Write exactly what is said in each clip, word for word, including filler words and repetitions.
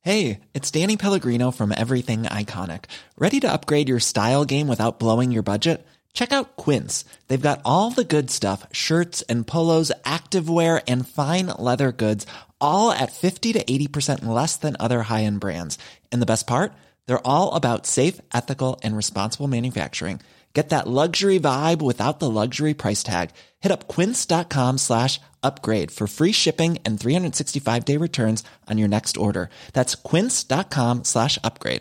Hey, it's Danny Pellegrino from Everything Iconic. Ready to upgrade your style game without blowing your budget? Check out Quince. They've got all the good stuff, shirts and polos, activewear, and fine leather goods, all at fifty to eighty percent less than other high-end brands. And the best part? They're all about safe, ethical, and responsible manufacturing. Get that luxury vibe without the luxury price tag. Hit up quince.com slash upgrade for free shipping and three sixty-five day returns on your next order. That's quince.com slash upgrade.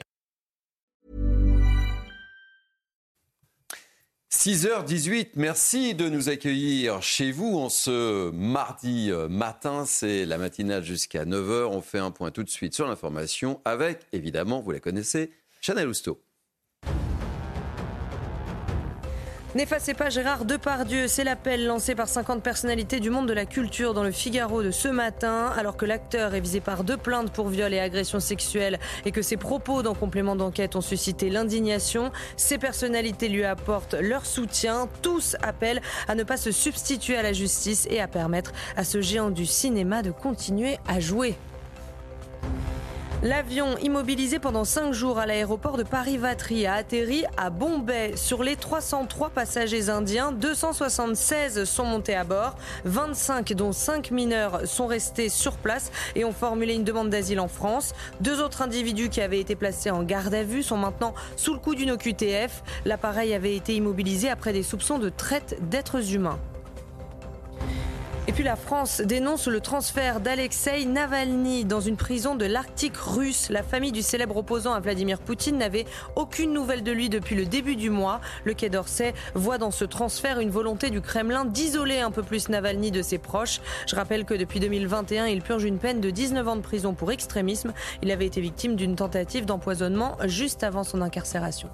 six heures dix-huit, merci de nous accueillir chez vous en ce mardi matin. C'est la matinale jusqu'à neuf heures. On fait un point tout de suite sur l'information avec, évidemment, vous la connaissez, Chana Lousteau. N'effacez pas Gérard Depardieu, c'est l'appel lancé par cinquante personnalités du monde de la culture dans le Figaro de ce matin, alors que l'acteur est visé par deux plaintes pour viol et agression sexuelle et que ses propos dans complément d'enquête ont suscité l'indignation. Ces personnalités lui apportent leur soutien. Tous appellent à ne pas se substituer à la justice et à permettre à ce géant du cinéma de continuer à jouer. L'avion immobilisé pendant cinq jours à l'aéroport de Paris-Vatry a atterri à Bombay. Sur les trois cent trois passagers indiens, deux cent soixante-seize sont montés à bord. vingt-cinq, dont cinq mineurs, sont restés sur place et ont formulé une demande d'asile en France. Deux autres individus qui avaient été placés en garde à vue sont maintenant sous le coup d'une O Q T F. L'appareil avait été immobilisé après des soupçons de traite d'êtres humains. Et puis la France dénonce le transfert d'Alexeï Navalny dans une prison de l'Arctique russe. La famille du célèbre opposant à Vladimir Poutine n'avait aucune nouvelle de lui depuis le début du mois. Le Quai d'Orsay voit dans ce transfert une volonté du Kremlin d'isoler un peu plus Navalny de ses proches. Je rappelle que depuis deux mille vingt et un, il purge une peine de dix-neuf ans de prison pour extrémisme. Il avait été victime d'une tentative d'empoisonnement juste avant son incarcération.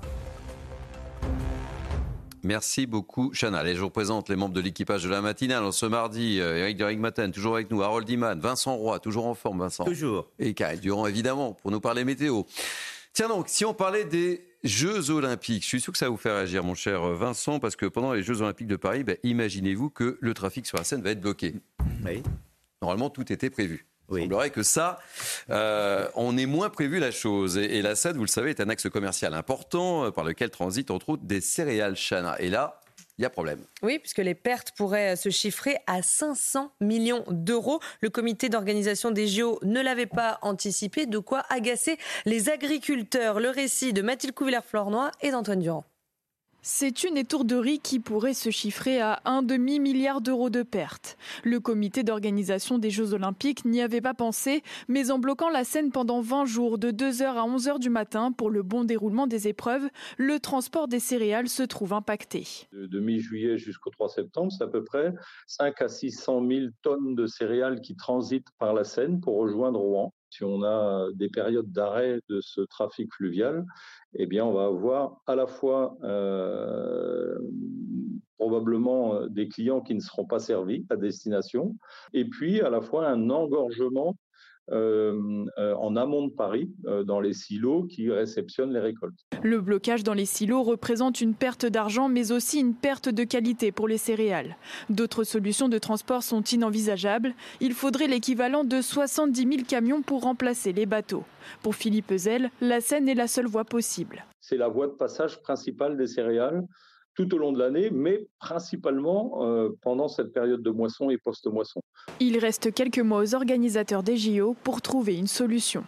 Merci beaucoup, Chana. Allez, je vous présente les membres de l'équipage de la matinale. En ce mardi, euh, Éric de Ringmaten, toujours avec nous. Harold Iman, Vincent Roy, toujours en forme, Vincent. Toujours. Et Karel Durand, évidemment, pour nous parler météo. Tiens donc, si on parlait des Jeux Olympiques, je suis sûr que ça va vous faire réagir, mon cher Vincent, parce que pendant les Jeux Olympiques de Paris, ben, imaginez-vous que le trafic sur la Seine va être bloqué. Oui. Normalement, tout était prévu. Oui. Il semblerait que ça, euh, on ait moins prévu la chose. Et, et la Seine, vous le savez, est un axe commercial important euh, par lequel transitent entre autres des céréales Chana. Et là, il y a problème. Oui, puisque les pertes pourraient se chiffrer à cinq cents millions d'euros. Le comité d'organisation des J O ne l'avait pas anticipé, de quoi agacer les agriculteurs. Le récit de Mathilde Couvillère-Flornoy et d'Antoine Durand. C'est une étourderie qui pourrait se chiffrer à un demi-milliard d'euros de pertes. Le comité d'organisation des Jeux Olympiques n'y avait pas pensé, mais en bloquant la Seine pendant vingt jours, de deux heures à onze heures du matin, pour le bon déroulement des épreuves, le transport des céréales se trouve impacté. De, de mi-juillet jusqu'au trois septembre, c'est à peu près cinq à six cent mille tonnes de céréales qui transitent par la Seine pour rejoindre Rouen. Si on a des périodes d'arrêt de ce trafic fluvial, eh bien, on va avoir à la fois euh, probablement des clients qui ne seront pas servis à destination, et puis à la fois un engorgement euh, euh, en amont de Paris, euh, dans les silos qui réceptionnent les récoltes. Le blocage dans les silos représente une perte d'argent, mais aussi une perte de qualité pour les céréales. D'autres solutions de transport sont inenvisageables. Il faudrait l'équivalent de soixante-dix mille camions pour remplacer les bateaux. Pour Philippe Ezel, la Seine est la seule voie possible. C'est la voie de passage principale des céréales tout au long de l'année, mais principalement euh, pendant cette période de moisson et post-moisson. Il reste quelques mois aux organisateurs des J O pour trouver une solution.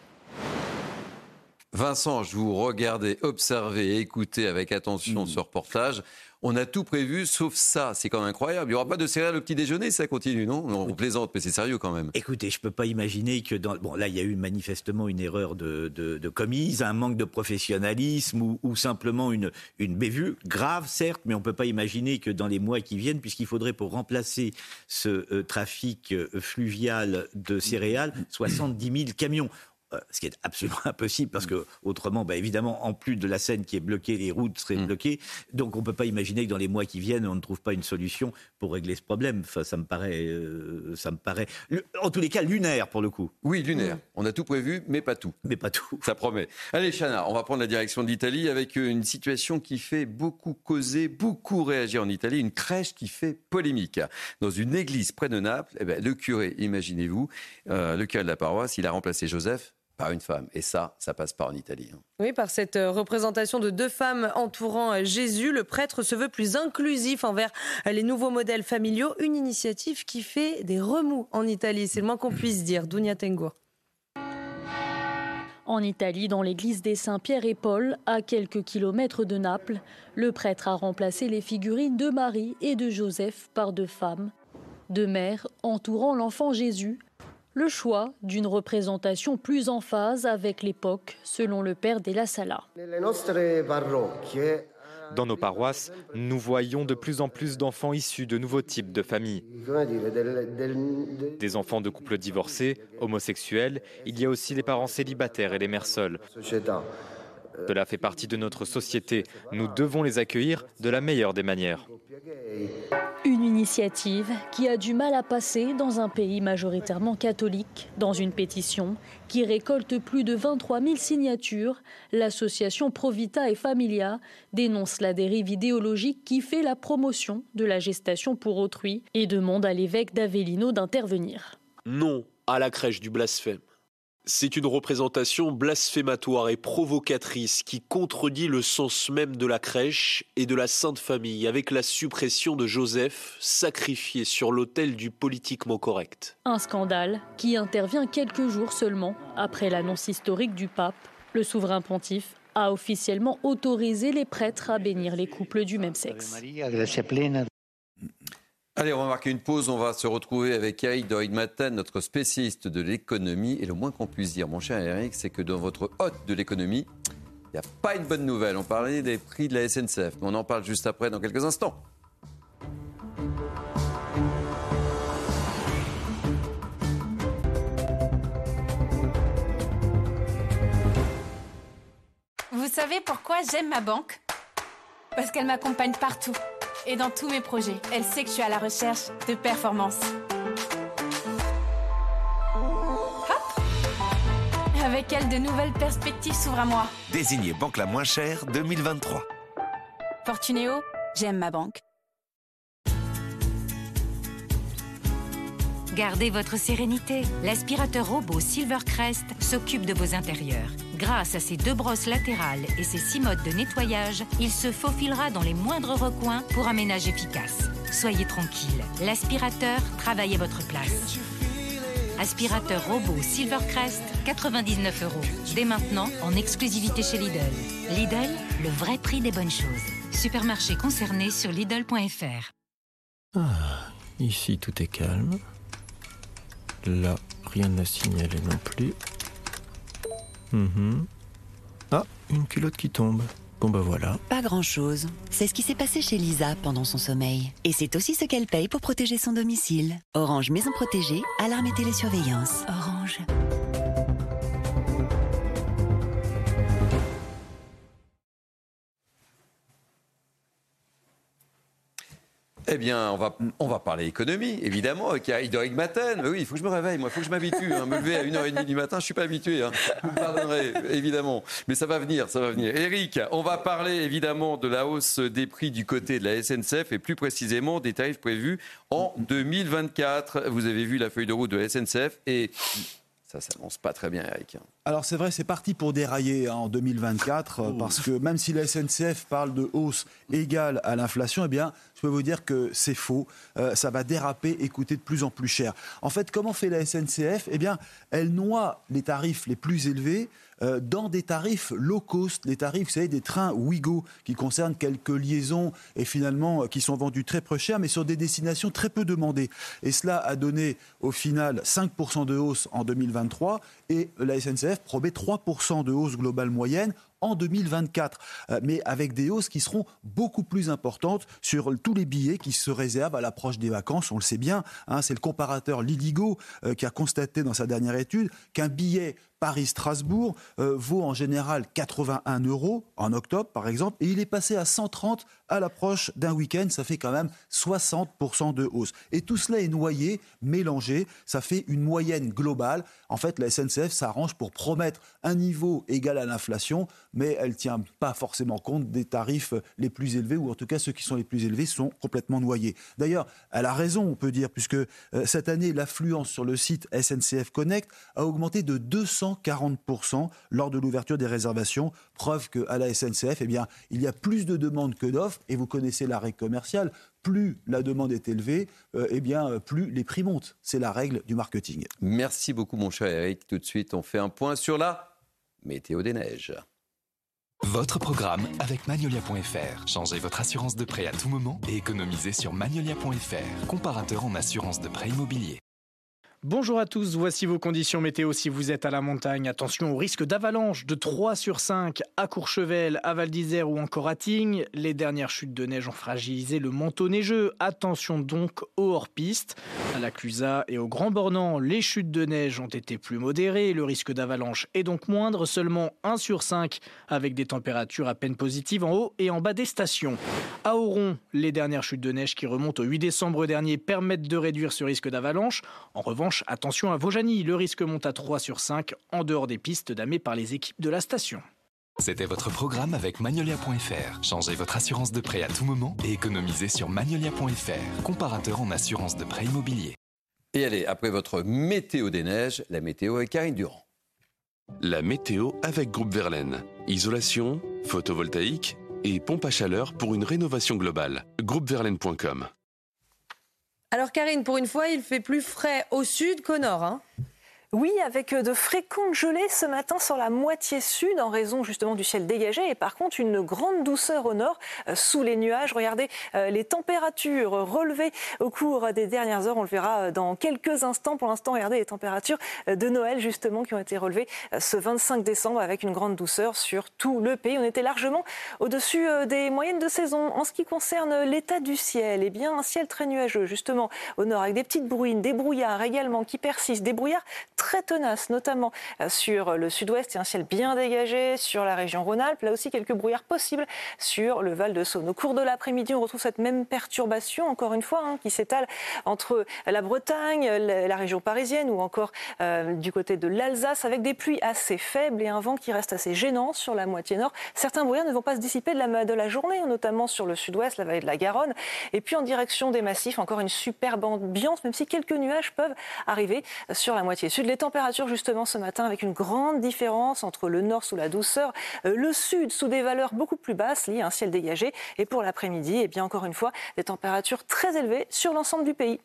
Vincent, je vous regardais, observez et écoutez avec attention mmh. ce reportage. On a tout prévu, sauf ça. C'est quand même incroyable. Il n'y aura pas de céréales au petit déjeuner, ça continue, non ? On oui. plaisante, mais c'est sérieux quand même. Écoutez, je ne peux pas imaginer que dans... Bon, là, il y a eu manifestement une erreur de, de, de commise, un manque de professionnalisme ou, ou simplement une, une bévue. Grave, certes, mais on ne peut pas imaginer que dans les mois qui viennent, puisqu'il faudrait pour remplacer ce euh, trafic euh, fluvial de céréales, soixante-dix mille camions. Ce qui est absolument impossible parce que autrement, bah évidemment, en plus de la Seine qui est bloquée, les routes seraient mmh. bloquées. Donc, on ne peut pas imaginer que dans les mois qui viennent, on ne trouve pas une solution pour régler ce problème. Enfin, ça me paraît, euh, ça me paraît, en tous les cas, lunaire pour le coup. Oui, lunaire. Mmh. On a tout prévu, mais pas tout. Mais pas tout. Ça promet. Allez, Chana, on va prendre la direction de l'Italie avec une situation qui fait beaucoup causer, beaucoup réagir en Italie. Une crèche qui fait polémique. Dans une église près de Naples, eh ben, le curé, imaginez-vous, euh, le curé de la paroisse, il a remplacé Joseph par une femme. Et ça, ça passe pas en Italie. Oui, par cette représentation de deux femmes entourant Jésus, le prêtre se veut plus inclusif envers les nouveaux modèles familiaux. Une initiative qui fait des remous en Italie, c'est le moins qu'on puisse dire. Dounia Tengour. En Italie, dans l'église des Saint-Pierre et Paul, à quelques kilomètres de Naples, le prêtre a remplacé les figurines de Marie et de Joseph par deux femmes, deux mères entourant l'enfant Jésus. Le choix d'une représentation plus en phase avec l'époque, selon le père Della Sala. Dans nos paroisses, nous voyons de plus en plus d'enfants issus de nouveaux types de familles. Des enfants de couples divorcés, homosexuels, il y a aussi les parents célibataires et les mères seules. Cela fait partie de notre société. Nous devons les accueillir de la meilleure des manières. Une initiative qui a du mal à passer dans un pays majoritairement catholique. Dans une pétition qui récolte plus de vingt-trois mille signatures, l'association Provita et Familia dénonce la dérive idéologique qui fait la promotion de la gestation pour autrui et demande à l'évêque d'Avellino d'intervenir. Non à la crèche du blasphème. C'est une représentation blasphématoire et provocatrice qui contredit le sens même de la crèche et de la Sainte Famille avec la suppression de Joseph sacrifié sur l'autel du politiquement correct. Un scandale qui intervient quelques jours seulement après l'annonce historique du pape. Le souverain pontife a officiellement autorisé les prêtres à bénir les couples du même sexe. Allez, on va marquer une pause. On va se retrouver avec Eric Doig-Maten, notre spécialiste de l'économie. Et le moins qu'on puisse dire, mon cher Eric, c'est que dans votre hôte de l'économie, il n'y a pas une bonne nouvelle. On parlait des prix de la S N C F, mais on en parle juste après, dans quelques instants. Vous savez pourquoi j'aime ma banque ? Parce qu'elle m'accompagne partout. Et dans tous mes projets, elle sait que je suis à la recherche de performance. Hop ! Avec elle, de nouvelles perspectives s'ouvrent à moi. Désignée banque la moins chère deux mille vingt-trois. Fortunéo, j'aime ma banque. Gardez votre sérénité. L'aspirateur robot Silvercrest s'occupe de vos intérieurs. Grâce à ses deux brosses latérales et ses six modes de nettoyage, il se faufilera dans les moindres recoins pour un ménage efficace. Soyez tranquille, l'aspirateur travaille à votre place. Aspirateur robot Silvercrest, quatre-vingt-dix-neuf euros. Dès maintenant, en exclusivité chez Lidl. Lidl, le vrai prix des bonnes choses. Supermarché concerné sur Lidl point F R. Ah, ici tout est calme. Là, rien n'a signalé non plus. Mmh. Ah, une culotte qui tombe. Bon bah voilà. Pas grand-chose. C'est ce qui s'est passé chez Lisa pendant son sommeil. Et c'est aussi ce qu'elle paye pour protéger son domicile. Orange Maison Protégée, alarme et télésurveillance. Orange. Eh bien, on va, on va parler économie, évidemment, avec Eric Doig-Maten. Oui, il faut que je me réveille, moi, il faut que je m'habitue. Hein. Me lever à une heure trente du matin, je ne suis pas habitué. Hein. Vous me pardonnerez, évidemment. Mais ça va venir, ça va venir. Eric, on va parler évidemment de la hausse des prix du côté de la S N C F et plus précisément des tarifs prévus en deux mille vingt-quatre. Vous avez vu la feuille de route de la S N C F et ça ne s'annonce pas très bien, Eric. Alors c'est vrai, c'est parti pour dérailler hein, en deux mille vingt-quatre, oh. parce que même si la S N C F parle de hausse égale à l'inflation, eh bien, je peux vous dire que c'est faux. Euh, ça va déraper et coûter de plus en plus cher. En fait, comment fait la S N C F ? Eh bien, elle noie les tarifs les plus élevés euh, dans des tarifs low cost, les tarifs, vous savez, des trains Ouigo, qui concernent quelques liaisons et finalement euh, qui sont vendus très peu cher, mais sur des destinations très peu demandées. Et cela a donné au final cinq pour cent de hausse en deux mille vingt-trois et la S N C F promet trois pour cent de hausse globale moyenne en deux mille vingt-quatre, euh, mais avec des hausses qui seront beaucoup plus importantes sur tous les billets qui se réservent à l'approche des vacances. On le sait bien, hein, c'est le comparateur Lidigo euh, qui a constaté dans sa dernière étude qu'un billet Paris-Strasbourg euh, vaut en général quatre-vingt-un euros en octobre par exemple, et il est passé à cent trente à l'approche d'un week-end. Ça fait quand même soixante pour cent de hausse. Et tout cela est noyé, mélangé, ça fait une moyenne globale. En fait, la S N C F s'arrange pour promettre un niveau égal à l'inflation, mais elle ne tient pas forcément compte des tarifs les plus élevés, ou en tout cas ceux qui sont les plus élevés sont complètement noyés. D'ailleurs, elle a raison, on peut dire, puisque euh, cette année, l'affluence sur le site S N C F Connect a augmenté de deux cent quarante pour cent lors de l'ouverture des réservations, preuve qu'à la S N C F, eh bien, il y a plus de demandes que d'offres, et vous connaissez la règle commerciale, plus la demande est élevée, euh, eh bien, plus les prix montent. C'est la règle du marketing. Merci beaucoup, mon cher Eric. Tout de suite, on fait un point sur la météo des neiges. Votre programme avec Magnolia point F R. Changez votre assurance de prêt à tout moment et économisez sur Magnolia point F R, comparateur en assurance de prêt immobilier. Bonjour à tous, voici vos conditions météo si vous êtes à la montagne. Attention au risque d'avalanche de trois sur cinq à Courchevel, à Val d'Isère ou encore à Tignes. Les dernières chutes de neige ont fragilisé le manteau neigeux. Attention donc aux hors-pistes. À la Clusaz et au Grand Bornand, les chutes de neige ont été plus modérées. Le risque d'avalanche est donc moindre, seulement un sur cinq, avec des températures à peine positives en haut et en bas des stations. À Auron, les dernières chutes de neige qui remontent au huit décembre dernier permettent de réduire ce risque d'avalanche. En revanche, attention à Vaujany, le risque monte à trois sur cinq en dehors des pistes damées par les équipes de la station. C'était votre programme avec Magnolia point F R. Changez votre assurance de prêt à tout moment et économisez sur Magnolia point F R, comparateur en assurance de prêt immobilier. Et allez, après votre météo des neiges, la météo avec Karine Durand. La météo avec Groupe Verlaine. Isolation, photovoltaïque et pompe à chaleur pour une rénovation globale. groupe verlaine point com. Alors Karine, pour une fois, il fait plus frais au sud qu'au nord, hein ? Oui, avec de fréquentes gelées ce matin sur la moitié sud en raison justement du ciel dégagé et par contre une grande douceur au nord euh, sous les nuages. Regardez euh, les températures relevées au cours des dernières heures, on le verra dans quelques instants. Pour l'instant, regardez les températures de Noël justement qui ont été relevées euh, ce vingt-cinq décembre avec une grande douceur sur tout le pays. On était largement au-dessus euh, des moyennes de saison. En ce qui concerne l'état du ciel, eh bien un ciel très nuageux justement au nord avec des petites bruines, des brouillards également qui persistent, des brouillards très tenace, notamment sur le sud-ouest et un ciel bien dégagé sur la région Rhône-Alpes. Là aussi, quelques brouillards possibles sur le Val-de-Saône. Au cours de l'après-midi, on retrouve cette même perturbation, encore une fois, hein, qui s'étale entre la Bretagne, la région parisienne ou encore euh, du côté de l'Alsace, avec des pluies assez faibles et un vent qui reste assez gênant sur la moitié nord. Certains brouillards ne vont pas se dissiper de la, de la journée, notamment sur le sud-ouest, la vallée de la Garonne. Et puis en direction des massifs, encore une superbe ambiance, même si quelques nuages peuvent arriver sur la moitié sud. Les températures justement ce matin avec une grande différence entre le nord sous la douceur, euh, le sud sous des valeurs beaucoup plus basses, liées à un ciel dégagé. Et pour l'après-midi, eh bien encore une fois, des températures très élevées sur l'ensemble du pays.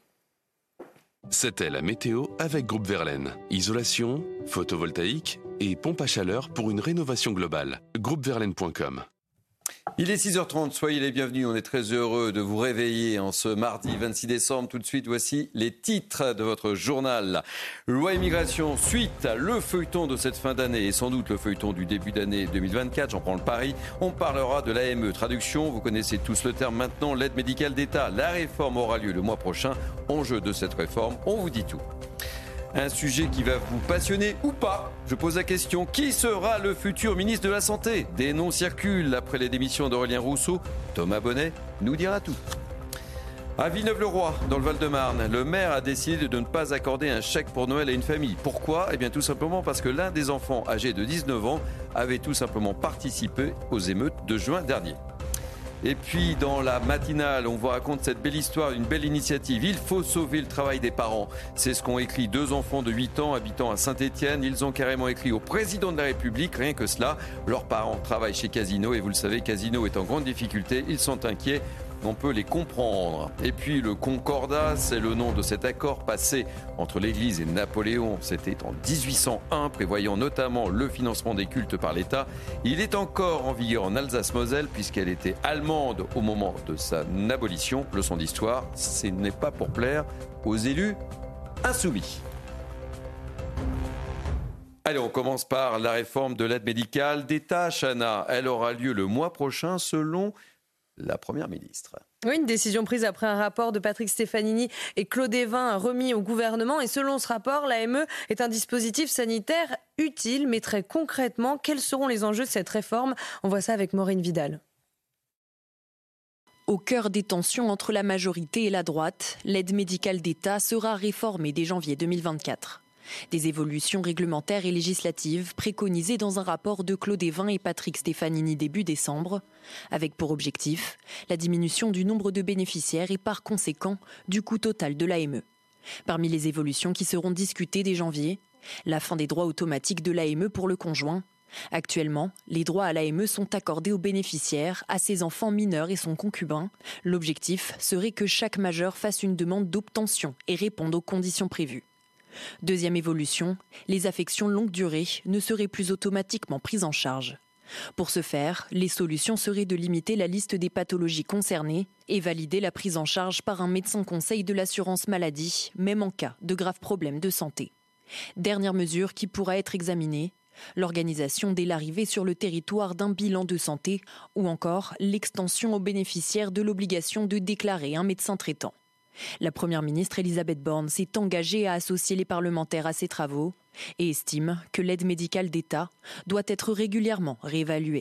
C'était la météo avec Groupe Verlaine. Isolation, photovoltaïque et pompe à chaleur pour une rénovation globale. groupe verlaine point com. Il est six heures trente, soyez les bienvenus, on est très heureux de vous réveiller en ce mardi vingt-six décembre. Tout de suite, voici les titres de votre journal. Loi immigration, suite, le feuilleton de cette fin d'année et sans doute le feuilleton du début d'année deux mille vingt-quatre, j'en prends le pari. On parlera de l'A M E, traduction, vous connaissez tous le terme maintenant, l'aide médicale d'État. La réforme aura lieu le mois prochain. Enjeu de cette réforme, on vous dit tout. Un sujet qui va vous passionner ou pas. Je pose la question, qui sera le futur ministre de la Santé ? Des noms circulent après les démissions d'Aurélien Rousseau. Thomas Bonnet nous dira tout. À Villeneuve-le-Roi, dans le Val-de-Marne, le maire a décidé de ne pas accorder un chèque pour Noël à une famille. Pourquoi ? Eh bien tout simplement parce que l'un des enfants âgés de dix-neuf ans avait tout simplement participé aux émeutes de juin dernier. Et puis dans la matinale, on vous raconte cette belle histoire, une belle initiative. Il faut sauver le travail des parents. C'est ce qu'ont écrit deux enfants de huit ans habitant à Saint-Étienne. Ils ont carrément écrit au président de la République, rien que cela. Leurs parents travaillent chez Casino et vous le savez, Casino est en grande difficulté. Ils sont inquiets. On peut les comprendre. Et puis le Concordat, c'est le nom de cet accord passé entre l'Église et Napoléon. C'était en dix-huit cent un, prévoyant notamment le financement des cultes par l'État. Il est encore en vigueur en Alsace-Moselle puisqu'elle était allemande au moment de sa abolition. Leçon d'histoire, ce n'est pas pour plaire aux élus insoumis. Allez, on commence par la réforme de l'aide médicale d'État. Chana, elle aura lieu le mois prochain selon la Première ministre. Oui, une décision prise après un rapport de Patrick Stefanini et Claude Évin remis au gouvernement. Et selon ce rapport, l'A M E est un dispositif sanitaire utile, mais très concrètement, quels seront les enjeux de cette réforme ? On voit ça avec Maureen Vidal. Au cœur des tensions entre la majorité et la droite, l'aide médicale d'État sera réformée dès janvier deux mille vingt-quatre. Des évolutions réglementaires et législatives préconisées dans un rapport de Claude Évin et Patrick Stefanini début décembre, avec pour objectif la diminution du nombre de bénéficiaires et par conséquent du coût total de l'A M E. Parmi les évolutions qui seront discutées dès janvier, la fin des droits automatiques de l'A M E pour le conjoint. Actuellement, les droits à l'A M E sont accordés aux bénéficiaires, à ses enfants mineurs et son concubin. L'objectif serait que chaque majeur fasse une demande d'obtention et réponde aux conditions prévues. Deuxième évolution, les affections longue durée ne seraient plus automatiquement prises en charge. Pour ce faire, les solutions seraient de limiter la liste des pathologies concernées et valider la prise en charge par un médecin conseil de l'assurance maladie, même en cas de graves problèmes de santé. Dernière mesure qui pourra être examinée, l'organisation dès l'arrivée sur le territoire d'un bilan de santé ou encore l'extension aux bénéficiaires de l'obligation de déclarer un médecin traitant. La Première ministre Elisabeth Borne s'est engagée à associer les parlementaires à ces travaux et estime que l'aide médicale d'État doit être régulièrement réévaluée.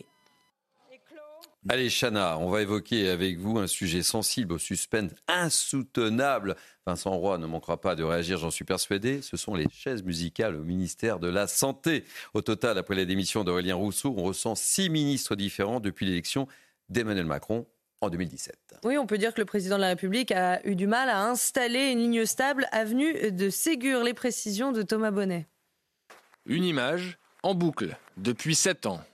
Allez, Chana, on va évoquer avec vous un sujet sensible au suspense insoutenable. Vincent Roy ne manquera pas de réagir, j'en suis persuadé. Ce sont les chaises musicales au ministère de la Santé. Au total, après la démission d'Aurélien Rousseau, on ressent six ministres différents depuis l'élection d'Emmanuel Macron en deux mille dix-sept. Oui, on peut dire que le président de la République a eu du mal à installer une ligne stable avenue de Ségur. Les précisions de Thomas Bonnet. Une image en boucle depuis sept ans.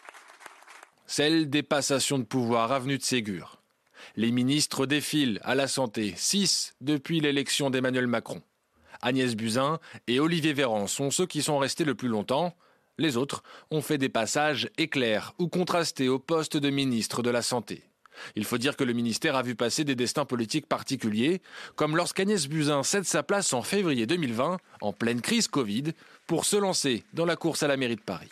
Celle des passations de pouvoir avenue de Ségur. Les ministres défilent à la santé, six depuis l'élection d'Emmanuel Macron. Agnès Buzyn et Olivier Véran sont ceux qui sont restés le plus longtemps. Les autres ont fait des passages éclairs ou contrastés au poste de ministre de la Santé. Il faut dire que le ministère a vu passer des destins politiques particuliers, comme lorsqu'Agnès Buzyn cède sa place en février deux mille vingt, en pleine crise Covid, pour se lancer dans la course à la mairie de Paris.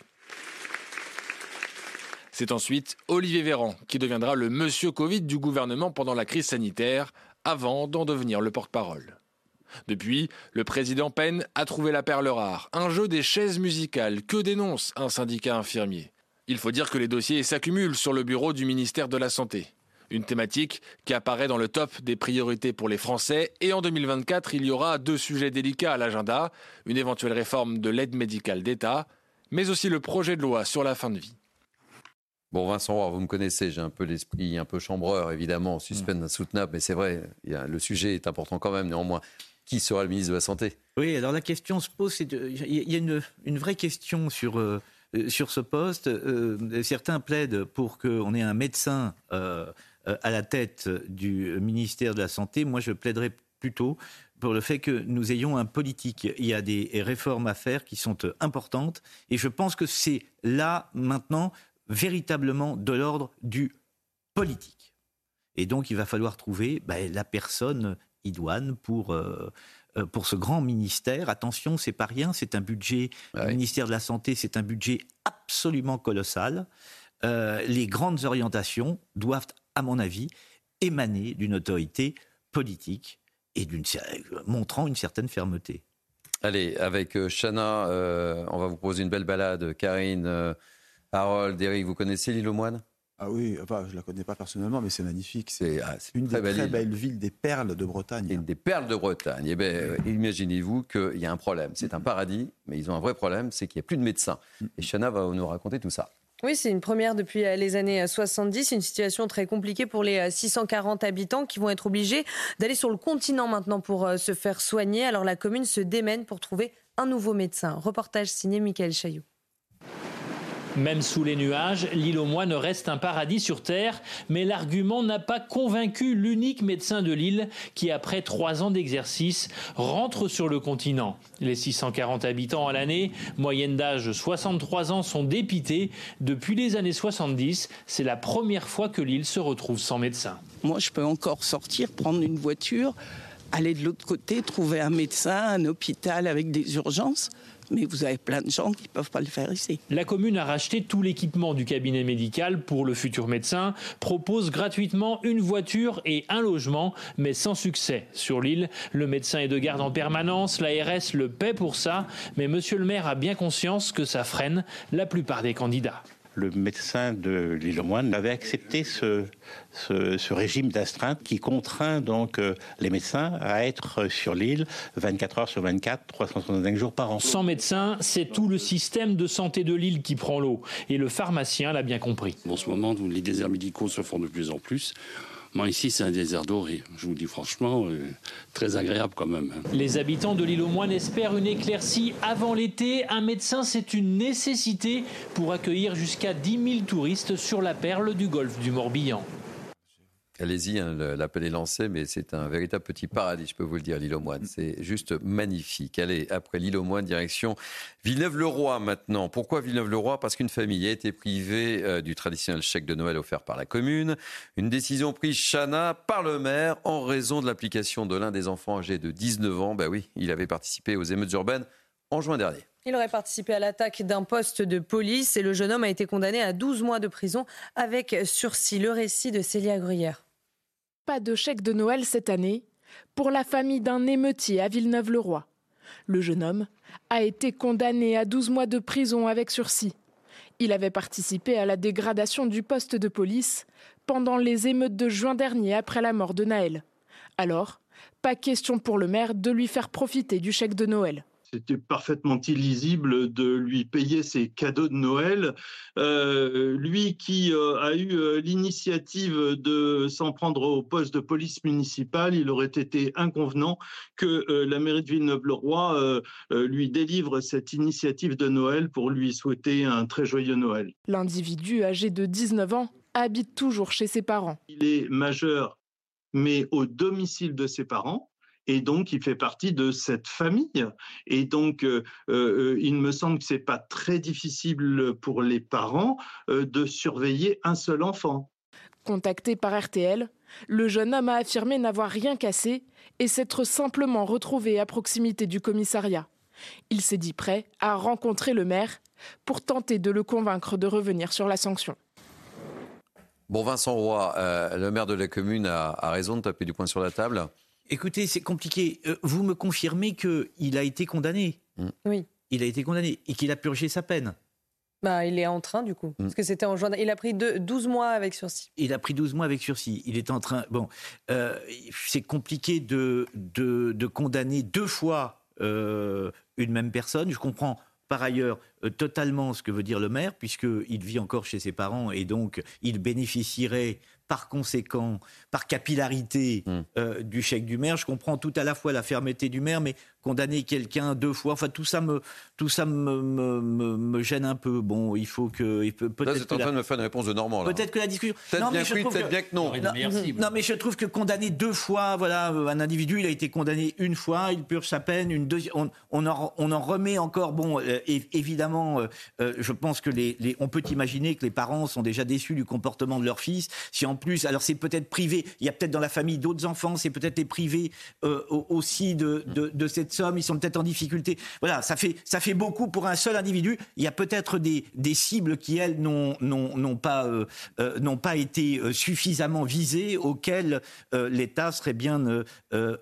C'est ensuite Olivier Véran qui deviendra le monsieur Covid du gouvernement pendant la crise sanitaire, avant d'en devenir le porte-parole. Depuis, le président peine à trouver la perle rare, un jeu des chaises musicales que dénonce un syndicat infirmier. Il faut dire que les dossiers s'accumulent sur le bureau du ministère de la Santé. Une thématique qui apparaît dans le top des priorités pour les Français. Et en deux mille vingt-quatre, il y aura deux sujets délicats à l'agenda. Une éventuelle réforme de l'aide médicale d'État, mais aussi le projet de loi sur la fin de vie. Bon, Vincent Roy, vous me connaissez, j'ai un peu l'esprit un peu chambreur, évidemment, suspense insoutenable, mais c'est vrai, il y a, le sujet est important quand même, néanmoins. Qui sera le ministre de la Santé ? Oui, alors la question se pose, c'est de, il y a une, une vraie question sur... Euh, Sur ce poste, euh, certains plaident pour qu'on ait un médecin euh, à la tête du ministère de la Santé. Moi, je plaiderais plutôt pour le fait que nous ayons un politique. Il y a des réformes à faire qui sont importantes et je pense que c'est là, maintenant, véritablement de l'ordre du politique. Et donc, il va falloir trouver ben, la personne idoine pour... Euh, pour ce grand ministère. Attention, c'est pas rien, c'est un budget, ah oui. Le ministère de la Santé, c'est un budget absolument colossal. Euh, les grandes orientations doivent, à mon avis, émaner d'une autorité politique et d'une, montrant une certaine fermeté. Allez, avec euh, Chana, euh, on va vous proposer une belle balade. Karine, euh, Harold, Eric, vous connaissez l'île aux Moines ? Ah oui, enfin, je ne la connais pas personnellement, mais c'est magnifique. C'est, ah, c'est une, une des très très belle belles villes, des perles de Bretagne. Une des perles de Bretagne. Eh bien, euh, imaginez-vous qu'il y a un problème. C'est un paradis, mais ils ont un vrai problème, c'est qu'il n'y a plus de médecins. Et Chana va nous raconter tout ça. Oui, c'est une première depuis les années soixante-dix. Une situation très compliquée pour les six cent quarante habitants qui vont être obligés d'aller sur le continent maintenant pour se faire soigner. Alors la commune se démène pour trouver un nouveau médecin. Reportage signé Michael Chailloux. Même sous les nuages, l'île aux Moines reste un paradis sur Terre, mais l'argument n'a pas convaincu l'unique médecin de l'île qui, après trois ans d'exercice, rentre sur le continent. Les six cent quarante habitants à l'année, moyenne d'âge soixante-trois ans, sont dépités. Depuis les années soixante-dix, c'est la première fois que l'île se retrouve sans médecin. Moi, je peux encore sortir, prendre une voiture, aller de l'autre côté, trouver un médecin, un hôpital avec des urgences. Mais vous avez plein de gens qui ne peuvent pas le faire ici. La commune a racheté tout l'équipement du cabinet médical pour le futur médecin, propose gratuitement une voiture et un logement, mais sans succès. Sur l'île, le médecin est de garde en permanence, l'A R S le paie pour ça, mais monsieur le maire a bien conscience que ça freine la plupart des candidats. le médecin de l'île aux Moines avait accepté ce, ce, ce régime d'astreinte qui contraint donc euh, les médecins à être sur l'île vingt-quatre heures sur vingt-quatre, trois cent soixante-cinq jours par an. Sans médecin, c'est tout le système de santé de l'île qui prend l'eau. Et le pharmacien l'a bien compris. En ce moment, les déserts médicaux se font de plus en plus. Moi, ici, c'est un désert doré. Je vous dis franchement, euh, très agréable quand même. Les habitants de l'île aux Moines espèrent une éclaircie avant l'été. Un médecin, c'est une nécessité pour accueillir jusqu'à dix mille touristes sur la perle du golfe du Morbihan. Allez-y, hein, l'appel est lancé, mais c'est un véritable petit paradis, je peux vous le dire, l'île aux Moines. C'est juste magnifique. Allez, après l'île aux Moines, direction Villeneuve-le-Roi maintenant. Pourquoi Villeneuve-le-Roi ? Parce qu'une famille a été privée euh, du traditionnel chèque de Noël offert par la commune. Une décision prise, Chana, par le maire en raison de l'application de l'un des enfants âgés de dix-neuf ans. Ben oui, il avait participé aux émeutes urbaines en juin dernier. Il aurait participé à l'attaque d'un poste de police et le jeune homme a été condamné à douze mois de prison avec sursis. Le récit de Célia Gruyère. Pas de chèque de Noël cette année pour la famille d'un émeutier à Villeneuve-le-Roi. Le jeune homme a été condamné à douze mois de prison avec sursis. Il avait participé à la dégradation du poste de police pendant les émeutes de juin dernier après la mort de Naël. Alors, pas question pour le maire de lui faire profiter du chèque de Noël. C'était parfaitement illisible de lui payer ses cadeaux de Noël. Euh, lui qui euh, a eu euh, l'initiative de s'en prendre au poste de police municipale, il aurait été inconvenant que euh, la mairie de Villeneuve-le-Roi euh, euh, lui délivre cette initiative de Noël pour lui souhaiter un très joyeux Noël. L'individu âgé de dix-neuf ans habite toujours chez ses parents. Il est majeur, mais au domicile de ses parents. Et donc, il fait partie de cette famille. Et donc, euh, euh, il me semble que ce n'est pas très difficile pour les parents euh, de surveiller un seul enfant. Contacté par R T L, le jeune homme a affirmé n'avoir rien cassé et s'être simplement retrouvé à proximité du commissariat. Il s'est dit prêt à rencontrer le maire pour tenter de le convaincre de revenir sur la sanction. Bon, Vincent Roy, euh, le maire de la commune a, a raison de taper du poing sur la table. Écoutez, c'est compliqué. Euh, vous me confirmez qu'il a été condamné ? Oui. Il a été condamné et qu'il a purgé sa peine. Bah, il est en train, du coup. Mm. Parce que c'était en juin. Il a pris deux, douze mois avec sursis. Il a pris douze mois avec sursis. Il est en train... Bon, euh, c'est compliqué de, de, de condamner deux fois euh, une même personne. Je comprends par ailleurs euh, totalement ce que veut dire le maire, puisqu'il vit encore chez ses parents et donc il bénéficierait par conséquent, par capillarité mmh. euh, du chèque du maire. Je comprends tout à la fois la fermeté du maire, mais condamner quelqu'un deux fois, enfin tout ça me, tout ça me, me, me, me gêne un peu. Bon, il faut que... Il peut, peut-être là, c'est en train la, de me faire une réponse de Normand. Là. Peut-être que la discussion... Peut-être non, bien mais que oui, peut-être que, bien que non. Non, merci, non, mais je trouve que condamner deux fois, voilà, un individu, il a été condamné une fois, il purge sa peine, une deuxième... On, on, en, on en remet encore... Bon, euh, évidemment, euh, je pense que les, les, on peut imaginer que les parents sont déjà déçus du comportement de leur fils. Si en plus... Alors c'est peut-être privé, il y a peut-être dans la famille d'autres enfants, c'est peut-être les privés euh, aussi de, de, de cette somme, ils sont peut-être en difficulté. Voilà, ça fait, ça fait beaucoup pour un seul individu. Il y a peut-être des, des cibles qui, elles, n'ont, n'ont, n'ont, pas, euh, euh, n'ont pas été euh, suffisamment visées, auxquelles euh, l'État serait bien... Euh, euh,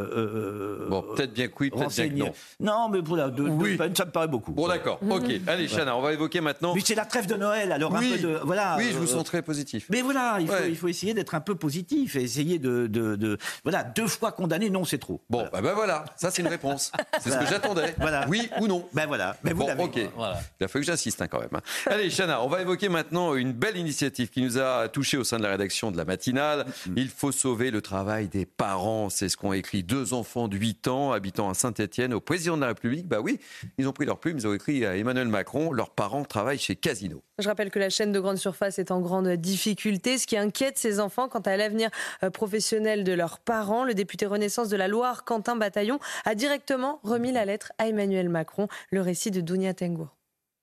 euh, bon, peut-être bien que oui, peut-être bien que non. Non, mais voilà, de, oui. de, ça me paraît beaucoup. Bon, d'accord, ok. Allez, Chana, on va évoquer maintenant... Mais c'est la trêve de Noël, alors oui. un peu de... Voilà, oui, je vous euh, sens très positif. Mais voilà, il faut, ouais. il faut essayer d'être un peu positif et essayer de, de, de voilà, deux fois condamné, non, c'est trop. Bon, voilà. bah ben voilà, ça c'est une réponse. C'est voilà. ce que j'attendais. Voilà. Oui ou non. Ben voilà. Ben vous bon, ok. Voilà. Il a fallu que j'insiste hein, quand même. Allez, Chana, on va évoquer maintenant une belle initiative qui nous a touché au sein de la rédaction de la matinale. Mm-hmm. Il faut sauver le travail des parents. C'est ce qu'ont écrit deux enfants de huit ans habitant à Saint-Étienne au président de la République. Bah oui, ils ont pris leur plume, ils ont écrit à Emmanuel Macron. Leurs parents travaillent chez Casino. Je rappelle que la chaîne de grande surface est en grande difficulté, ce qui inquiète ces enfants quant à l'avenir professionnel de leurs parents. Le député Renaissance de la Loire, Quentin Bataillon, a directement remis la lettre à Emmanuel Macron. Le récit de Dounia Tengour.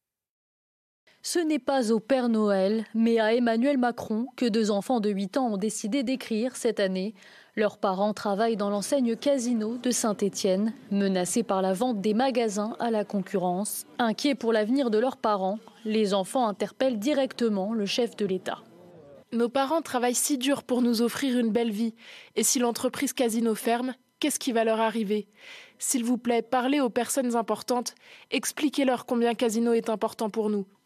Ce n'est pas au Père Noël, mais à Emmanuel Macron que deux enfants de huit ans ont décidé d'écrire cette année. Leurs parents travaillent dans l'enseigne Casino de Saint-Étienne, menacés par la vente des magasins à la concurrence. Inquiets pour l'avenir de leurs parents, les enfants interpellent directement le chef de l'État. Nos parents travaillent si dur pour nous offrir une belle vie. Et si l'entreprise Casino ferme, qu'est-ce qui va leur arriver ? S'il vous plaît, parlez aux personnes importantes. Expliquez-leur combien Casino est important pour nous.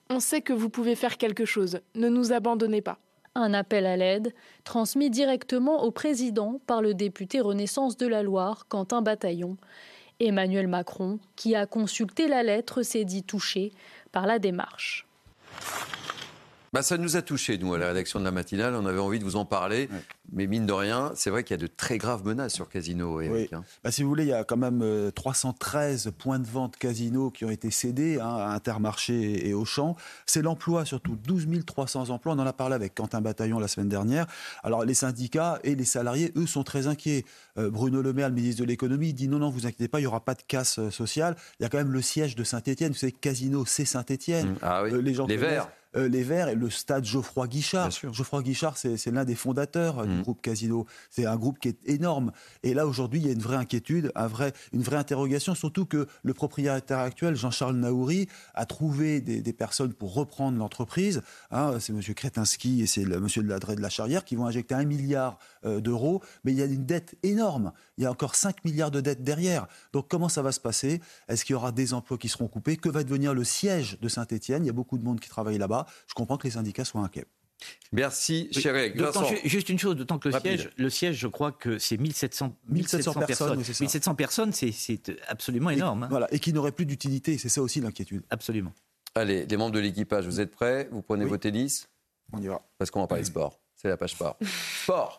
On sait que vous pouvez faire quelque chose. Ne nous abandonnez pas. Un appel à l'aide transmis directement au président par le député Renaissance de la Loire, Quentin Bataillon. Emmanuel Macron, qui a consulté la lettre, s'est dit touché par la démarche. Bah, ça nous a touchés, nous, à la rédaction de la matinale. On avait envie de vous en parler. Ouais. Mais mine de rien, c'est vrai qu'il y a de très graves menaces sur Casino, Eric. Oui. Hein. Bah, si vous voulez, il y a quand même euh, trois cent treize points de vente Casino qui ont été cédés hein, à Intermarché et Auchan. C'est l'emploi, surtout douze mille trois cents emplois. On en a parlé avec Quentin Bataillon la semaine dernière. Alors, les syndicats et les salariés, eux, sont très inquiets. Euh, Bruno Le Maire, le ministre de l'Économie, dit non, non, vous inquiétez pas, il n'y aura pas de casse euh, sociale. Il y a quand même le siège de Saint-Étienne. Vous savez, Casino, c'est Saint-Étienne. Mmh. Ah oui, euh, les, gens les Verts. Euh, les Verts et le stade Geoffroy Guichard. Geoffroy Guichard, c'est, c'est l'un des fondateurs euh, mmh. du groupe Casino. C'est un groupe qui est énorme. Et là, aujourd'hui, il y a une vraie inquiétude, un vrai, une vraie interrogation, surtout que le propriétaire actuel, Jean-Charles Naouri, a trouvé des, des personnes pour reprendre l'entreprise. Hein, c'est M. Kretinsky et c'est le, M. de Ladré de la Charrière qui vont injecter un milliard euh, d'euros. Mais il y a une dette énorme. Il y a encore cinq milliards de dettes derrière. Donc, comment ça va se passer ? Est-ce qu'il y aura des emplois qui seront coupés ? Que va devenir le siège de Saint-Étienne ? Il y a beaucoup de monde qui travaille là-bas. Je comprends que les syndicats soient inquiets. Merci, oui, cher Eric. Vincent. Juste une chose, d'autant que le siège, le siège, je crois que c'est mille sept cents, mille sept cents personnes. personnes. mille sept cents personnes, c'est, c'est absolument énorme. Et, hein. Voilà, et qui n'auraient plus d'utilité. C'est ça aussi l'inquiétude. Absolument. Allez, les membres de l'équipage, vous êtes prêts ? Vous prenez oui. vos tennis ? On y va. Parce qu'on va parler sport. C'est la page sport. Sport.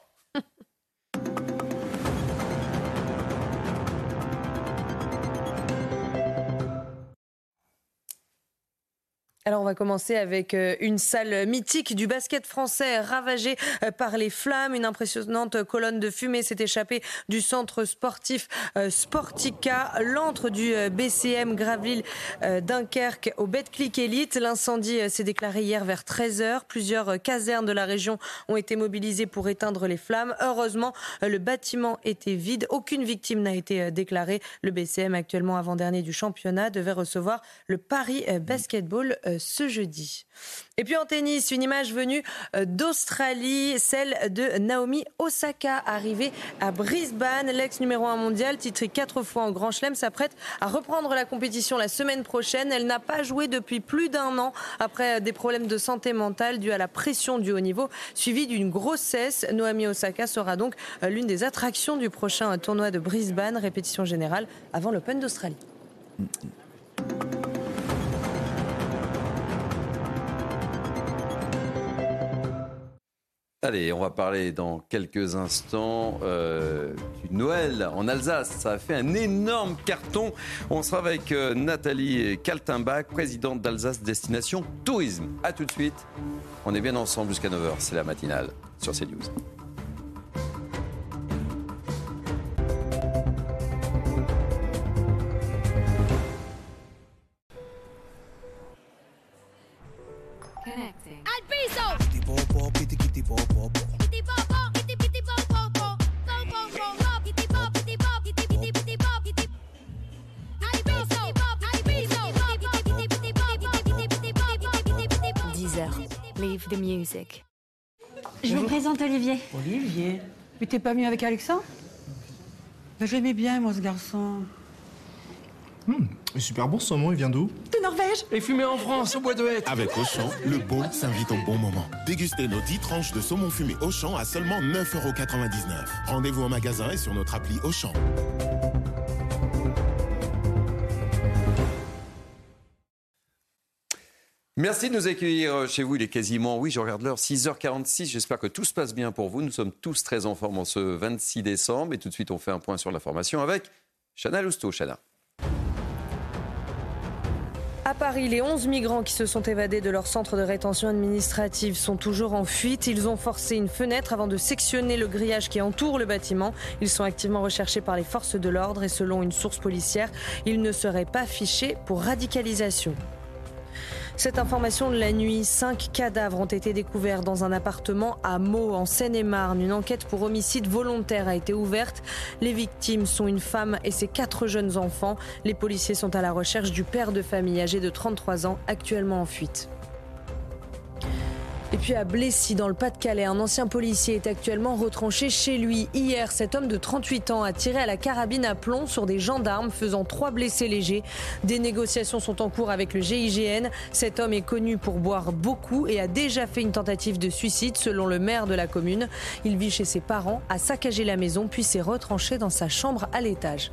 Alors on va commencer avec une salle mythique du basket français ravagée par les flammes. Une impressionnante colonne de fumée s'est échappée du centre sportif Sportica, l'antre du B C M Gravelines Dunkerque au Betclic Elite. L'incendie s'est déclaré hier vers treize heures. Plusieurs casernes de la région ont été mobilisées pour éteindre les flammes. Heureusement, le bâtiment était vide. Aucune victime n'a été déclarée. Le B C M, actuellement avant-dernier du championnat, devait recevoir le Paris Basketball ce jeudi. Et puis en tennis, une image venue d'Australie, celle de Naomi Osaka, arrivée à Brisbane. L'ex numéro un mondial, titrée quatre fois en Grand Chelem, s'apprête à reprendre la compétition la semaine prochaine. Elle n'a pas joué depuis plus d'un an après des problèmes de santé mentale dus à la pression du haut niveau, suivie d'une grossesse. Naomi Osaka sera donc l'une des attractions du prochain tournoi de Brisbane, répétition générale avant l'Open d'Australie. Allez, on va parler dans quelques instants euh, du Noël en Alsace. Ça a fait un énorme carton. On sera avec euh, Nathalie Kaltenbach, présidente d'Alsace Destination Tourisme. A tout de suite. On est bien ensemble jusqu'à neuf heures. C'est la matinale sur CNews. Leave the music. Je vous présente Olivier. Olivier. Mais t'es pas mieux avec Alexandre? Ben, je l'aimais bien, moi, ce garçon. Hum, super bon saumon, il vient d'où? De Norvège. Et fumé en France, au bois de Hêtre. Avec Auchan, le beau s'invite au bon moment. Dégustez nos dix tranches de saumon fumé Auchan à seulement neuf euros quatre-vingt-dix-neuf. Rendez-vous en magasin et sur notre appli Auchan. Merci de nous accueillir chez vous. Il est quasiment, oui, je regarde l'heure, six heures quarante-six. J'espère que tout se passe bien pour vous. Nous sommes tous très en forme en ce vingt-six décembre. Et tout de suite, on fait un point sur l'information avec Chana Lousteau. Chana. À Paris, les onze migrants qui se sont évadés de leur centre de rétention administrative sont toujours en fuite. Ils ont forcé une fenêtre avant de sectionner le grillage qui entoure le bâtiment. Ils sont activement recherchés par les forces de l'ordre et selon une source policière, ils ne seraient pas fichés pour radicalisation. Cette information de la nuit, cinq cadavres ont été découverts dans un appartement à Meaux, en Seine-et-Marne. Une enquête pour homicide volontaire a été ouverte. Les victimes sont une femme et ses quatre jeunes enfants. Les policiers sont à la recherche du père de famille âgé de trente-trois ans, actuellement en fuite. Et puis à Blessy, dans le Pas-de-Calais, un ancien policier est actuellement retranché chez lui. Hier, cet homme de trente-huit ans a tiré à la carabine à plomb sur des gendarmes, faisant trois blessés légers. Des négociations sont en cours avec le G I G N. Cet homme est connu pour boire beaucoup et a déjà fait une tentative de suicide, selon le maire de la commune. Il vit chez ses parents, a saccagé la maison, puis s'est retranché dans sa chambre à l'étage.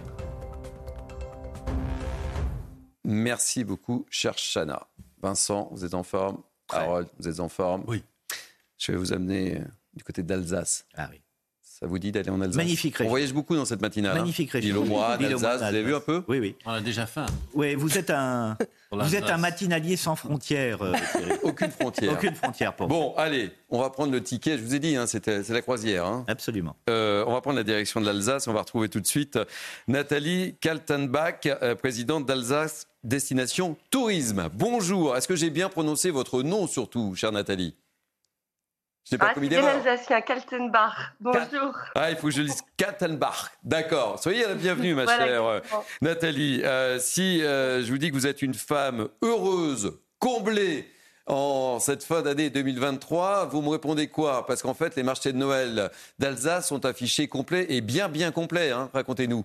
Merci beaucoup, chère Chana. Vincent, vous êtes en forme. Harold, vous êtes en forme. Oui. Je vais vous amener du côté d'Alsace. Ah oui. Ça vous dit d'aller en Alsace? Magnifique région. On voyage beaucoup dans cette matinale. Magnifique région. L'île aux Moines, Alsace, vous avez vu un peu? Oui, oui. On a déjà faim. Oui, vous êtes un, vous êtes un matinalier sans frontières. Euh, Aucune frontière. Aucune frontière pour Bon, allez, on va prendre le ticket. Je vous ai dit, hein, c'était, c'est la croisière. Hein. Absolument. Euh, on va prendre la direction de l'Alsace. On va retrouver tout de suite Nathalie Kaltenbach, euh, présidente d'Alsace Destination Tourisme. Bonjour. Est-ce que j'ai bien prononcé votre nom surtout, chère Nathalie? Je n'ai pas ah, commis d'erreur. C'est bien alsacien, Kaltenbach. Bonjour. Ah, il faut que je dise Kaltenbach. D'accord. Soyez la bienvenue, ma voilà, chère exactement. Nathalie. Euh, si euh, je vous dis que vous êtes une femme heureuse, comblée en cette fin d'année deux mille vingt-trois, vous me répondez quoi? Parce qu'en fait, les marchés de Noël d'Alsace sont affichés complets et bien, bien complets. Hein. Racontez-nous.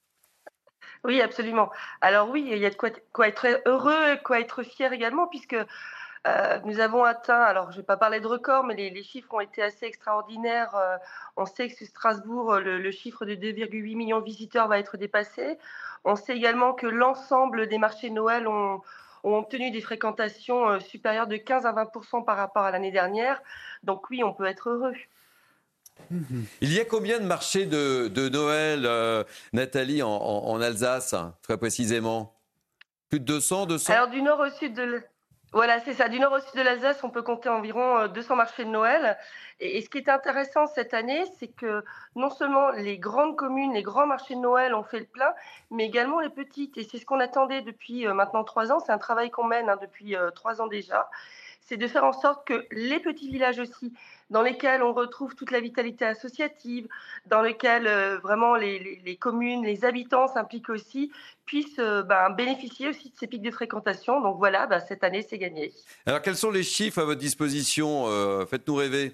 Oui, absolument. Alors oui, il y a de quoi, quoi être heureux, quoi être fier également, puisque Euh, nous avons atteint, alors je ne vais pas parler de record, mais les, les chiffres ont été assez extraordinaires. Euh, on sait que sur Strasbourg, le, le chiffre de deux virgule huit millions de visiteurs va être dépassé. On sait également que l'ensemble des marchés de Noël ont, ont obtenu des fréquentations euh, supérieures de quinze à vingt pour cent par rapport à l'année dernière. Donc oui, on peut être heureux. Il y a combien de marchés de, de Noël, euh, Nathalie, en, en, en Alsace, très précisément? Plus de deux cents, deux cents? Alors du nord au sud de l'... Voilà, c'est ça. Du nord au sud de l'Alsace, on peut compter environ deux cents marchés de Noël. Et, et ce qui est intéressant cette année, c'est que non seulement les grandes communes, les grands marchés de Noël ont fait le plein, mais également les petites. Et c'est ce qu'on attendait depuis euh, maintenant trois ans. C'est un travail qu'on mène hein, depuis euh, trois ans déjà. C'est de faire en sorte que les petits villages aussi, dans lesquels on retrouve toute la vitalité associative, dans lesquels euh, vraiment les, les, les communes, les habitants s'impliquent aussi, puissent euh, ben, bénéficier aussi de ces pics de fréquentation. Donc voilà, ben, cette année, c'est gagné. Alors, quels sont les chiffres à votre disposition? euh, Faites-nous rêver.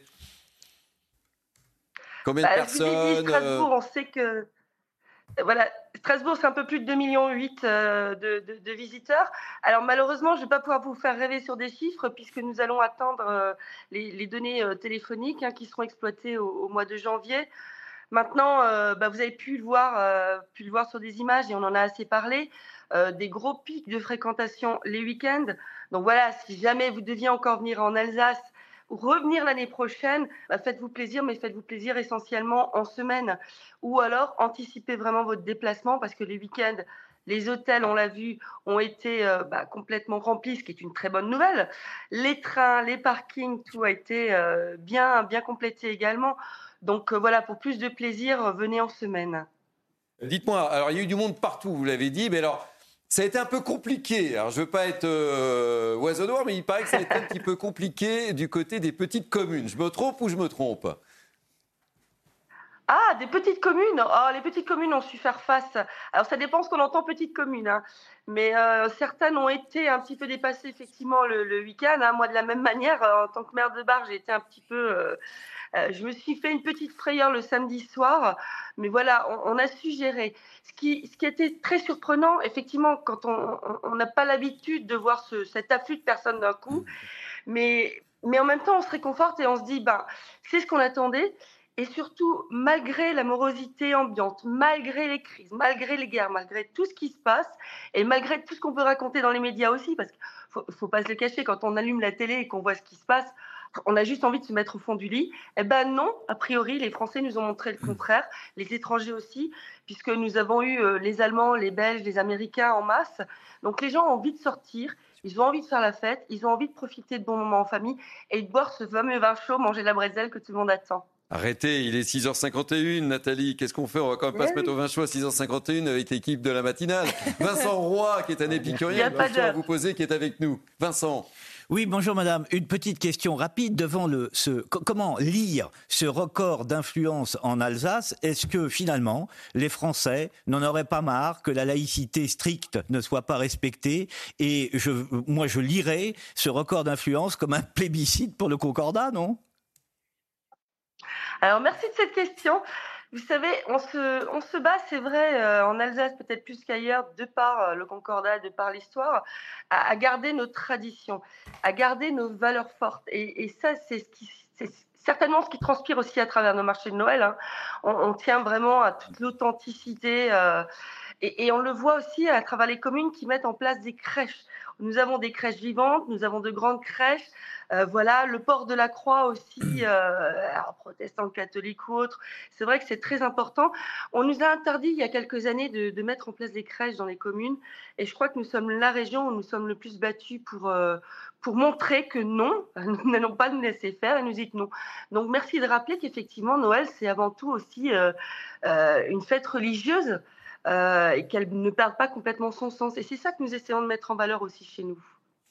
Combien de bah, personnes? Je vous ai dit, Strasbourg, on sait que... Voilà, Strasbourg, c'est un peu plus de deux virgule huit millions euh, de, de, de visiteurs. Alors malheureusement, je ne vais pas pouvoir vous faire rêver sur des chiffres puisque nous allons attendre euh, les, les données euh, téléphoniques hein, qui seront exploitées au, au mois de janvier. Maintenant, euh, bah, vous avez pu le, voir, euh, pu le voir sur des images et on en a assez parlé, euh, des gros pics de fréquentation les week-ends. Donc voilà, si jamais vous deviez encore venir en Alsace, ou revenir l'année prochaine, bah faites-vous plaisir, mais faites-vous plaisir essentiellement en semaine. Ou alors, anticipez vraiment votre déplacement parce que les week-ends, les hôtels, on l'a vu, ont été euh, bah, complètement remplis, ce qui est une très bonne nouvelle. Les trains, les parkings, tout a été euh, bien, bien complété également. Donc euh, voilà, pour plus de plaisir, venez en semaine. Dites-moi, alors il y a eu du monde partout, vous l'avez dit, mais alors... Ça a été un peu compliqué. Alors, je ne veux pas être euh, oiseau noir, mais il paraît que ça a été un petit peu compliqué du côté des petites communes. Je me trompe ou je me trompe? Ah, des petites communes. Oh, les petites communes ont su faire face. Alors, ça dépend ce qu'on entend petites communes. Hein. Mais euh, certaines ont été un petit peu dépassées, effectivement, le, le week-end. Hein. Moi, de la même manière, en tant que maire de Bar, j'ai été un petit peu... Euh, euh, je me suis fait une petite frayeur le samedi soir. Mais voilà, on, on a su gérer. Ce qui, ce qui était très surprenant, effectivement, quand on n'a pas l'habitude de voir ce, cet afflux de personnes d'un coup. Mais, mais en même temps, on se réconforte et on se dit, ben, c'est ce qu'on attendait. Et surtout, malgré la morosité ambiante, malgré les crises, malgré les guerres, malgré tout ce qui se passe, et malgré tout ce qu'on peut raconter dans les médias aussi, parce qu'il ne faut, faut pas se le cacher, quand on allume la télé et qu'on voit ce qui se passe, on a juste envie de se mettre au fond du lit. Eh ben non, a priori, les Français nous ont montré le contraire, les étrangers aussi, puisque nous avons eu les Allemands, les Belges, les Américains en masse. Donc les gens ont envie de sortir, ils ont envie de faire la fête, ils ont envie de profiter de bons moments en famille et de boire ce fameux vin chaud, manger la bretzel que tout le monde attend. Arrêtez, il est six heures cinquante et une, Nathalie. Qu'est-ce qu'on fait? On va quand même pas oui, se mettre oui. au vin chaud à six heures cinquante et une avec l'équipe de la matinale. Vincent Roy, qui est un épicurien, qui va vous poser, qui est avec nous. Vincent, Oui, bonjour madame. Une petite question rapide devant le... Ce, comment lire ce record d'influence en Alsace? Est-ce que finalement, les Français n'en auraient pas marre que la laïcité stricte ne soit pas respectée? Et je, moi, je lirais ce record d'influence comme un plébiscite pour le Concordat, non? Alors, merci de cette question. Vous savez, on se, on se bat, c'est vrai, euh, en Alsace peut-être plus qu'ailleurs, de par euh, le Concordat, de par l'histoire, à, à garder nos traditions, à garder nos valeurs fortes. Et, et ça, c'est, ce qui, c'est certainement ce qui transpire aussi à travers nos marchés de Noël. Hein. On, on tient vraiment à toute l'authenticité. Euh, et, et on le voit aussi à travers les communes qui mettent en place des crèches. Nous avons des crèches vivantes, nous avons de grandes crèches. Euh, voilà, le port de la croix aussi, euh, alors, protestant, catholique ou autre. C'est vrai que c'est très important. On nous a interdit il y a quelques années de, de mettre en place des crèches dans les communes. Et je crois que nous sommes la région où nous sommes le plus battus pour, euh, pour montrer que non, nous n'allons pas nous laisser faire et nous dites non. Donc merci de rappeler qu'effectivement, Noël, c'est avant tout aussi euh, euh, une fête religieuse. Euh, et qu'elle ne perde pas complètement son sens. Et c'est ça que nous essayons de mettre en valeur aussi chez nous.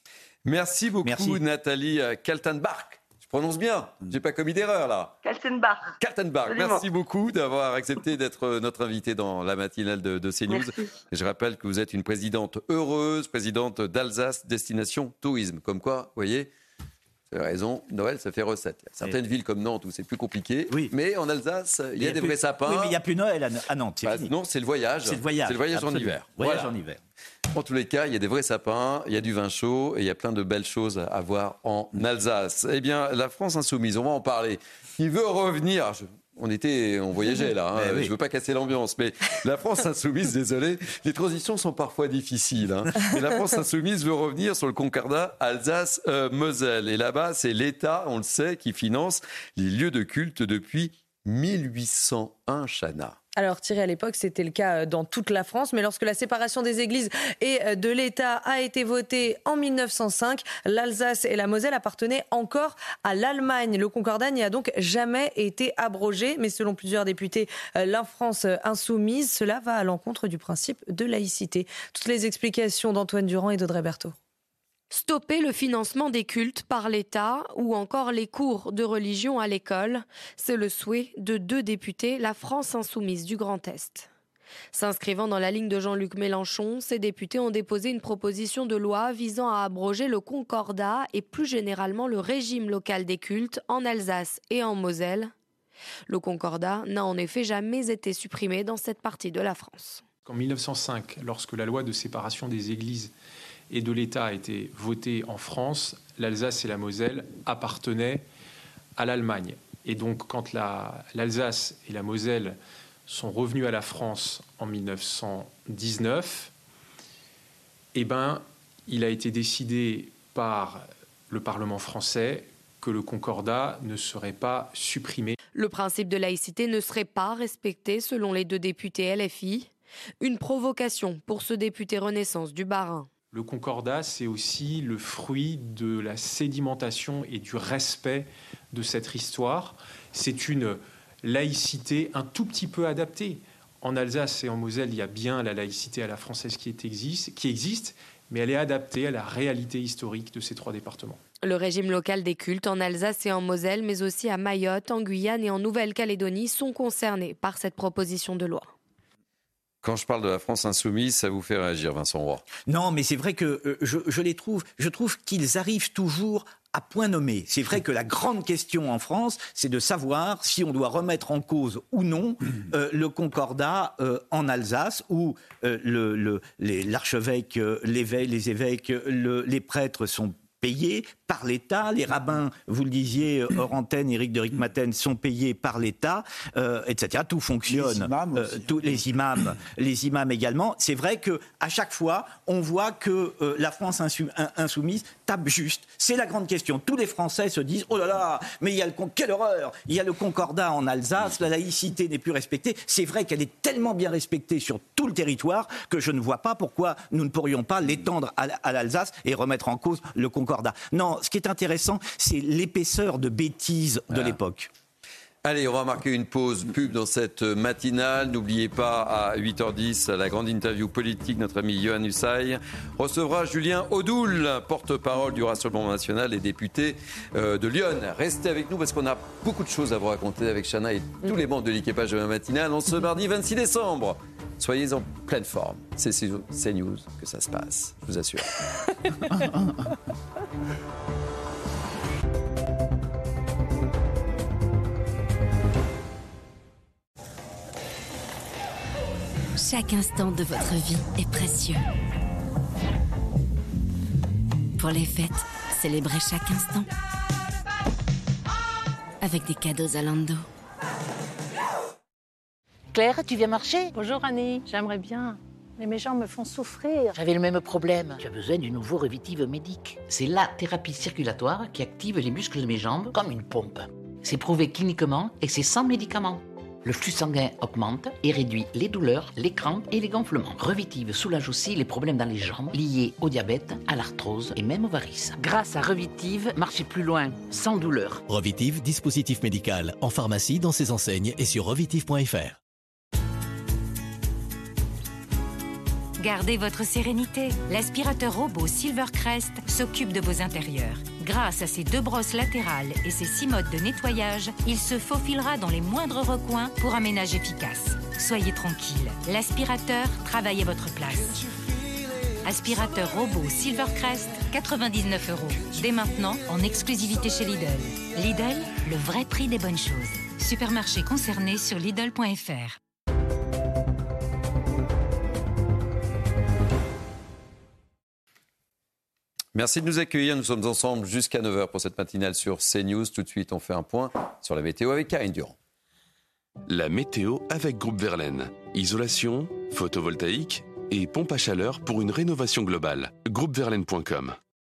Merci beaucoup, Merci. Nathalie Kaltenbach. Je prononce bien, j'ai pas commis d'erreur là. Kaltenbach. Kaltenbach. Merci beaucoup d'avoir accepté d'être notre invité dans la matinale de, de CNews. Merci. Je rappelle que vous êtes une présidente heureuse, présidente d'Alsace Destination Tourisme. Comme quoi, vous voyez, vous avez raison, Noël, ça fait recette. Il y a certaines oui. villes comme Nantes où c'est plus compliqué, oui. mais en Alsace, il y a, y a des plus... vrais sapins. Oui, mais il n'y a plus Noël à Nantes, c'est bah, fini. Non, c'est le voyage. C'est le voyage. C'est le voyage Absolument. en hiver. Voyage voilà. en hiver. En tous les cas, il y a des vrais sapins, il y a du vin chaud et il y a plein de belles choses à voir en Alsace. Eh bien, la France insoumise, on va en parler. Qui veut revenir... Je... On était, on voyageait là. Hein. Oui. Je veux pas casser l'ambiance, mais la France insoumise, désolé, les transitions sont parfois difficiles. Hein. Mais la France insoumise veut revenir sur le Concordat Alsace-Moselle. Et là-bas, c'est l'État, on le sait, qui finance les lieux de culte depuis mille huit cent un, Chana. Alors Thierry, à l'époque, c'était le cas dans toute la France, mais lorsque la séparation des églises et de l'État a été votée en mille neuf cent cinq, l'Alsace et la Moselle appartenaient encore à l'Allemagne. Le Concordat n'y a donc jamais été abrogé, mais selon plusieurs députés, la France insoumise, cela va à l'encontre du principe de laïcité. Toutes les explications d'Antoine Durand et d'Audrey Berthaud. Stopper le financement des cultes par l'État ou encore les cours de religion à l'école, c'est le souhait de deux députés, la France insoumise du Grand Est. S'inscrivant dans la ligne de Jean-Luc Mélenchon, ces députés ont déposé une proposition de loi visant à abroger le Concordat et plus généralement le régime local des cultes en Alsace et en Moselle. Le Concordat n'a en effet jamais été supprimé dans cette partie de la France. En mille neuf cent cinq, lorsque la loi de séparation des églises et de l'État a été votée en France, l'Alsace et la Moselle appartenaient à l'Allemagne. Et donc, quand la, l'Alsace et la Moselle sont revenus à la France en mille neuf cent dix-neuf, eh ben, il a été décidé par le Parlement français que le Concordat ne serait pas supprimé. Le principe de laïcité ne serait pas respecté selon les deux députés L F I. Une provocation pour ce député Renaissance du Bas-Rhin. Le Concordat, c'est aussi le fruit de la sédimentation et du respect de cette histoire. C'est une laïcité un tout petit peu adaptée. En Alsace et en Moselle, il y a bien la laïcité à la française qui existe, qui existe, mais elle est adaptée à la réalité historique de ces trois départements. Le régime local des cultes en Alsace et en Moselle, mais aussi à Mayotte, en Guyane et en Nouvelle-Calédonie, sont concernés par cette proposition de loi. Quand je parle de la France insoumise, ça vous fait réagir, Vincent Roy? Non, mais c'est vrai que euh, je, je les trouve, je trouve qu'ils arrivent toujours à point nommé. C'est vrai que la grande question en France, c'est de savoir si on doit remettre en cause ou non euh, le Concordat euh, en Alsace, où euh, le, le, les, l'archevêque, euh, l'évêque, les évêques, le, les prêtres sont payés par l'État, les rabbins, vous le disiez hors antenne, Éric de Rijkmaten, sont payés par l'État, euh, et cetera. Tout fonctionne. Les imams, euh, tous les imams, les imams également. C'est vrai que à chaque fois, on voit que euh, la France insou- insoumise tape juste. C'est la grande question. Tous les Français se disent oh là là, mais il y a le con- quelle horreur. Il y a le Concordat en Alsace, la laïcité n'est plus respectée. C'est vrai qu'elle est tellement bien respectée sur tout le territoire que je ne vois pas pourquoi nous ne pourrions pas l'étendre à, à l'Alsace et remettre en cause le Concordat. Non. Ce qui est intéressant, c'est l'épaisseur de bêtises de ah. l'époque. Allez, on va marquer une pause pub dans cette matinale. N'oubliez pas, à huit heures dix, la grande interview politique, notre ami Yohann Usaï recevra Julien Audoul, porte-parole du Rassemblement national et député euh, de Lyon. Restez avec nous parce qu'on a beaucoup de choses à vous raconter avec Chana et tous les membres de l'équipage de la matinale en ce mardi vingt-six décembre. Soyez en pleine forme. C'est CNews que ça se passe, je vous assure. Chaque instant de votre vie est précieux. Pour les fêtes, célébrez chaque instant avec des cadeaux Zalando. Claire, tu viens marcher? Bonjour Annie, j'aimerais bien, mais mes jambes me font souffrir. J'avais le même problème. Tu as besoin du nouveau Revitive Medic. C'est la thérapie circulatoire qui active les muscles de mes jambes comme une pompe. C'est prouvé cliniquement et c'est sans médicaments. Le flux sanguin augmente et réduit les douleurs, les crampes et les gonflements. Revitive soulage aussi les problèmes dans les jambes liés au diabète, à l'arthrose et même aux varices. Grâce à Revitive, marchez plus loin, sans douleur. Revitive, dispositif médical, en pharmacie, dans ses enseignes et sur revitive point f r. Gardez votre sérénité. L'aspirateur robot Silvercrest s'occupe de vos intérieurs. Grâce à ses deux brosses latérales et ses six modes de nettoyage, il se faufilera dans les moindres recoins pour un ménage efficace. Soyez tranquille, l'aspirateur travaille à votre place. Aspirateur robot Silvercrest, quatre-vingt-dix-neuf euros. Dès maintenant, en exclusivité chez Lidl. Lidl, le vrai prix des bonnes choses. Supermarché concerné sur Lidl point f r. Merci de nous accueillir. Nous sommes ensemble jusqu'à neuf heures pour cette matinale sur CNews. Tout de suite, on fait un point sur la météo avec Karine Durand. La météo avec Groupe Verlaine. Isolation, photovoltaïque et pompe à chaleur pour une rénovation globale. groupe verlaine point com.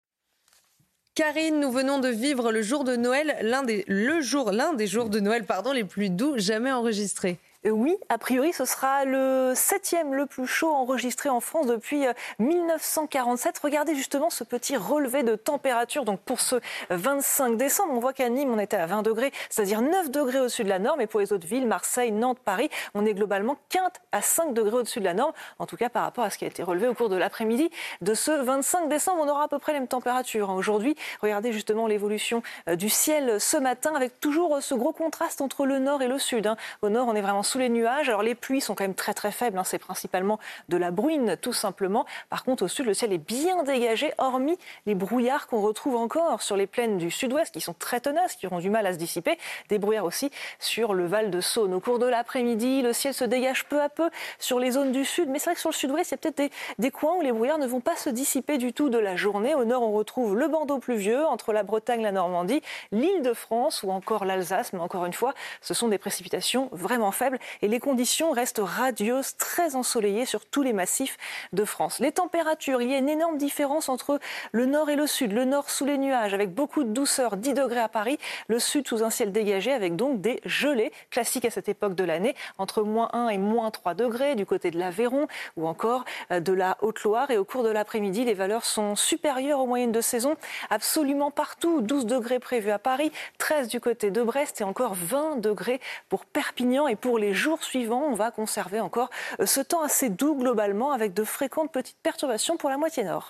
Karine, nous venons de vivre le jour de Noël, l'un des, le jour, l'un des jours de Noël pardon, les plus doux jamais enregistrés. Oui, a priori, ce sera le septième le plus chaud enregistré en France depuis mille neuf cent quarante-sept. Regardez justement ce petit relevé de température. Donc pour ce vingt-cinq décembre, on voit qu'à Nîmes, on était à vingt degrés, c'est-à-dire neuf degrés au-dessus de la norme. Et pour les autres villes, Marseille, Nantes, Paris, on est globalement quinte à cinq degrés au-dessus de la norme. En tout cas, par rapport à ce qui a été relevé au cours de l'après-midi de ce vingt-cinq décembre, on aura à peu près les mêmes températures. Aujourd'hui, regardez justement l'évolution du ciel ce matin avec toujours ce gros contraste entre le nord et le sud. Au nord, on est vraiment sous les nuages. Alors les pluies sont quand même très très faibles, hein. C'est principalement de la bruine tout simplement. Par contre au sud le ciel est bien dégagé, hormis les brouillards qu'on retrouve encore sur les plaines du sud-ouest qui sont très tenaces, qui auront du mal à se dissiper. Des brouillards aussi sur le Val de Saône. Au cours de l'après-midi, le ciel se dégage peu à peu sur les zones du sud, mais c'est vrai que sur le sud-ouest, il y a peut-être des, des coins où les brouillards ne vont pas se dissiper du tout de la journée. Au nord, on retrouve le bandeau pluvieux entre la Bretagne, la Normandie, l'Île-de-France ou encore l'Alsace, mais encore une fois, ce sont des précipitations vraiment faibles. Et les conditions restent radieuses, très ensoleillées sur tous les massifs de France. Les températures, il y a une énorme différence entre le nord et le sud. Le nord sous les nuages avec beaucoup de douceur, dix degrés à Paris. Le sud sous un ciel dégagé avec donc des gelées classiques à cette époque de l'année, entre moins un et moins trois degrés du côté de l'Aveyron ou encore de la Haute-Loire. Et au cours de l'après-midi, les valeurs sont supérieures aux moyennes de saison absolument partout. douze degrés prévus à Paris, treize du côté de Brest et encore vingt degrés pour Perpignan. Et pour les jours suivants, on va conserver encore ce temps assez doux globalement avec de fréquentes petites perturbations pour la moitié nord.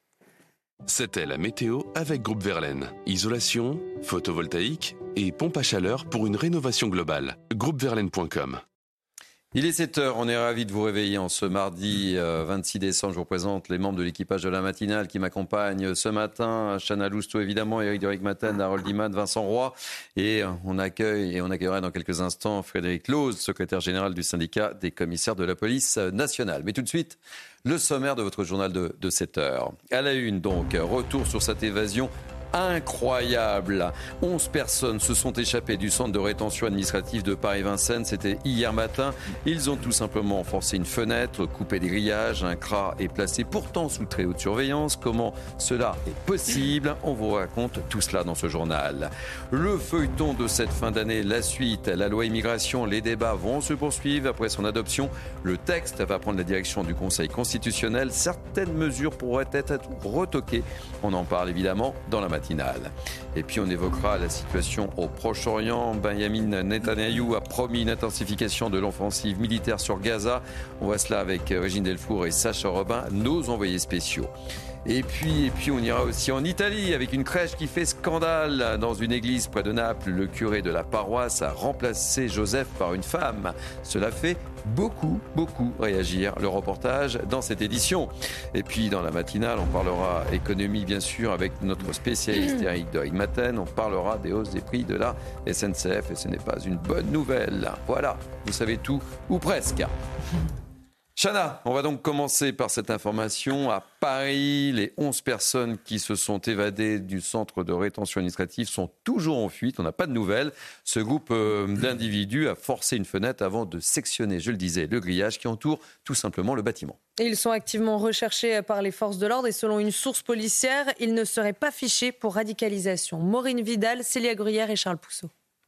C'était la météo avec Groupe Verlaine. Isolation, photovoltaïque et pompe à chaleur pour une rénovation globale. groupe verlaine point com. Il est sept heures, on est ravis de vous réveiller en ce mardi vingt-six décembre. Je vous présente les membres de l'équipage de la matinale qui m'accompagnent ce matin. Chana Lousteau évidemment, Éric Duric-Maten, Harold Iman, Vincent Roy. Et on accueille et on accueillera dans quelques instants Frédéric Lose, secrétaire général du syndicat des commissaires de la police nationale. Mais tout de suite, le sommaire de votre journal de, de sept heures. À la une donc, retour sur cette évasion incroyable. onze personnes se sont échappées du centre de rétention administrative de Paris-Vincennes. C'était hier matin. Ils ont tout simplement forcé une fenêtre, coupé des grillages. Un C R A est placé pourtant sous très haute surveillance. Comment cela est possible? On vous raconte tout cela dans ce journal. Le feuilleton de cette fin d'année, la suite. La loi immigration, les débats vont se poursuivre. Après son adoption, le texte va prendre la direction du Conseil constitutionnel. Certaines mesures pourraient être retoquées. On en parle évidemment dans la matinée. matinale. Et puis on évoquera la situation au Proche-Orient. Benjamin Netanyahou a promis une intensification de l'offensive militaire sur Gaza. On voit cela avec Régine Delfour et Sacha Robin, nos envoyés spéciaux. Et puis, et puis on ira aussi en Italie avec une crèche qui fait scandale. Dans une église près de Naples, le curé de la paroisse a remplacé Joseph par une femme. Cela fait beaucoup, beaucoup réagir. Le reportage dans cette édition. Et puis dans la matinale, on parlera économie bien sûr avec notre spécialiste Eric Doig-Maten. On parlera des hausses des prix de la S N C F et ce n'est pas une bonne nouvelle. Voilà, vous savez tout, ou presque. Chana, on va donc commencer par cette information. À Paris, les onze personnes qui se sont évadées du centre de rétention administrative sont toujours en fuite. On n'a pas de nouvelles. Ce groupe d'individus a forcé une fenêtre avant de sectionner, je le disais, le grillage qui entoure tout simplement le bâtiment. Ils sont activement recherchés par les forces de l'ordre et selon une source policière, ils ne seraient pas fichés pour radicalisation. Maureen Vidal, Célia Gruyère et Charles Pousseau.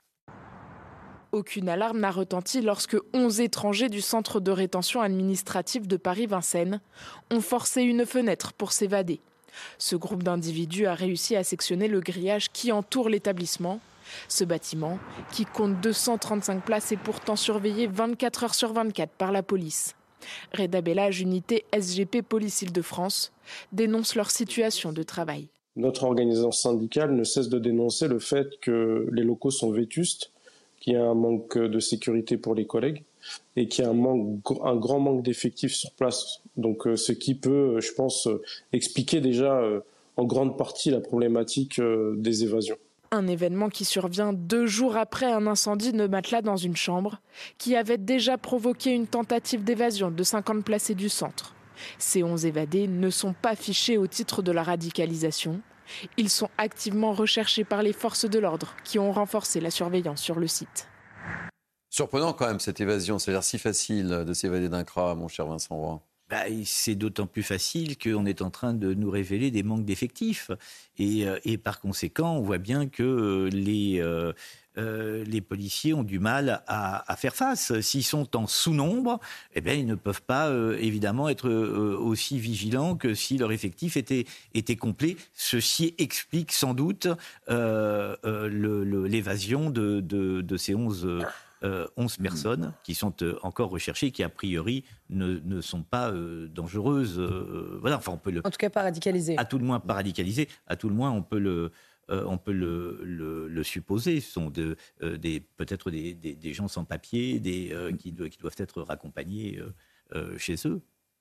Aucune alarme n'a retenti lorsque onze étrangers du centre de rétention administrative de Paris-Vincennes ont forcé une fenêtre pour s'évader. Ce groupe d'individus a réussi à sectionner le grillage qui entoure l'établissement. Ce bâtiment, qui compte deux cent trente-cinq places, est pourtant surveillé vingt-quatre heures sur vingt-quatre par la police. Reda Bellage, unité S G P Police Île-de-France, dénonce leur situation de travail. Notre organisation syndicale ne cesse de dénoncer le fait que les locaux sont vétustes, qu'il y a un manque de sécurité pour les collègues et qu'il y a un, manque, un grand manque d'effectifs sur place. Donc ce qui peut, je pense, expliquer déjà en grande partie la problématique des évasions. Un événement qui survient deux jours après un incendie de matelas dans une chambre qui avait déjà provoqué une tentative d'évasion de cinquante placés du centre. Ces onze évadés ne sont pas fichés au titre de la radicalisation. Ils sont activement recherchés par les forces de l'ordre qui ont renforcé la surveillance sur le site. Surprenant quand même cette évasion, c'est l'air si facile de s'évader d'un C R A, mon cher Vincent Roy. Bah, c'est d'autant plus facile qu'on est en train de nous révéler des manques d'effectifs. Et, et par conséquent, on voit bien que les, euh, euh, les policiers ont du mal à, à faire face. S'ils sont en sous-nombre, eh bien, ils ne peuvent pas euh, évidemment être euh, aussi vigilants que si leur effectif était, était complet. Ceci explique sans doute euh, euh, le, le, l'évasion de, de, de ces onze... Euh, Euh, onze personnes qui sont euh, encore recherchées, qui a priori ne, ne sont pas euh, dangereuses. Euh, voilà, enfin on peut le. En tout cas, pas radicalisées. À tout le moins pas radicalisées. À tout le moins, on peut le, euh, on peut le, le, le supposer. Ce sont de, euh, des, peut-être des, des, des gens sans papier, des euh, qui, do- qui doivent être raccompagnés euh, euh, chez eux.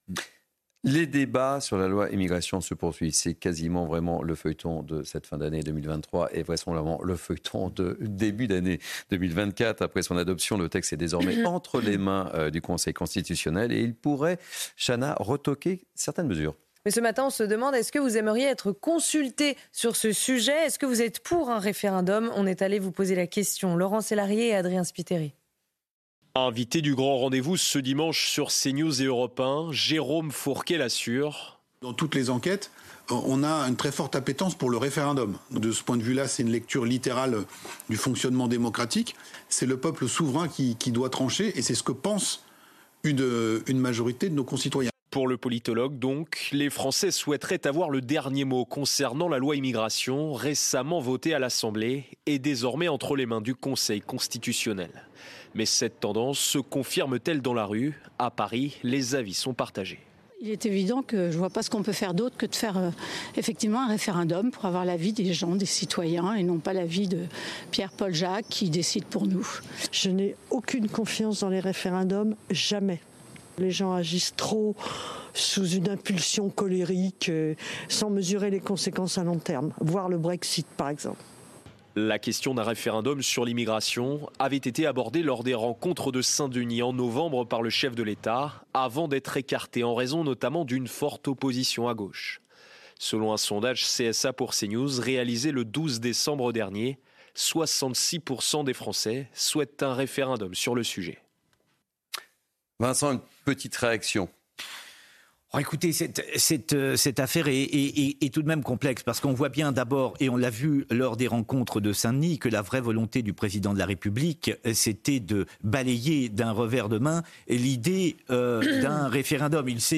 Les débats sur la loi immigration se poursuivent. C'est quasiment vraiment le feuilleton de cette fin d'année deux mille vingt-trois et vraisemblablement le feuilleton de début d'année deux mille vingt-quatre. Après son adoption, le texte est désormais entre les mains euh, du Conseil constitutionnel et il pourrait, Chana, retoquer certaines mesures. Mais ce matin, on se demande, est-ce que vous aimeriez être consulté sur ce sujet ? Est-ce que vous êtes pour un référendum ? On est allé vous poser la question. Laurent Sélarié et Adrien Spiteri. Invité du grand rendez-vous ce dimanche sur CNews et Europe un, Jérôme Fourquet l'assure. Dans toutes les enquêtes, on a une très forte appétence pour le référendum. De ce point de vue-là, c'est une lecture littérale du fonctionnement démocratique. C'est le peuple souverain qui, qui doit trancher et c'est ce que pense une, une majorité de nos concitoyens. Pour le politologue, donc, les Français souhaiteraient avoir le dernier mot concernant la loi immigration, récemment votée à l'Assemblée et désormais entre les mains du Conseil constitutionnel. Mais cette tendance se confirme-t-elle dans la rue ? À Paris, les avis sont partagés. Il est évident que je ne vois pas ce qu'on peut faire d'autre que de faire euh, effectivement un référendum pour avoir l'avis des gens, des citoyens, et non pas l'avis de Pierre-Paul Jacques qui décide pour nous. Je n'ai aucune confiance dans les référendums, jamais. Les gens agissent trop sous une impulsion colérique, euh, sans mesurer les conséquences à long terme, voire le Brexit par exemple. La question d'un référendum sur l'immigration avait été abordée lors des rencontres de Saint-Denis en novembre par le chef de l'État, avant d'être écartée en raison notamment d'une forte opposition à gauche. Selon un sondage C S A pour CNews réalisé le douze décembre dernier, soixante-six pour cent des Français souhaitent un référendum sur le sujet. Vincent, une petite réaction. Oh, écoutez, cette, cette, cette affaire est, est, est tout de même complexe parce qu'on voit bien d'abord, et on l'a vu lors des rencontres de Saint-Denis, que la vraie volonté du président de la République, c'était de balayer d'un revers de main l'idée euh, d'un référendum. Il s'est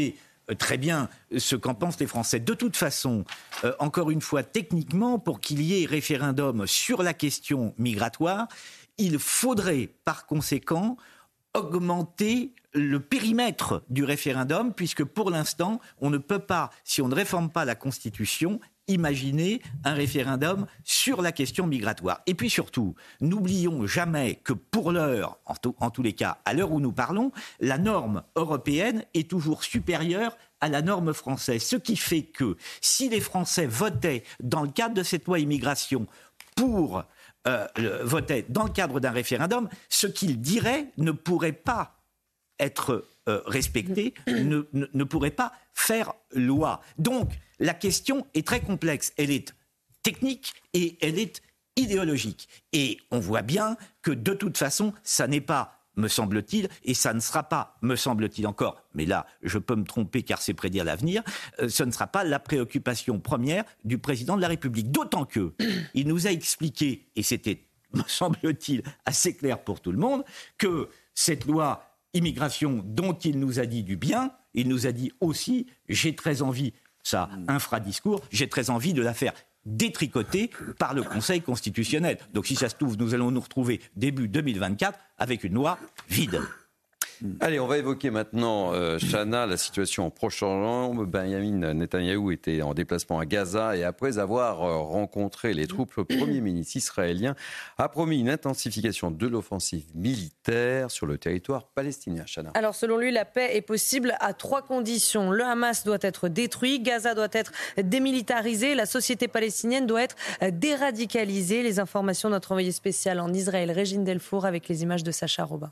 très bien ce qu'en pensent les Français. De toute façon, euh, encore une fois, techniquement, pour qu'il y ait référendum sur la question migratoire, il faudrait par conséquent augmenter le périmètre du référendum, puisque pour l'instant, on ne peut pas, si on ne réforme pas la Constitution, imaginer un référendum sur la question migratoire. Et puis surtout, n'oublions jamais que pour l'heure, en, to- en tous les cas, à l'heure où nous parlons, la norme européenne est toujours supérieure à la norme française. Ce qui fait que si les Français votaient dans le cadre de cette loi immigration pour euh, votaient dans le cadre d'un référendum, ce qu'ils diraient ne pourrait pas être euh, respecté, ne, ne, ne pourrait pas faire loi. Donc, la question est très complexe. Elle est technique et elle est idéologique. Et on voit bien que de toute façon, ça n'est pas, me semble-t-il, et ça ne sera pas, me semble-t-il encore, mais là, je peux me tromper car c'est prédire l'avenir, euh, ce ne sera pas la préoccupation première du président de la République. D'autant que il nous a expliqué, et c'était, me semble-t-il, assez clair pour tout le monde, que cette loi immigration dont il nous a dit du bien, il nous a dit aussi, j'ai très envie, ça, infradiscours, j'ai très envie de la faire détricoter par le Conseil constitutionnel. Donc si ça se trouve, nous allons nous retrouver début deux mille vingt-quatre avec une loi vide. Allez, on va évoquer maintenant, euh, Chana, la situation en Proche-Orient. Benjamin Netanyahou était en déplacement à Gaza et après avoir euh, rencontré les troupes, le Premier ministre israélien a promis une intensification de l'offensive militaire sur le territoire palestinien. Chana. Alors selon lui, la paix est possible à trois conditions. Le Hamas doit être détruit, Gaza doit être démilitarisé, la société palestinienne doit être déradicalisée. Les informations de notre envoyé spécial en Israël, Régine Delfour, avec les images de Sacha Robin.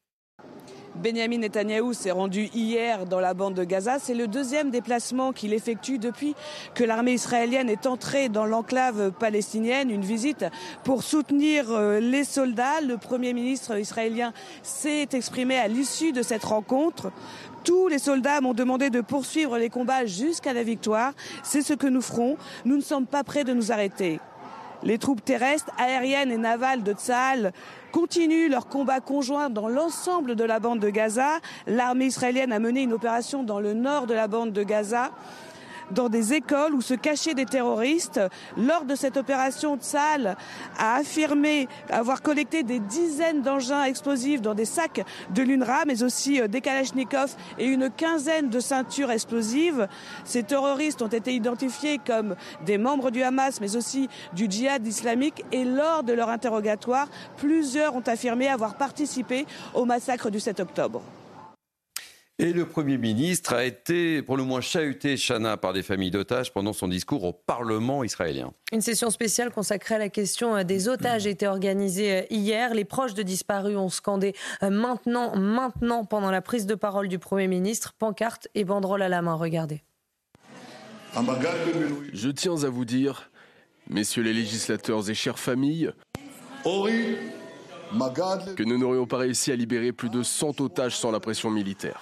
Benjamin Netanyahou s'est rendu hier dans la bande de Gaza. C'est le deuxième déplacement qu'il effectue depuis que l'armée israélienne est entrée dans l'enclave palestinienne. Une visite pour soutenir les soldats. Le Premier ministre israélien s'est exprimé à l'issue de cette rencontre. Tous les soldats m'ont demandé de poursuivre les combats jusqu'à la victoire. C'est ce que nous ferons. Nous ne sommes pas prêts de nous arrêter. Les troupes terrestres, aériennes et navales de Tsahal continuent leur combat conjoint dans l'ensemble de la bande de Gaza. L'armée israélienne a mené une opération dans le nord de la bande de Gaza, dans des écoles où se cachaient des terroristes. Lors de cette opération, Tsahal a affirmé avoir collecté des dizaines d'engins explosifs dans des sacs de l'U N R W A, mais aussi des kalachnikovs et une quinzaine de ceintures explosives. Ces terroristes ont été identifiés comme des membres du Hamas, mais aussi du djihad islamique. Et lors de leur interrogatoire, plusieurs ont affirmé avoir participé au massacre du sept octobre. Et le Premier ministre a été, pour le moins, chahuté, Chana, par des familles d'otages pendant son discours au Parlement israélien. Une session spéciale consacrée à la question des otages a été organisée hier. Les proches de disparus ont scandé « Maintenant, maintenant » pendant la prise de parole du Premier ministre. Pancarte et banderole à la main, regardez. Je tiens à vous dire, messieurs les législateurs et chères familles, que nous n'aurions pas réussi à libérer plus de cent otages sans la pression militaire.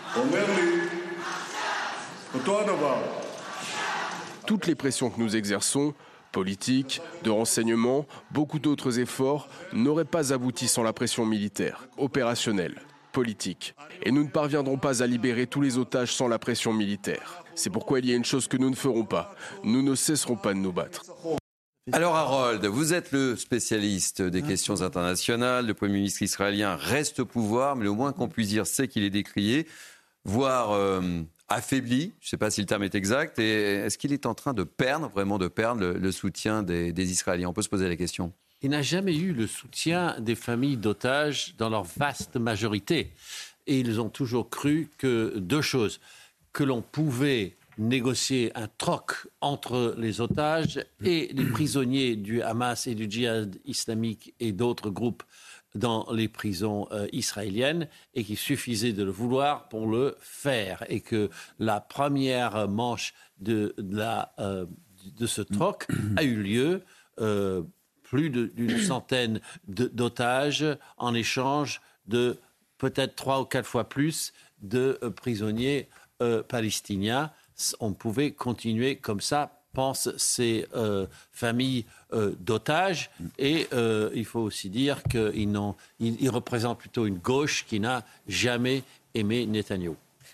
Toutes les pressions que nous exerçons, politiques, de renseignement, beaucoup d'autres efforts, n'auraient pas abouti sans la pression militaire, opérationnelle, politique. Et nous ne parviendrons pas à libérer tous les otages sans la pression militaire. C'est pourquoi il y a une chose que nous ne ferons pas. Nous ne cesserons pas de nous battre. Alors Harold, vous êtes le spécialiste des questions internationales. Le Premier ministre israélien reste au pouvoir, mais le moins qu'on puisse dire, c'est qu'il est décrié, voire euh, affaibli. Je ne sais pas si le terme est exact. Et est-ce qu'il est en train de perdre, vraiment de perdre le, le soutien des, des Israéliens ? On peut se poser la question. Il n'a jamais eu le soutien des familles d'otages dans leur vaste majorité. Et ils ont toujours cru que deux choses, que l'on pouvait négocier un troc entre les otages et les prisonniers du Hamas et du djihad islamique et d'autres groupes dans les prisons euh, israéliennes, et qu'il suffisait de le vouloir pour le faire, et que la première manche de, de, la, euh, de ce troc a eu lieu, euh, plus de, d'une centaine de, d'otages en échange de peut-être trois ou quatre fois plus de euh, prisonniers euh, palestiniens. On pouvait continuer comme ça, pensent ces euh, familles euh, d'otages. Et euh, il faut aussi dire qu'ils ils, ils représentent plutôt une gauche qui n'a jamais aimé Netanyahou.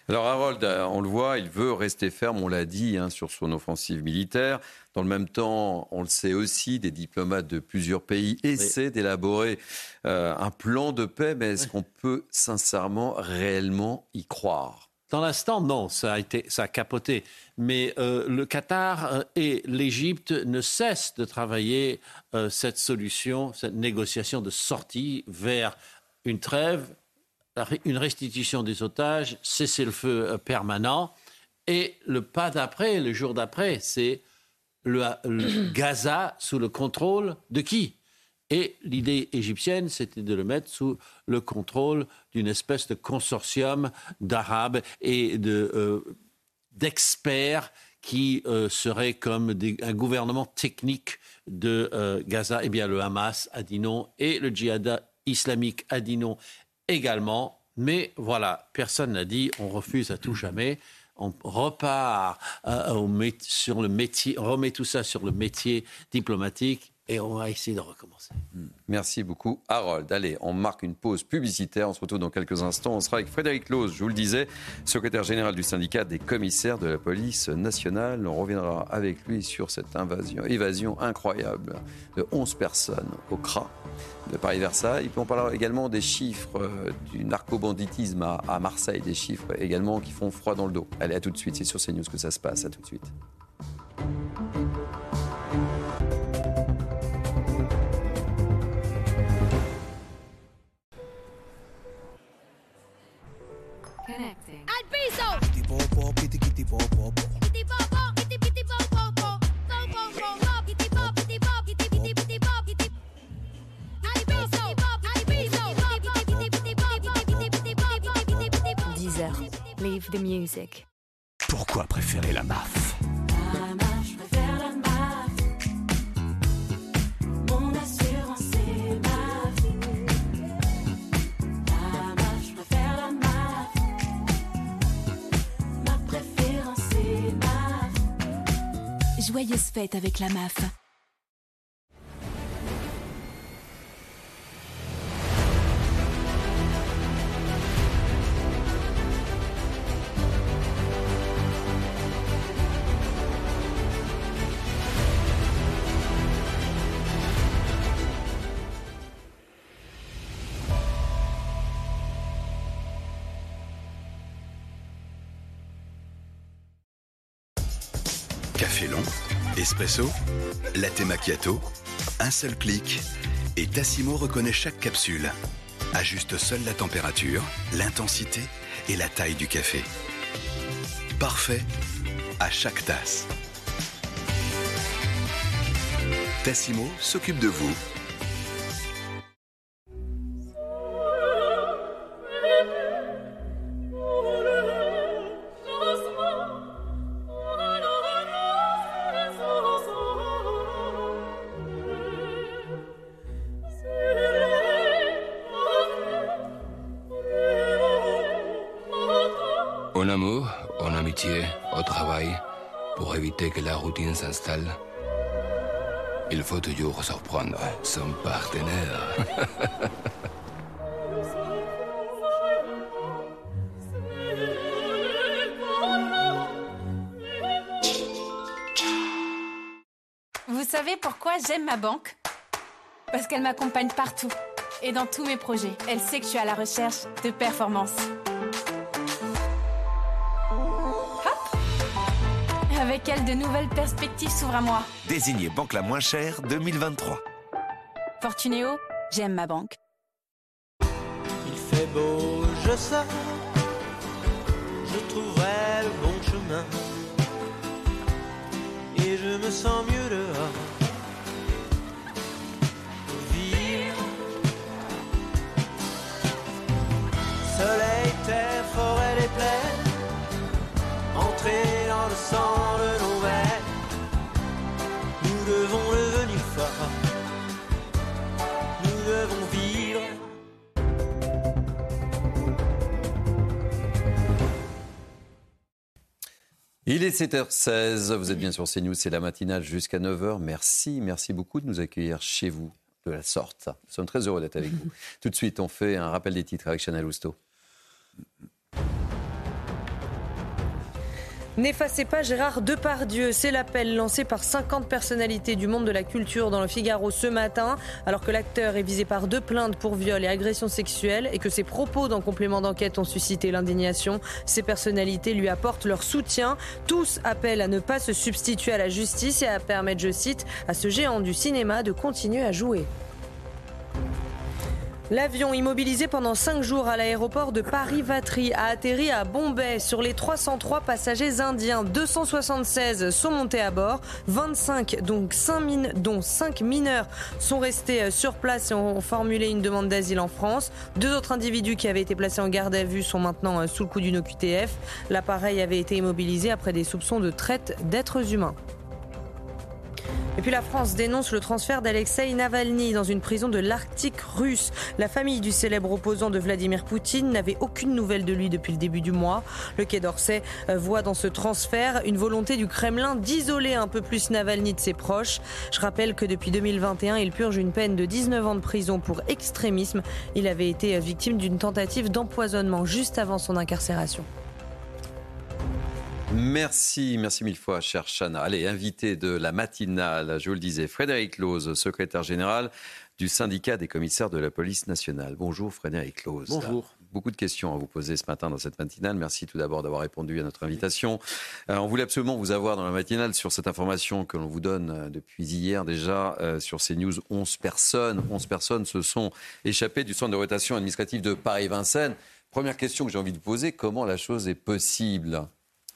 Alors Harold, on le voit, il veut rester ferme, on l'a dit, hein, sur son offensive militaire. Dans le même temps, on le sait aussi, des diplomates de plusieurs pays essaient oui. d'élaborer euh, un plan de paix, mais est-ce oui. qu'on peut sincèrement, réellement y croire ? Dans l'instant, non, ça a, été, ça a capoté. Mais euh, le Qatar et l'Égypte ne cessent de travailler euh, cette solution, cette négociation de sortie vers une trêve, une restitution des otages, cessez-le-feu permanent. Et le pas d'après, le jour d'après, c'est le, le Gaza sous le contrôle de qui ? Et l'idée égyptienne, c'était de le mettre sous le contrôle d'une espèce de consortium d'Arabes et de, euh, d'experts qui euh, seraient comme des, un gouvernement technique de euh, Gaza. Eh bien, le Hamas a dit non et le djihad islamique a dit non également. Mais voilà, personne n'a dit on refuse à tout jamais. On repart euh, au mé- sur le métier, on remet tout ça sur le métier diplomatique. Et on va essayer de recommencer. Merci beaucoup, Harold. Allez, on marque une pause publicitaire. On se retrouve dans quelques instants. On sera avec Frédéric Lose, je vous le disais, secrétaire général du syndicat des commissaires de la police nationale. On reviendra avec lui sur cette invasion, évasion incroyable de onze personnes au C R A de Paris-Versailles. Puis on parlera également des chiffres du narco-banditisme à, à Marseille, des chiffres également qui font froid dans le dos. Allez, à tout de suite. C'est sur CNews que ça se passe. À tout de suite. Deezer, leave the music. Pourquoi préférer la M A F ? La M A F, je préfère la M A F. Mon assurance, c'est M A F. La M A F, je préfère la M A F. Ma préférence, c'est M A F. Joyeuse fête avec la M A F. Café long, espresso, latte macchiato, un seul clic et Tassimo reconnaît chaque capsule. Ajuste seule la température, l'intensité et la taille du café. Parfait à chaque tasse. Tassimo s'occupe de vous. En amour, en amitié, au travail, pour éviter que la routine s'installe, il faut toujours surprendre son partenaire. Vous savez pourquoi j'aime ma banque ? Parce qu'elle m'accompagne partout et dans tous mes projets. Elle sait que je suis à la recherche de performance. Avec elle, de nouvelles perspectives s'ouvrent à moi. Désignée banque la moins chère deux mille vingt-trois. Fortunéo, j'aime ma banque. Il fait beau, je sors, je trouverai le bon chemin. Et je me sens mieux dehors. Vivre. Soleil, terre, forêt, les plaines. Entrer dans le sang de nos veines. Nous devons devenir forts. Nous devons vivre. Il est sept heures seize, vous êtes bien sur CNews, c'est la matinale jusqu'à neuf heures. Merci, merci beaucoup de nous accueillir chez vous de la sorte. Nous sommes très heureux d'être avec vous. Tout de suite, on fait un rappel des titres avec Chanel Housteau. N'effacez pas Gérard Depardieu, c'est l'appel lancé par cinquante personnalités du monde de la culture dans le Figaro ce matin, alors que l'acteur est visé par deux plaintes pour viol et agression sexuelle et que ses propos dans complément d'enquête ont suscité l'indignation. Ces personnalités lui apportent leur soutien. Tous appellent à ne pas se substituer à la justice et à permettre, je cite, à ce géant du cinéma de continuer à jouer. L'avion immobilisé pendant cinq jours à l'aéroport de Paris-Vatry a atterri à Bombay. Sur les trois cent trois passagers indiens, deux cent soixante-seize sont montés à bord. vingt-cinq, donc cinq, min- dont cinq mineurs, sont restés sur place et ont formulé une demande d'asile en France. Deux autres individus qui avaient été placés en garde à vue sont maintenant sous le coup d'une O Q T F. L'appareil avait été immobilisé après des soupçons de traite d'êtres humains. Et puis la France dénonce le transfert d'Alexeï Navalny dans une prison de l'Arctique russe. La famille du célèbre opposant de Vladimir Poutine n'avait aucune nouvelle de lui depuis le début du mois. Le Quai d'Orsay voit dans ce transfert une volonté du Kremlin d'isoler un peu plus Navalny de ses proches. Je rappelle que depuis deux mille vingt et un, il purge une peine de dix-neuf ans de prison pour extrémisme. Il avait été victime d'une tentative d'empoisonnement juste avant son incarcération. Merci, merci mille fois, chère Chana. Allez, invité de la matinale, je vous le disais, Frédéric Lose, secrétaire général du syndicat des commissaires de la police nationale. Bonjour Frédéric Lose. Bonjour. Beaucoup de questions à vous poser ce matin dans cette matinale. Merci tout d'abord d'avoir répondu à notre invitation. Euh, on voulait absolument vous avoir dans la matinale sur cette information que l'on vous donne euh, depuis hier déjà euh, sur CNews. onze personnes, onze personnes se sont échappées du centre de rotation administrative de Paris-Vincennes. Première question que j'ai envie de poser, comment la chose est possible ?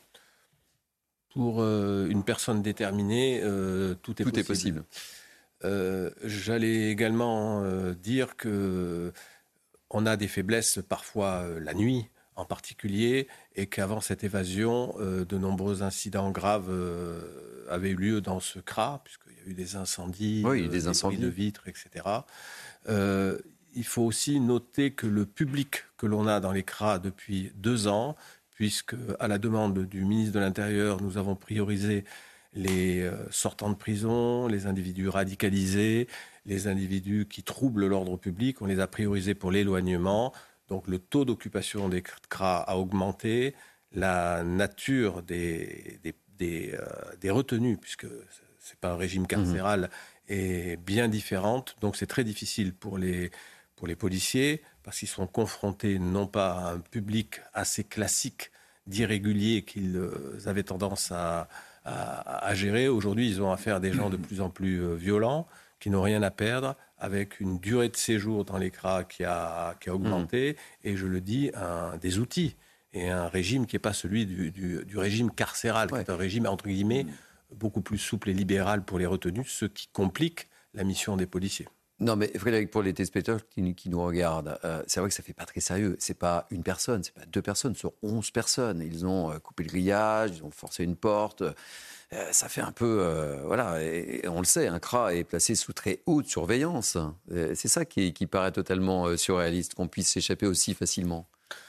Pour euh, une personne déterminée, euh, tout est tout possible. Est possible. Euh, j'allais également euh, dire que on a des faiblesses parfois euh, la nuit en particulier, et qu'avant cette évasion, euh, de nombreux incidents graves euh, avaient eu lieu dans ce C R A, puisqu'il y a eu des incendies, oui, euh, des, des incendies de vitres, et cetera. Euh, il faut aussi noter que le public que l'on a dans les C R A depuis deux ans, puisque, à la demande du ministre de l'Intérieur, nous avons priorisé les euh, sortants de prison, les individus radicalisés, les individus qui troublent l'ordre public. On les a priorisés pour l'éloignement. Donc le taux d'occupation des C R A a augmenté. La nature des, des, des, euh, des retenues, puisque ce n'est pas un régime carcéral, mmh. est bien différente. Donc c'est très difficile pour les, pour les policiers, parce qu'ils sont confrontés non pas à un public assez classique d'irréguliers qu'ils avaient tendance à, à, à gérer. Aujourd'hui, ils ont affaire à des gens de plus en plus violents, qui n'ont rien à perdre, avec une durée de séjour dans les C R A qui a, qui a augmenté, mmh. et je le dis, un, des outils, et un régime qui n'est pas celui du, du, du régime carcéral, ouais. qui est un régime, entre guillemets, mmh. beaucoup plus souple et libéral pour les retenus, ce qui complique la mission des policiers. Non, mais Frédéric, pour les téléspectateurs qui, qui nous regardent, euh, c'est vrai que ça fait pas très sérieux. C'est pas une personne, c'est pas deux personnes, ce sont onze personnes. Ils ont euh, coupé le grillage, ils ont forcé une porte. Euh, ça fait un peu, euh, voilà. Et, et on le sait, un C R A est placé sous très haute surveillance. Euh, c'est ça qui, qui paraît totalement euh, surréaliste, qu'on puisse s'échapper aussi facilement.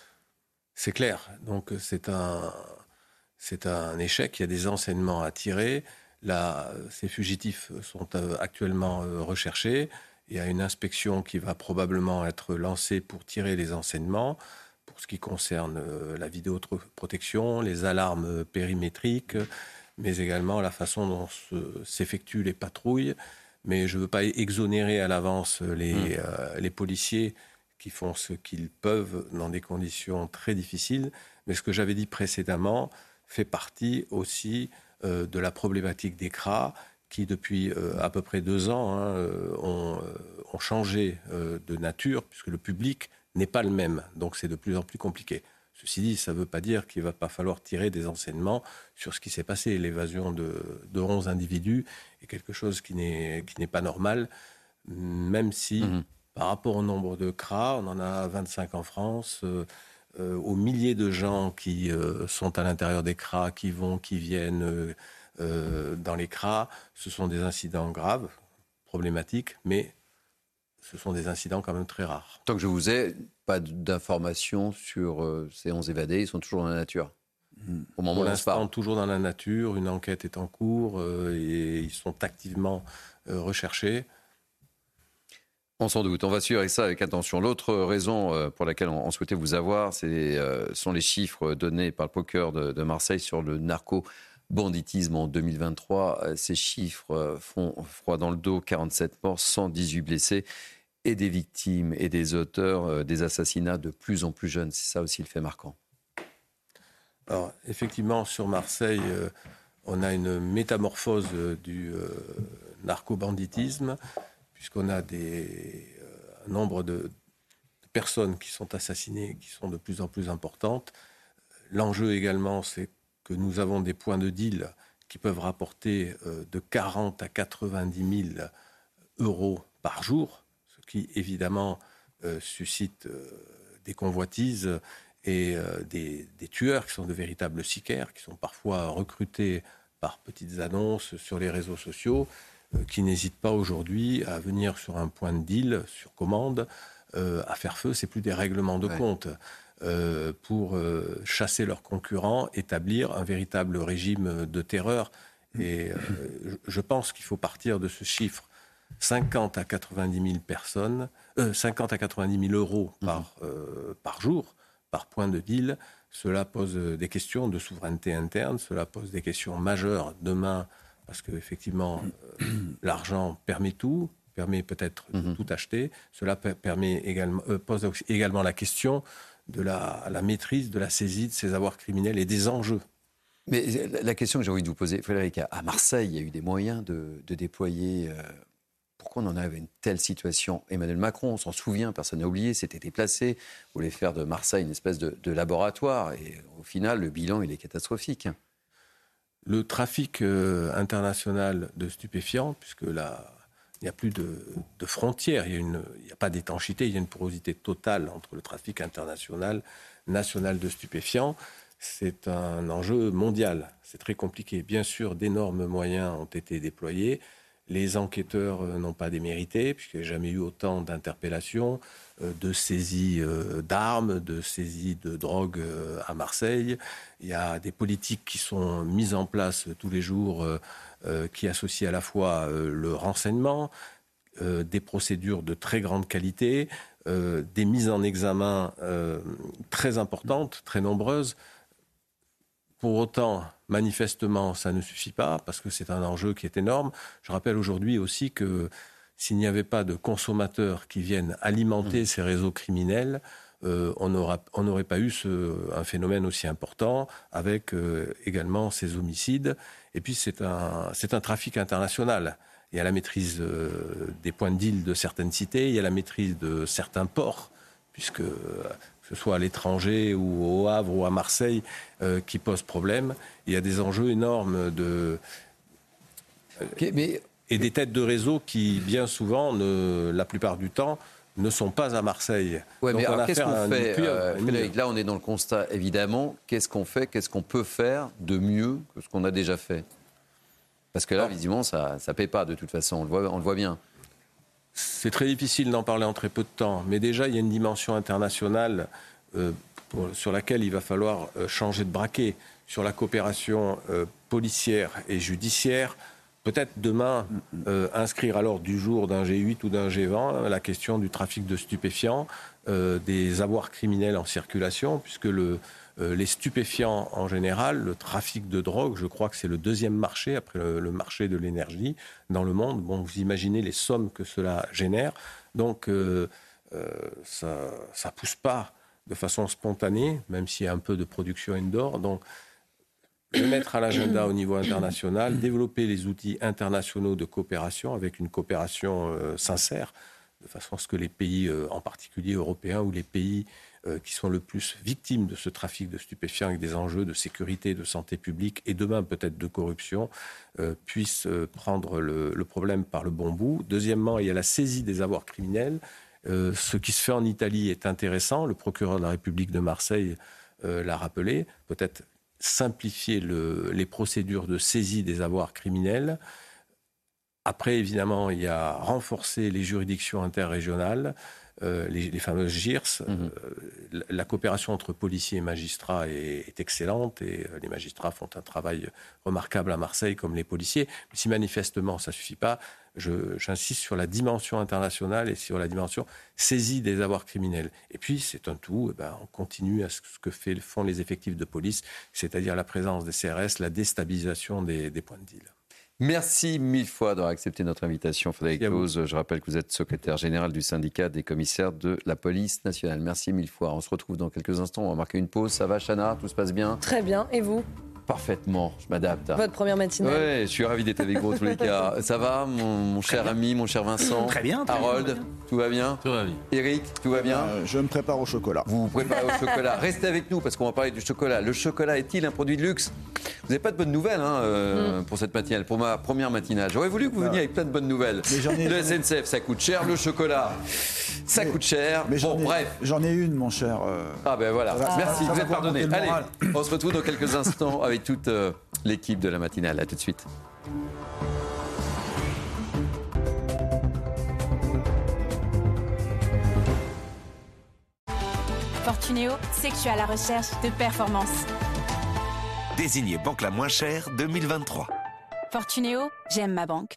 C'est clair. Donc c'est un, c'est un échec. Il y a des enseignements à tirer. Là, ces fugitifs sont euh, actuellement euh, recherchés. Il y a une inspection qui va probablement être lancée pour tirer les enseignements pour ce qui concerne la vidéoprotection, les alarmes périmétriques, mais également la façon dont se, s'effectuent les patrouilles. Mais je ne veux pas exonérer à l'avance les, mmh. euh, les policiers qui font ce qu'ils peuvent dans des conditions très difficiles. Mais ce que j'avais dit précédemment fait partie aussi euh, de la problématique des C R A, qui depuis euh, à peu près deux ans hein, euh, ont, euh, ont changé euh, de nature, puisque le public n'est pas le même. Donc c'est de plus en plus compliqué. Ceci dit, ça ne veut pas dire qu'il ne va pas falloir tirer des enseignements sur ce qui s'est passé. L'évasion de, de onze individus est quelque chose qui n'est, qui n'est pas normal, même si, mmh. par rapport au nombre de C R A, on en a vingt-cinq en France, euh, euh, aux milliers de gens qui euh, sont à l'intérieur des C R A, qui vont, qui viennent... Euh, Euh, dans les C R A, ce sont des incidents graves, problématiques, mais ce sont des incidents quand même très rares. Tant que je vous ai, pas d'informations sur euh, ces onze évadés, ils sont toujours dans la nature. Au moment Pour où l'instant, on se parle. toujours dans la nature, une enquête est en cours euh, et ils sont activement euh, recherchés. On s'en doute. On va suivre ça avec attention. L'autre raison pour laquelle on souhaitait vous avoir, ce euh, sont les chiffres donnés par le procureur de, de Marseille sur le narco-banditisme en deux mille vingt-trois. Ces chiffres font froid dans le dos. quarante-sept morts, cent dix-huit blessés et des victimes et des auteurs des assassinats de plus en plus jeunes. C'est ça aussi le fait marquant. Alors, effectivement, sur Marseille, euh, on a une métamorphose euh, du euh, narco-banditisme, puisqu'on a des, euh, un nombre de, de personnes qui sont assassinées, qui sont de plus en plus importantes. L'enjeu également, c'est que nous avons des points de deal qui peuvent rapporter euh, de quarante à quatre-vingt-dix mille euros par jour, ce qui évidemment euh, suscite euh, des convoitises et euh, des, des tueurs qui sont de véritables sicaires, qui sont parfois recrutés par petites annonces sur les réseaux sociaux, euh, qui n'hésitent pas aujourd'hui à venir sur un point de deal, sur commande, euh, à faire feu. C'est plus des règlements de ouais. compte. Euh, pour euh, chasser leurs concurrents, établir un véritable régime de terreur. Et euh, je pense qu'il faut partir de ce chiffre. cinquante à quatre-vingt-dix mille personnes, euh, cinquante à quatre-vingt-dix mille euros par, euh, par jour, par point de deal. Cela pose des questions de souveraineté interne, cela pose des questions majeures demain, parce qu'effectivement, euh, l'argent permet tout, permet peut-être de mmh. tout acheter. Cela permet également, euh, pose également la question de la, la maîtrise, de la saisie de ces avoirs criminels et des enjeux. Mais la question que j'ai envie de vous poser, Frédéric, à Marseille, il y a eu des moyens de, de déployer... Euh, pourquoi on en avait une telle situation ? Emmanuel Macron, on s'en souvient, personne n'a oublié, s'était déplacé, voulait faire de Marseille une espèce de, de laboratoire. Et au final, le bilan, il est catastrophique. Le trafic euh, international de stupéfiants, puisque là... Il n'y a plus de, de frontières, il n'y a, a pas d'étanchéité, il y a une porosité totale entre le trafic international, national de stupéfiants. C'est un enjeu mondial, c'est très compliqué. Bien sûr, d'énormes moyens ont été déployés. Les enquêteurs n'ont pas démérité, puisqu'il n'y a jamais eu autant d'interpellations, de saisies d'armes, de saisies de drogue à Marseille. Il y a des politiques qui sont mises en place tous les jours, Euh, qui associe à la fois euh, le renseignement, euh, des procédures de très grande qualité, euh, des mises en examen euh, très importantes, très nombreuses. Pour autant, manifestement, ça ne suffit pas, parce que c'est un enjeu qui est énorme. Je rappelle aujourd'hui aussi que s'il n'y avait pas de consommateurs qui viennent alimenter mmh. ces réseaux criminels, Euh, on n'aurait pas eu ce, un phénomène aussi important avec euh, également ces homicides. Et puis c'est un, c'est un trafic international. Il y a la maîtrise euh, des points de deal de certaines cités, il y a la maîtrise de certains ports, puisque euh, que ce soit à l'étranger ou au Havre ou à Marseille, euh, qui posent problème. Il y a des enjeux énormes de... Okay, mais... et des têtes de réseau qui, bien souvent, ne, la plupart du temps, ne sont pas à Marseille. Ouais, mais alors, qu'est-ce qu'on fait euh, Frédéric, là, on est dans le constat, évidemment. Qu'est-ce qu'on fait Qu'est-ce qu'on peut faire de mieux que ce qu'on a déjà fait ? Parce que là, oh. visiblement, ça ne paie pas, de toute façon. On le voit, on le voit bien. C'est très difficile d'en parler en très peu de temps. Mais déjà, il y a une dimension internationale euh, pour, sur laquelle il va falloir euh, changer de braquet. Sur la coopération euh, policière et judiciaire, peut-être demain, euh, inscrire à l'ordre du jour d'un G huit ou d'un G vingt la question du trafic de stupéfiants, euh, des avoirs criminels en circulation, puisque le, euh, les stupéfiants en général, le trafic de drogue, je crois que c'est le deuxième marché, après le, le marché de l'énergie dans le monde. Bon, vous imaginez les sommes que cela génère. Donc, euh, euh, ça ne pousse pas de façon spontanée, même s'il y a un peu de production indoor. Donc, le mettre à l'agenda au niveau international, développer les outils internationaux de coopération avec une coopération euh, sincère, de façon à ce que les pays, euh, en particulier européens, ou les pays euh, qui sont le plus victimes de ce trafic de stupéfiants avec des enjeux de sécurité, de santé publique et demain peut-être de corruption, euh, puissent euh, prendre le, le problème par le bon bout. Deuxièmement, il y a la saisie des avoirs criminels. Euh, ce qui se fait en Italie est intéressant. Le procureur de la République de Marseille euh, l'a rappelé. Peut-être simplifier le, les procédures de saisie des avoirs criminels. Après, évidemment, il y a renforcer les juridictions interrégionales, euh, les, les fameuses G I R S. Mmh. Euh, la, la coopération entre policiers et magistrats est, est excellente et euh, les magistrats font un travail remarquable à Marseille comme les policiers. Mais si manifestement ça ne suffit pas, je, j'insiste sur la dimension internationale et sur la dimension saisie des avoirs criminels. Et puis c'est un tout, eh ben, on continue à ce que fait, font les effectifs de police, c'est-à-dire la présence des C R S, la déstabilisation des, des points de deal. Merci mille fois d'avoir accepté notre invitation, Frédéric Clauz. Je rappelle que vous êtes secrétaire général du syndicat des commissaires de la police nationale. Merci mille fois. On se retrouve dans quelques instants. On va marquer une pause. Ça va, Chana? Tout se passe bien? Très bien. Et vous? Parfaitement, je m'adapte. Votre première matinale. Oui, je suis ravi d'être avec vous en tous les cas. Ça va, mon, mon cher bien. ami, mon cher Vincent? Très bien. Très Harold, bien, très bien. tout va bien? Tout va bien. Eric, tout va bien? euh, Je me prépare au chocolat. Vous vous préparez au chocolat. Restez avec nous parce qu'on va parler du chocolat. Le chocolat est-il un produit de luxe? Vous n'avez pas de bonnes nouvelles hein, euh, mm. pour cette matinale, pour ma première matinale. J'aurais voulu que vous veniez avec plein de bonnes nouvelles. Mais j'en ai, le S N C F, ça coûte cher. Le chocolat, ça mais, coûte cher. Mais bon, j'en ai, bref. J'en ai une, mon cher. Euh... Ah ben voilà. Va, Merci, ça vous va êtes pardonné. Allez, moral. on se retrouve dans quelques instants avec toute euh, l'équipe de la matinale. À tout de suite. Fortunéo, c'est que je suis à la recherche de performance. Désignée banque la moins chère deux mille vingt-trois. Fortunéo, j'aime ma banque.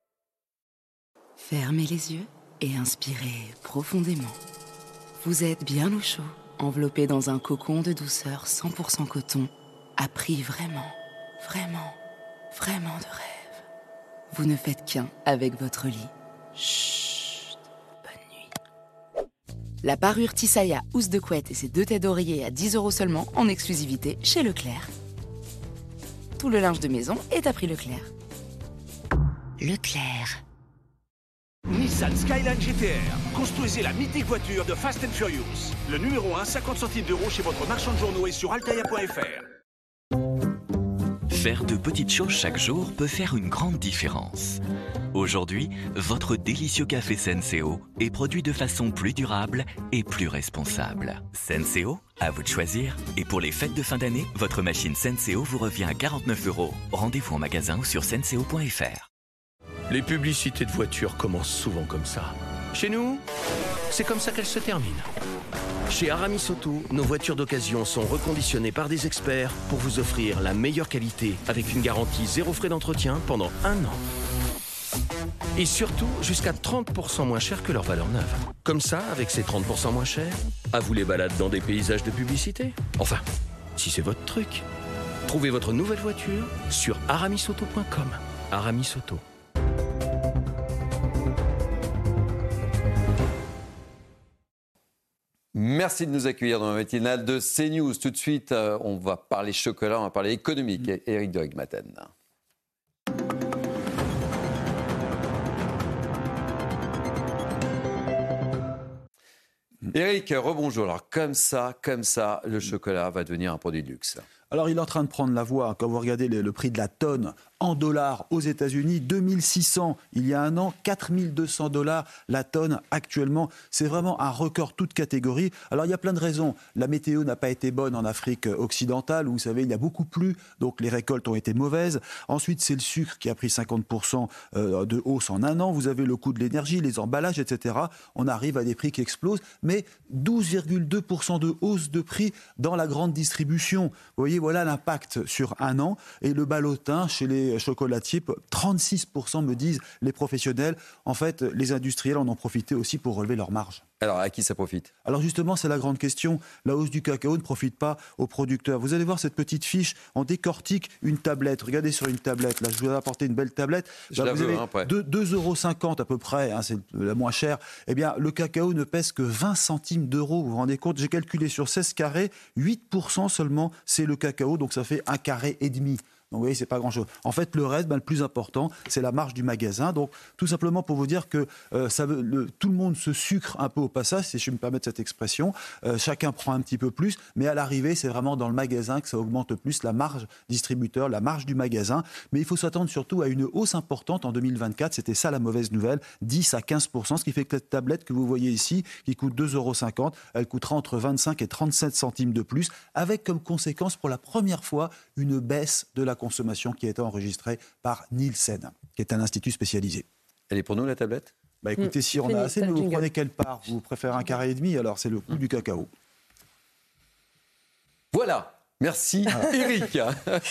Fermez les yeux et inspirez profondément. Vous êtes bien au chaud, enveloppé dans un cocon de douceur cent pour cent coton, à prix vraiment, vraiment, vraiment de rêve. Vous ne faites qu'un avec votre lit. Chut, bonne nuit. La parure Tissaya housse de couette et ses deux têtes d'oreiller à dix euros seulement en exclusivité chez Leclerc. Tout le linge de maison est à prix Leclerc. Leclerc. Nissan Skyline G T R. Construisez la mythique voiture de Fast and Furious. Le numéro un, cinquante centimes d'euros chez votre marchand de journaux et sur altaïa point f r. Faire de petites choses chaque jour peut faire une grande différence. Aujourd'hui, votre délicieux café Senseo est produit de façon plus durable et plus responsable. Senseo, à vous de choisir. Et pour les fêtes de fin d'année, votre machine Senseo vous revient à quarante-neuf euros. Rendez-vous en magasin ou sur senseo point f r. Les publicités de voitures commencent souvent comme ça. Chez nous, c'est comme ça qu'elles se terminent. Chez Aramis Auto, nos voitures d'occasion sont reconditionnées par des experts pour vous offrir la meilleure qualité avec une garantie zéro frais d'entretien pendant un an. Et surtout, jusqu'à trente pour cent moins cher que leur valeur neuve. Comme ça, avec ces trente pour cent moins cher, à vous les balades dans des paysages de publicité. Enfin, si c'est votre truc. Trouvez votre nouvelle voiture sur aramis auto point com. Aramis Auto. Merci de nous accueillir dans la matinale de CNews. Tout de suite, euh, on va parler chocolat, on va parler économique. Mmh. Éric de Rijmaten. Éric, rebonjour. Alors, comme ça, comme ça, le chocolat va devenir un produit de luxe. Alors, il est en train de prendre la voie. Quand vous regardez le, le prix de la tonne en dollars aux États-Unis, deux mille six cents il y a un an, quatre mille deux cents dollars la tonne actuellement. C'est vraiment un record toute catégorie. Alors, il y a plein de raisons. La météo n'a pas été bonne en Afrique occidentale, où vous savez, il y a beaucoup plu, donc les récoltes ont été mauvaises. Ensuite, c'est le sucre qui a pris cinquante pour cent de hausse en un an. Vous avez le coût de l'énergie, les emballages, et cetera. On arrive à des prix qui explosent, mais douze virgule deux pour cent de hausse de prix dans la grande distribution. Vous voyez, voilà l'impact sur un an. Et le ballotin chez les chocolatiers, trente-six pour cent me disent les professionnels. En fait, les industriels en ont profité aussi pour relever leurs marges. Alors, à qui ça profite ? Alors justement, c'est la grande question. La hausse du cacao ne profite pas aux producteurs. Vous allez voir cette petite fiche, on décortique une tablette. Regardez sur une tablette, là, je vous ai apporté une belle tablette. Je là, la vous veux, avez hein, deux euros cinquante à peu près, hein, c'est la moins chère. Eh bien, le cacao ne pèse que vingt centimes d'euros. Vous vous rendez compte ? J'ai calculé sur seize carrés, huit pour cent seulement, c'est le cacao, donc ça fait un carré et demi. Donc vous voyez, c'est pas grand-chose. En fait, le reste, ben, le plus important, c'est la marge du magasin. Donc, tout simplement pour vous dire que euh, ça veut, le, tout le monde se sucre un peu au passage, si je me permets cette expression. Euh, chacun prend un petit peu plus, mais à l'arrivée, c'est vraiment dans le magasin que ça augmente plus la marge distributeur, la marge du magasin. Mais il faut s'attendre surtout à une hausse importante en deux mille vingt-quatre. C'était ça la mauvaise nouvelle, dix à quinze pour cent, ce qui fait que cette tablette que vous voyez ici, qui coûte deux euros cinquante, elle coûtera entre vingt-cinq et trente-sept centimes de plus, avec comme conséquence pour la première fois une baisse de la consommation qui a été enregistrée par Nielsen, qui est un institut spécialisé. Elle est pour nous, la tablette ? Bah écoutez, Mmh, si on fini, a assez, c'est le vous jingle. prenez quelle part? Vous préférez un carré et demi, alors c'est le coût du cacao. Voilà. Merci Eric.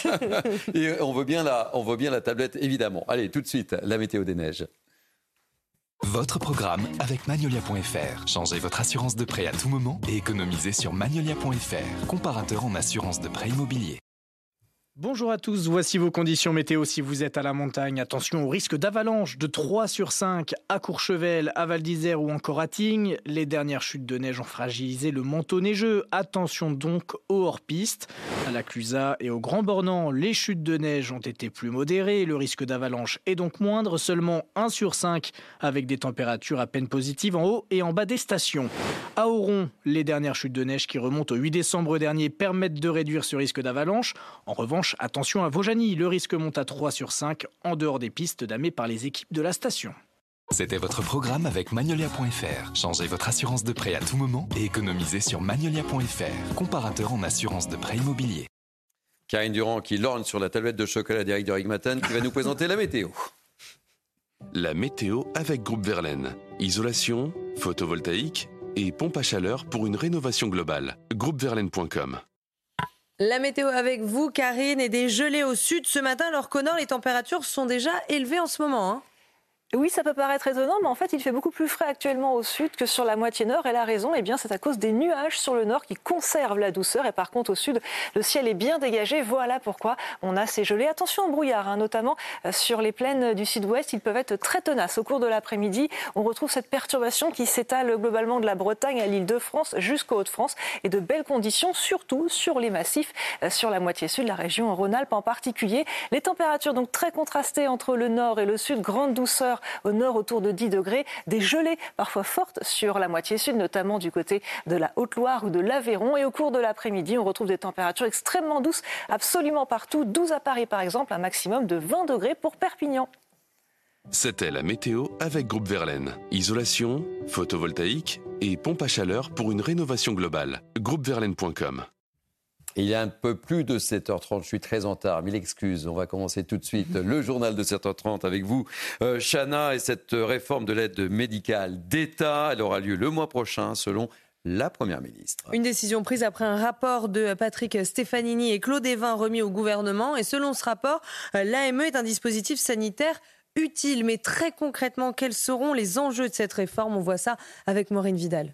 Et on veut bien la, on veut bien la tablette évidemment. Allez, tout de suite, la météo des neiges. Votre programme avec Magnolia point F R. Changez votre assurance de prêt à tout moment et économisez sur Magnolia point F R, comparateur en assurance de prêt immobilier. Bonjour à tous, voici vos conditions météo si vous êtes à la montagne. Attention au risque d'avalanche de trois sur cinq à Courchevel, à Val d'Isère ou encore à Tignes. Les dernières chutes de neige ont fragilisé le manteau neigeux. Attention donc aux hors-pistes. À la Clusaz et au Grand Bornand, les chutes de neige ont été plus modérées. Le risque d'avalanche est donc moindre, seulement un sur cinq, avec des températures à peine positives en haut et en bas des stations. À Auron, les dernières chutes de neige qui remontent au huit décembre dernier permettent de réduire ce risque d'avalanche. En revanche, attention à Vaujany, le risque monte à trois sur cinq en dehors des pistes damées par les équipes de la station. C'était votre programme avec Magnolia point F R. Changez votre assurance de prêt à tout moment et économisez sur Magnolia point F R, comparateur en assurance de prêt immobilier. Karine Durand qui lorgne sur la tablette de chocolat d'Éric de Rigmatten qui va nous présenter la météo. La météo avec Groupe Verlaine. Isolation, photovoltaïque et pompe à chaleur pour une rénovation globale. groupe verlaine point com. La météo avec vous, Karine, et des gelées au sud ce matin, alors qu'au nord, les températures sont déjà élevées en ce moment. Hein. Oui, ça peut paraître étonnant, mais en fait, il fait beaucoup plus frais actuellement au sud que sur la moitié nord. Et la raison, eh bien, c'est à cause des nuages sur le nord qui conservent la douceur. Et par contre, au sud, le ciel est bien dégagé. Voilà pourquoi on a ces gelées. Attention au brouillard, hein, notamment sur les plaines du sud-ouest. Ils peuvent être très tenaces. Au cours de l'après-midi, on retrouve cette perturbation qui s'étale globalement de la Bretagne à l'Île-de-France jusqu'aux Hauts-de-France. Et de belles conditions, surtout sur les massifs, sur la moitié sud, la région Rhône-Alpes en particulier. Les températures donc très contrastées entre le nord et le sud. Grande douceur au nord autour de dix degrés, des gelées parfois fortes sur la moitié sud, notamment du côté de la Haute-Loire ou de l'Aveyron. Et au cours de l'après-midi, on retrouve des températures extrêmement douces absolument partout. douze à Paris par exemple, un maximum de vingt degrés pour Perpignan. C'était la météo avec Groupe Verlaine. Isolation, photovoltaïque et pompe à chaleur pour une rénovation globale. groupe verlaine point com. Il y a un peu plus de sept heures trente, je suis très en retard, mille excuses. On va commencer tout de suite le journal de sept heures trente avec vous, euh, Chana, et cette réforme de l'aide médicale d'État. Elle aura lieu le mois prochain, selon la Première ministre. Une décision prise après un rapport de Patrick Stefanini et Claude Évin remis au gouvernement. Et selon ce rapport, l'A M E est un dispositif sanitaire utile. Mais très concrètement, quels seront les enjeux de cette réforme? On voit ça avec Maureen Vidal.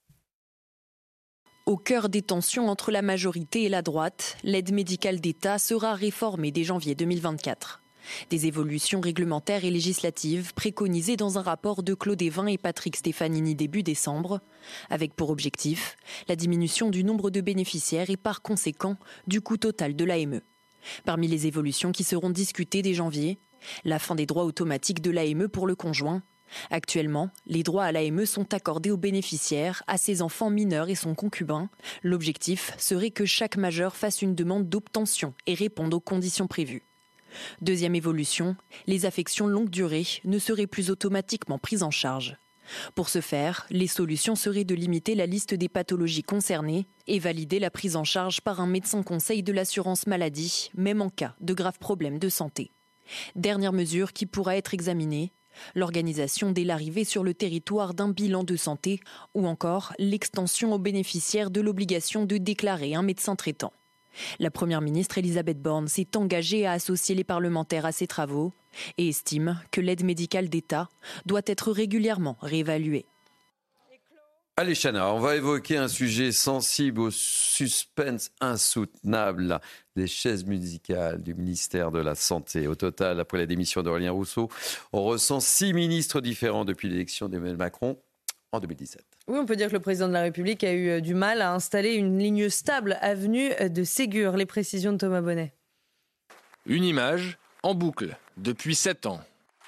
Au cœur des tensions entre la majorité et la droite, l'aide médicale d'État sera réformée dès janvier deux mille vingt-quatre. Des évolutions réglementaires et législatives préconisées dans un rapport de Claude Évin et Patrick Stefanini début décembre, avec pour objectif la diminution du nombre de bénéficiaires et par conséquent du coût total de l'A M E. Parmi les évolutions qui seront discutées dès janvier, la fin des droits automatiques de l'A M E pour le conjoint. Actuellement, les droits à l'A M E sont accordés aux bénéficiaires, à ses enfants mineurs et son concubin. L'objectif serait que chaque majeur fasse une demande d'obtention et réponde aux conditions prévues. Deuxième évolution, les affections longue durée ne seraient plus automatiquement prises en charge. Pour ce faire, les solutions seraient de limiter la liste des pathologies concernées et valider la prise en charge par un médecin conseil de l'assurance maladie, même en cas de graves problèmes de santé. Dernière mesure qui pourra être examinée, l'organisation dès l'arrivée sur le territoire d'un bilan de santé ou encore l'extension aux bénéficiaires de l'obligation de déclarer un médecin traitant. La Première ministre Elisabeth Borne s'est engagée à associer les parlementaires à ces travaux et estime que l'aide médicale d'État doit être régulièrement réévaluée. Allez Chana, on va évoquer un sujet sensible au suspense insoutenable des chaises musicales du ministère de la Santé. Au total, après la démission d'Aurélien Rousseau, on ressent six ministres différents depuis l'élection d'Emmanuel Macron en deux mille dix-sept. Oui, on peut dire que le président de la République a eu du mal à installer une ligne stable avenue de Ségur. Les précisions de Thomas Bonnet. Une image en boucle depuis sept ans.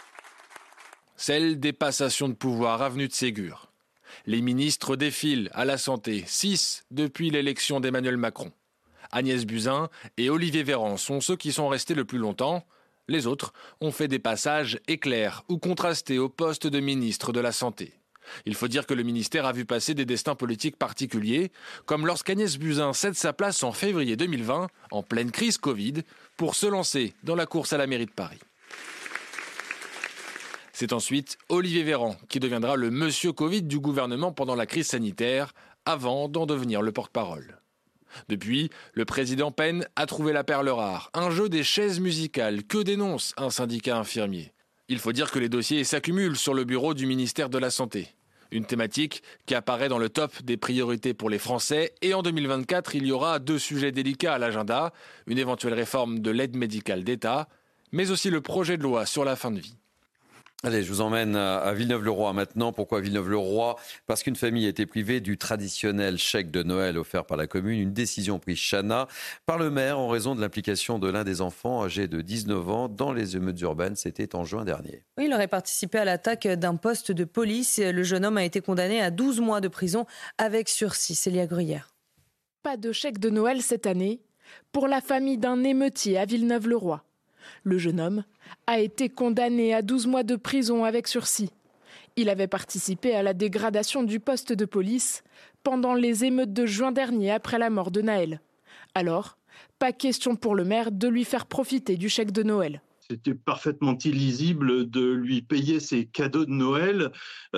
Celle des passations de pouvoir avenue de Ségur. Les ministres défilent à la santé, six depuis l'élection d'Emmanuel Macron. Agnès Buzyn et Olivier Véran sont ceux qui sont restés le plus longtemps. Les autres ont fait des passages éclairs ou contrastés au poste de ministre de la Santé. Il faut dire que le ministère a vu passer des destins politiques particuliers, comme lorsqu'Agnès Buzyn cède sa place en février deux mille vingt, en pleine crise Covid, pour se lancer dans la course à la mairie de Paris. C'est ensuite Olivier Véran qui deviendra le monsieur Covid du gouvernement pendant la crise sanitaire, avant d'en devenir le porte-parole. Depuis, le président peine à trouver la perle rare, un jeu des chaises musicales que dénonce un syndicat infirmier. Il faut dire que les dossiers s'accumulent sur le bureau du ministère de la Santé. Une thématique qui apparaît dans le top des priorités pour les Français. Et en deux mille vingt-quatre, il y aura deux sujets délicats à l'agenda. Une éventuelle réforme de l'aide médicale d'État, mais aussi le projet de loi sur la fin de vie. Allez, je vous emmène à Villeneuve-le-Roi maintenant. Pourquoi Villeneuve-le-Roi ? Parce qu'une famille a été privée du traditionnel chèque de Noël offert par la commune. Une décision prise Chana par le maire en raison de l'implication de l'un des enfants âgé de dix-neuf ans dans les émeutes urbaines. C'était en juin dernier. Oui, il aurait participé à l'attaque d'un poste de police. Le jeune homme a été condamné à douze mois de prison avec sursis. Célia Gruyère. Pas de chèque de Noël cette année pour la famille d'un émeutier à Villeneuve-le-Roi. Le jeune homme a été condamné à douze mois de prison avec sursis. Il avait participé à la dégradation du poste de police pendant les émeutes de juin dernier après la mort de Naël. Alors, pas question pour le maire de lui faire profiter du chèque de Noël. C'était parfaitement illisible de lui payer ses cadeaux de Noël.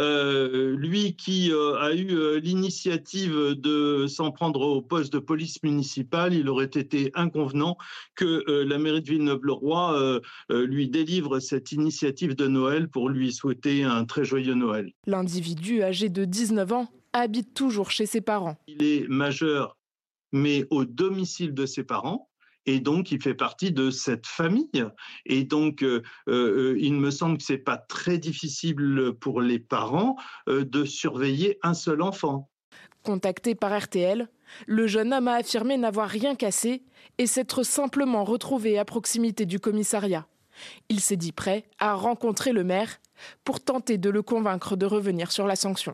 Euh, lui qui euh, a eu euh, l'initiative de s'en prendre au poste de police municipale, il aurait été inconvenant que euh, la mairie de Villeneuve-le-Roi euh, euh, lui délivre cette initiative de Noël pour lui souhaiter un très joyeux Noël. L'individu âgé de dix-neuf ans habite toujours chez ses parents. Il est majeur, mais au domicile de ses parents. Et donc, il fait partie de cette famille. Et donc, euh, euh, il me semble que ce n'est pas très difficile pour les parents euh, de surveiller un seul enfant. Contacté par R T L, le jeune homme a affirmé n'avoir rien cassé et s'être simplement retrouvé à proximité du commissariat. Il s'est dit prêt à rencontrer le maire pour tenter de le convaincre de revenir sur la sanction.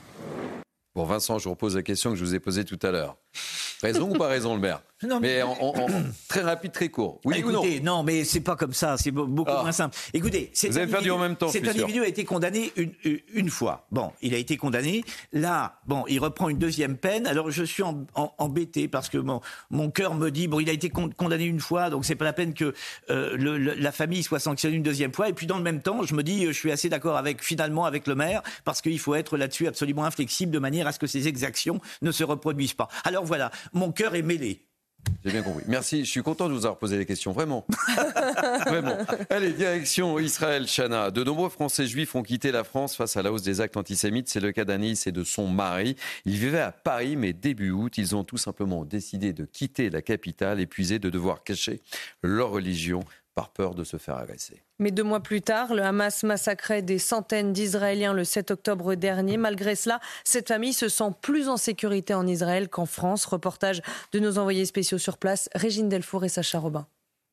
Bon, Vincent, je vous repose la question que je vous ai posée tout à l'heure. Raison ou pas raison, le maire ? Non, mais, mais en, en, en, très rapide, très court. Oui Écoutez, ou non, non, mais c'est pas comme ça. C'est beaucoup ah. moins simple. Écoutez, vous avez perdu en même temps. Cet individu a été condamné une, une fois. Bon, il a été condamné. Là, bon, il reprend une deuxième peine. Alors, je suis en, en, embêté parce que mon, mon cœur me dit bon, il a été con, condamné une fois, donc c'est pas la peine que euh, le, le, la famille soit sanctionnée une deuxième fois. Et puis, dans le même temps, je me dis, je suis assez d'accord avec finalement avec le maire parce qu'il faut être là-dessus absolument inflexible de manière à ce que ces exactions ne se reproduisent pas. Alors voilà, mon cœur est mêlé. J'ai bien compris. Merci. Je suis content de vous avoir posé les questions. Vraiment. Vraiment. Allez, direction Israël, Chana. De nombreux Français juifs ont quitté la France face à la hausse des actes antisémites. C'est le cas d'Anaïs et de son mari. Ils vivaient à Paris, mais début août, ils ont tout simplement décidé de quitter la capitale, épuisés de devoir cacher leur religion par peur de se faire agresser. Mais deux mois plus tard, le Hamas massacrait des centaines d'Israéliens le sept octobre dernier. Malgré cela, cette famille se sent plus en sécurité en Israël qu'en France. Reportage de nos envoyés spéciaux sur place, Régine Delfour et Sacha Robin.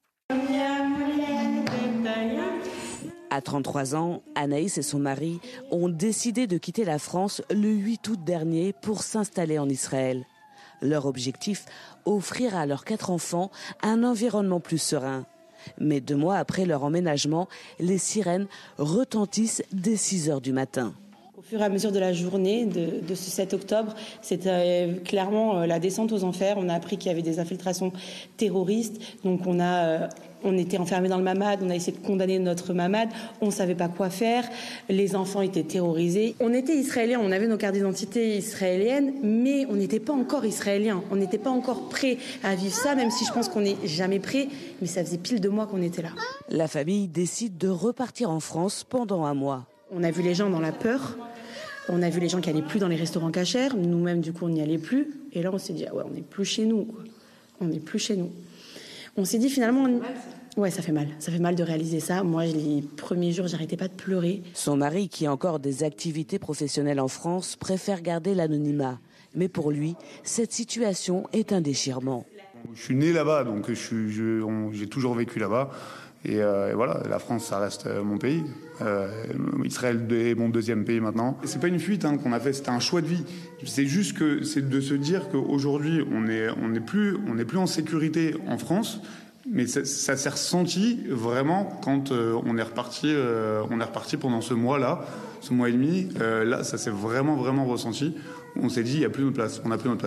À trente-trois ans, Anaïs et son mari ont décidé de quitter la France le huit août dernier pour s'installer en Israël. Leur objectif, offrir à leurs quatre enfants un environnement plus serein. Mais deux mois après leur emménagement, les sirènes retentissent dès six heures du matin. Au fur et à mesure de la journée de, de ce sept octobre, c'était clairement la descente aux enfers. On a appris qu'il y avait des infiltrations terroristes. Donc on, a, on était enfermés dans le mamad, on a essayé de condamner notre mamad. On ne savait pas quoi faire. Les enfants étaient terrorisés. On était israéliens, on avait nos cartes d'identité israéliennes, mais on n'était pas encore israéliens. On n'était pas encore prêts à vivre ça, même si je pense qu'on n'est jamais prêts. Mais ça faisait pile deux mois qu'on était là. La famille décide de repartir en France pendant un mois. On a vu les gens dans la peur. On a vu les gens qui n'allaient plus dans les restaurants cachers. Nous-mêmes, du coup, on n'y allait plus. Et là, on s'est dit, ah ouais, on n'est plus chez nous, quoi. On n'est plus chez nous. On s'est dit, finalement... On... Ouais, ça fait mal. Ça fait mal de réaliser ça. Moi, les premiers jours, j'arrêtais pas de pleurer. Son mari, qui a encore des activités professionnelles en France, préfère garder l'anonymat. Mais pour lui, cette situation est un déchirement. Je suis né là-bas, donc je suis, je, on, j'ai toujours vécu là-bas. Et, euh, et voilà, la France, ça reste mon pays. Euh, Israël est mon deuxième pays maintenant. C'est pas une fuite hein, qu'on a fait, c'était un choix de vie. C'est juste que c'est de se dire qu'aujourd'hui, on est, on n'est plus, on n'est plus en sécurité en France. Mais ça, ça s'est ressenti vraiment quand euh, on est reparti, euh, on est reparti pendant ce mois-là, ce mois et demi. Euh, là, ça s'est vraiment, vraiment ressenti. On s'est dit, il n'y a plus notre place, on n'a plus notre place.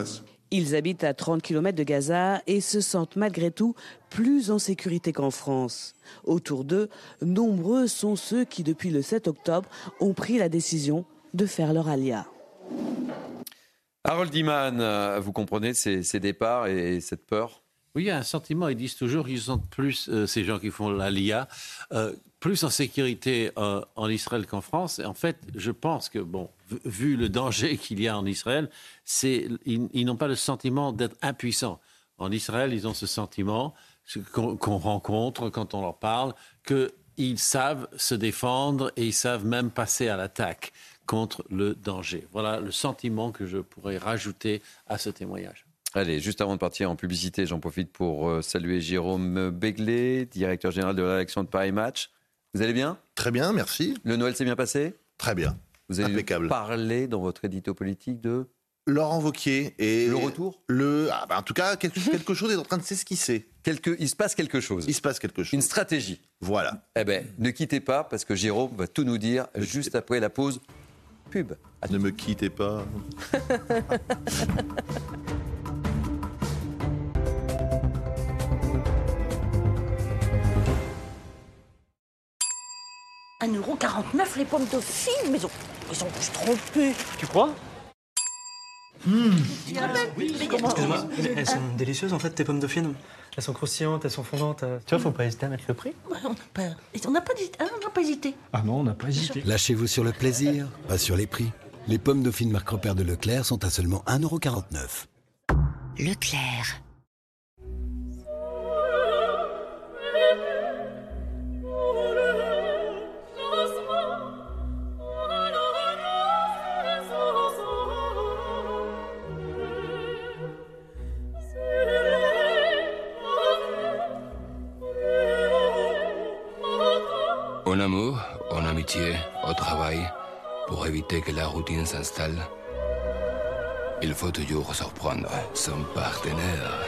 Ils habitent à trente kilomètres de Gaza et se sentent malgré tout plus en sécurité qu'en France. Autour d'eux, nombreux sont ceux qui, depuis le sept octobre, ont pris la décision de faire leur alia. Harold Iman, vous comprenez ces, ces départs et cette peur ? Oui, il y a un sentiment, ils disent toujours qu'ils sont plus, euh, ces gens qui font l'Alia, euh, plus en sécurité euh, en Israël qu'en France. Et en fait, je pense que, bon, vu le danger qu'il y a en Israël, c'est, ils, ils n'ont pas le sentiment d'être impuissants. En Israël, ils ont ce sentiment qu'on, qu'on rencontre quand on leur parle, qu'ils savent se défendre et ils savent même passer à l'attaque contre le danger. Voilà le sentiment que je pourrais rajouter à ce témoignage. Allez, juste avant de partir en publicité, j'en profite pour saluer Jérôme Begley, directeur général de la rédaction de Paris Match. Vous allez bien ? Très bien, merci. Le Noël s'est bien passé ? Très bien. Vous avez impeccable. Parlé dans votre édito politique de Laurent Wauquiez et le retour. Le, ah bah en tout cas, quelque, quelque chose est en train de s'esquisser. Quelque, il se passe quelque chose. Il se passe quelque chose. Une stratégie. Voilà. Eh ben, ne quittez pas parce que Jérôme va tout nous dire ne juste après la pause pub. Ne me quittez pas. un euro quarante-neuf les pommes Dauphine, mais ils ont, ils ont tous trompé. Tu crois? Mmh. Excuse-moi, elles sont délicieuses en fait tes pommes Dauphine. Elles sont croustillantes, elles sont fondantes. Tu vois, faut pas hésiter à mettre le prix. Ouais, on n'a pas, on n'a pas, hein, on n'a pas hésité. Ah non, on n'a pas hésité. Lâchez-vous sur le plaisir, pas sur les prix. Les pommes Dauphine marque repère de Leclerc sont à seulement un euro quarante-neuf. Leclerc. En amour, en amitié, au travail, pour éviter que la routine s'installe, il faut toujours surprendre son partenaire.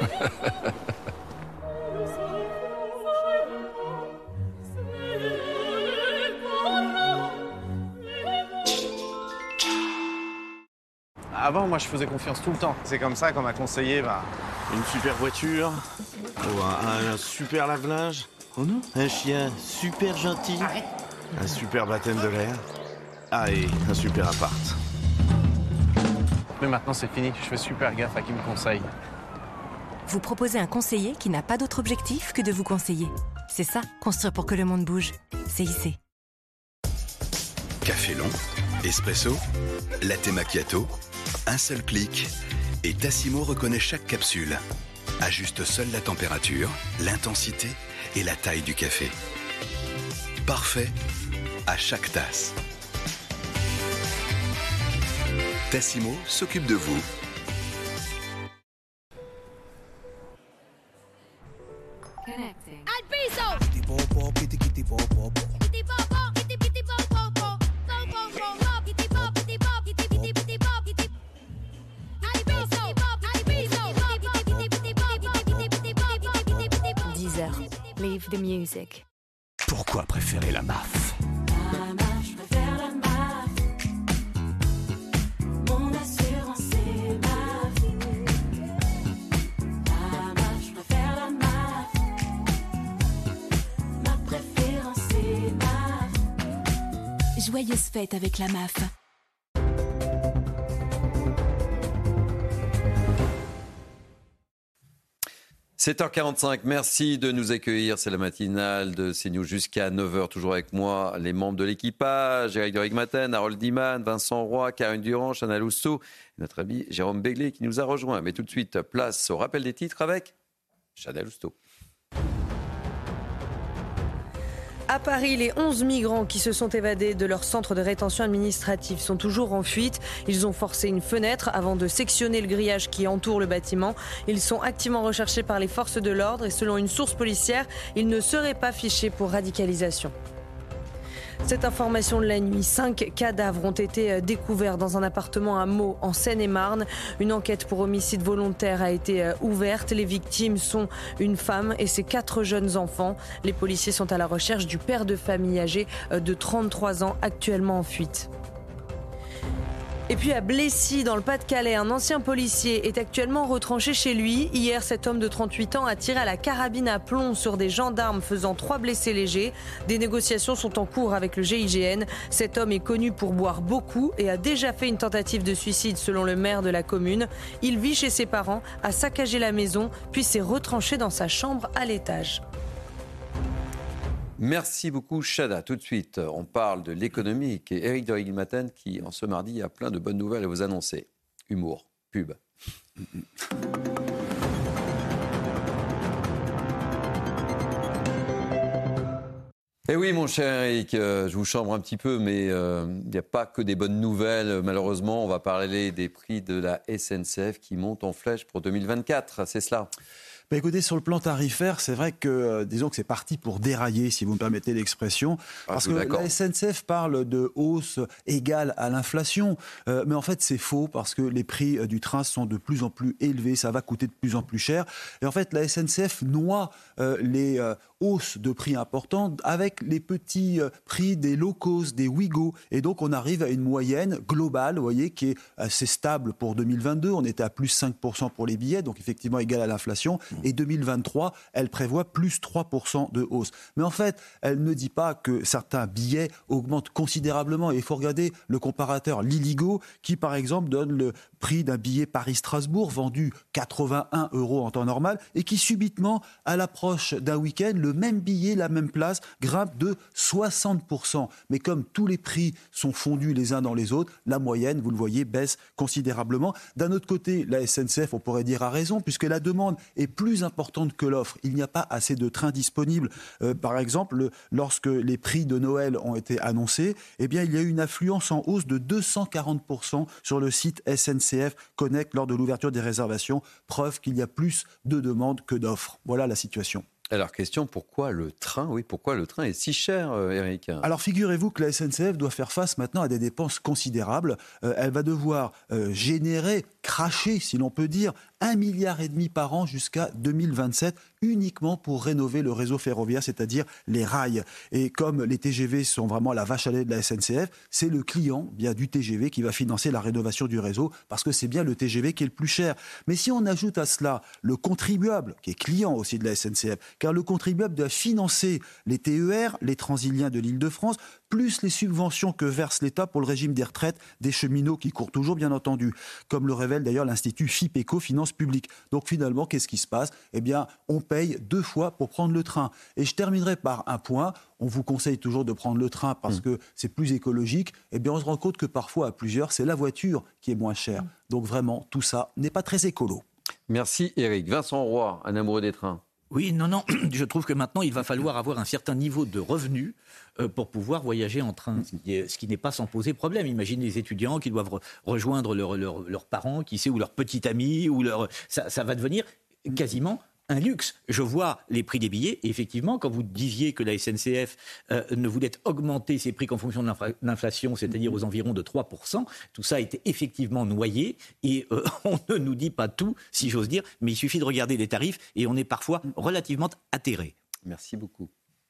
Avant, moi, je faisais confiance tout le temps. C'est comme ça qu'on m'a conseillé bah, une super voiture, ou un, un super lave-linge, oh non, un chien super gentil, un super baptême de l'air, ah, et un super appart. Mais maintenant, c'est fini. Je fais super gaffe à qui me conseille. Vous proposez un conseiller qui n'a pas d'autre objectif que de vous conseiller. C'est ça, construire pour que le monde bouge. C I C. Café long, espresso, latte macchiato, un seul clic et Tassimo reconnaît chaque capsule. Ajuste seule la température, l'intensité et la taille du café. Parfait à chaque tasse. Tassimo s'occupe de vous. Deezer. Leave the music. Pourquoi préférer la M A F ? Joyeuse fête avec la M A F. sept heures quarante-cinq, merci de nous accueillir. C'est la matinale de CNews jusqu'à neuf heures. Toujours avec moi, les membres de l'équipage. Eric de Rigmaten, Harold Iman, Vincent Roy, Karine Durand, Chana Lousteau, notre ami Jérôme Begley qui nous a rejoint. Mais tout de suite, place au rappel des titres avec Chana Lousteau. À Paris, les onze migrants qui se sont évadés de leur centre de rétention administrative sont toujours en fuite. Ils ont forcé une fenêtre avant de sectionner le grillage qui entoure le bâtiment. Ils sont activement recherchés par les forces de l'ordre et selon une source policière, ils ne seraient pas fichés pour radicalisation. Cette information de la nuit, cinq cadavres ont été découverts dans un appartement à Meaux, en Seine-et-Marne. Une enquête pour homicide volontaire a été ouverte. Les victimes sont une femme et ses quatre jeunes enfants. Les policiers sont à la recherche du père de famille âgé de trente-trois ans, actuellement en fuite. Et puis à Blessy, dans le Pas-de-Calais, un ancien policier est actuellement retranché chez lui. Hier, cet homme de trente-huit ans a tiré à la carabine à plomb sur des gendarmes, faisant trois blessés légers. Des négociations sont en cours avec le G I G N. Cet homme est connu pour boire beaucoup et a déjà fait une tentative de suicide selon le maire de la commune. Il vit chez ses parents, a saccagé la maison, puis s'est retranché dans sa chambre à l'étage. Merci beaucoup, Chada. Tout de suite, on parle de l'économie et Éric de Rilmaten qui, en ce mardi, a plein de bonnes nouvelles à vous annoncer. Humour, pub. Eh oui, mon cher Eric, euh, je vous chambre un petit peu, mais il euh, n'y a pas que des bonnes nouvelles. Malheureusement, on va parler des prix de la S N C F qui montent en flèche pour deux mille vingt-quatre. C'est cela ? Bah écoutez, sur le plan tarifaire, c'est vrai que, euh, disons que c'est parti pour dérailler, si vous me permettez l'expression, parce que la S N C F parle de hausse égale à l'inflation, euh, mais en fait c'est faux, parce que les prix euh, du train sont de plus en plus élevés, ça va coûter de plus en plus cher, et en fait la S N C F noie euh, les euh, hausses de prix importantes avec les petits euh, prix des low cost, des Ouigo, et donc on arrive à une moyenne globale, vous voyez, qui est assez stable pour deux mille vingt-deux, on était à plus cinq pour cent pour les billets, donc effectivement égal à l'inflation, et deux mille vingt-trois, elle prévoit plus trois pour cent de hausse. Mais en fait, elle ne dit pas que certains billets augmentent considérablement. Et il faut regarder le comparateur Liligo, qui par exemple donne le prix d'un billet Paris-Strasbourg vendu quatre-vingt-un euros en temps normal et qui subitement, à l'approche d'un week-end, le même billet, la même place, grimpe de soixante pour cent. Mais comme tous les prix sont fondus les uns dans les autres, la moyenne, vous le voyez, baisse considérablement. D'un autre côté, la S N C F, on pourrait dire, a raison, puisque la demande est plus importante que l'offre. Il n'y a pas assez de trains disponibles. Euh, par exemple, le, lorsque les prix de Noël ont été annoncés, eh bien, il y a eu une affluence en hausse de deux cent quarante pour cent sur le site S N C F Connect lors de l'ouverture des réservations. Preuve qu'il y a plus de demandes que d'offres. Voilà la situation. Alors, question, pourquoi le train, oui, pourquoi le train est si cher, euh, Eric ? Alors, figurez-vous que la S N C F doit faire face maintenant à des dépenses considérables. Euh, elle va devoir euh, générer, cracher, si l'on peut dire, un milliard et demi par an jusqu'à deux mille vingt-sept, uniquement pour rénover le réseau ferroviaire, c'est-à-dire les rails. Et comme les T G V sont vraiment la vache à lait de la S N C F, c'est le client bien du T G V qui va financer la rénovation du réseau, parce que c'est bien le T G V qui est le plus cher. Mais si on ajoute à cela le contribuable, qui est client aussi de la S N C F, car le contribuable doit financer les T E R, les Transiliens de l'Île-de-France, plus les subventions que verse l'État pour le régime des retraites des cheminots qui courent toujours, bien entendu, comme le révèle d'ailleurs l'Institut FIPECO, Finances publiques. Donc finalement, qu'est-ce qui se passe ? Eh bien, on paye deux fois pour prendre le train. Et je terminerai par un point. On vous conseille toujours de prendre le train parce mmh. que c'est plus écologique. Eh bien, on se rend compte que parfois, à plusieurs, c'est la voiture qui est moins chère. Mmh. Donc vraiment, tout ça n'est pas très écolo. Merci Eric. Vincent Roy, un amoureux des trains. Oui, non, non, je trouve que maintenant, il va falloir avoir un certain niveau de revenus euh, pour pouvoir voyager en train, ce qui, est, ce qui n'est pas sans poser problème. Imaginez les étudiants qui doivent re- rejoindre leurs leur, leur parents, qui sait, ou leur petit ami, ou leur... ça, ça va devenir quasiment un luxe. Je vois les prix des billets, et effectivement, quand vous disiez que la S N C F euh, ne voulait augmenter ses prix qu'en fonction de l'infra- l'inflation, c'est-à-dire aux environs de trois pour cent, tout ça a été effectivement noyé, et euh, on ne nous dit pas tout, si j'ose dire, mais il suffit de regarder les tarifs, et on est parfois relativement atterré. Merci beaucoup.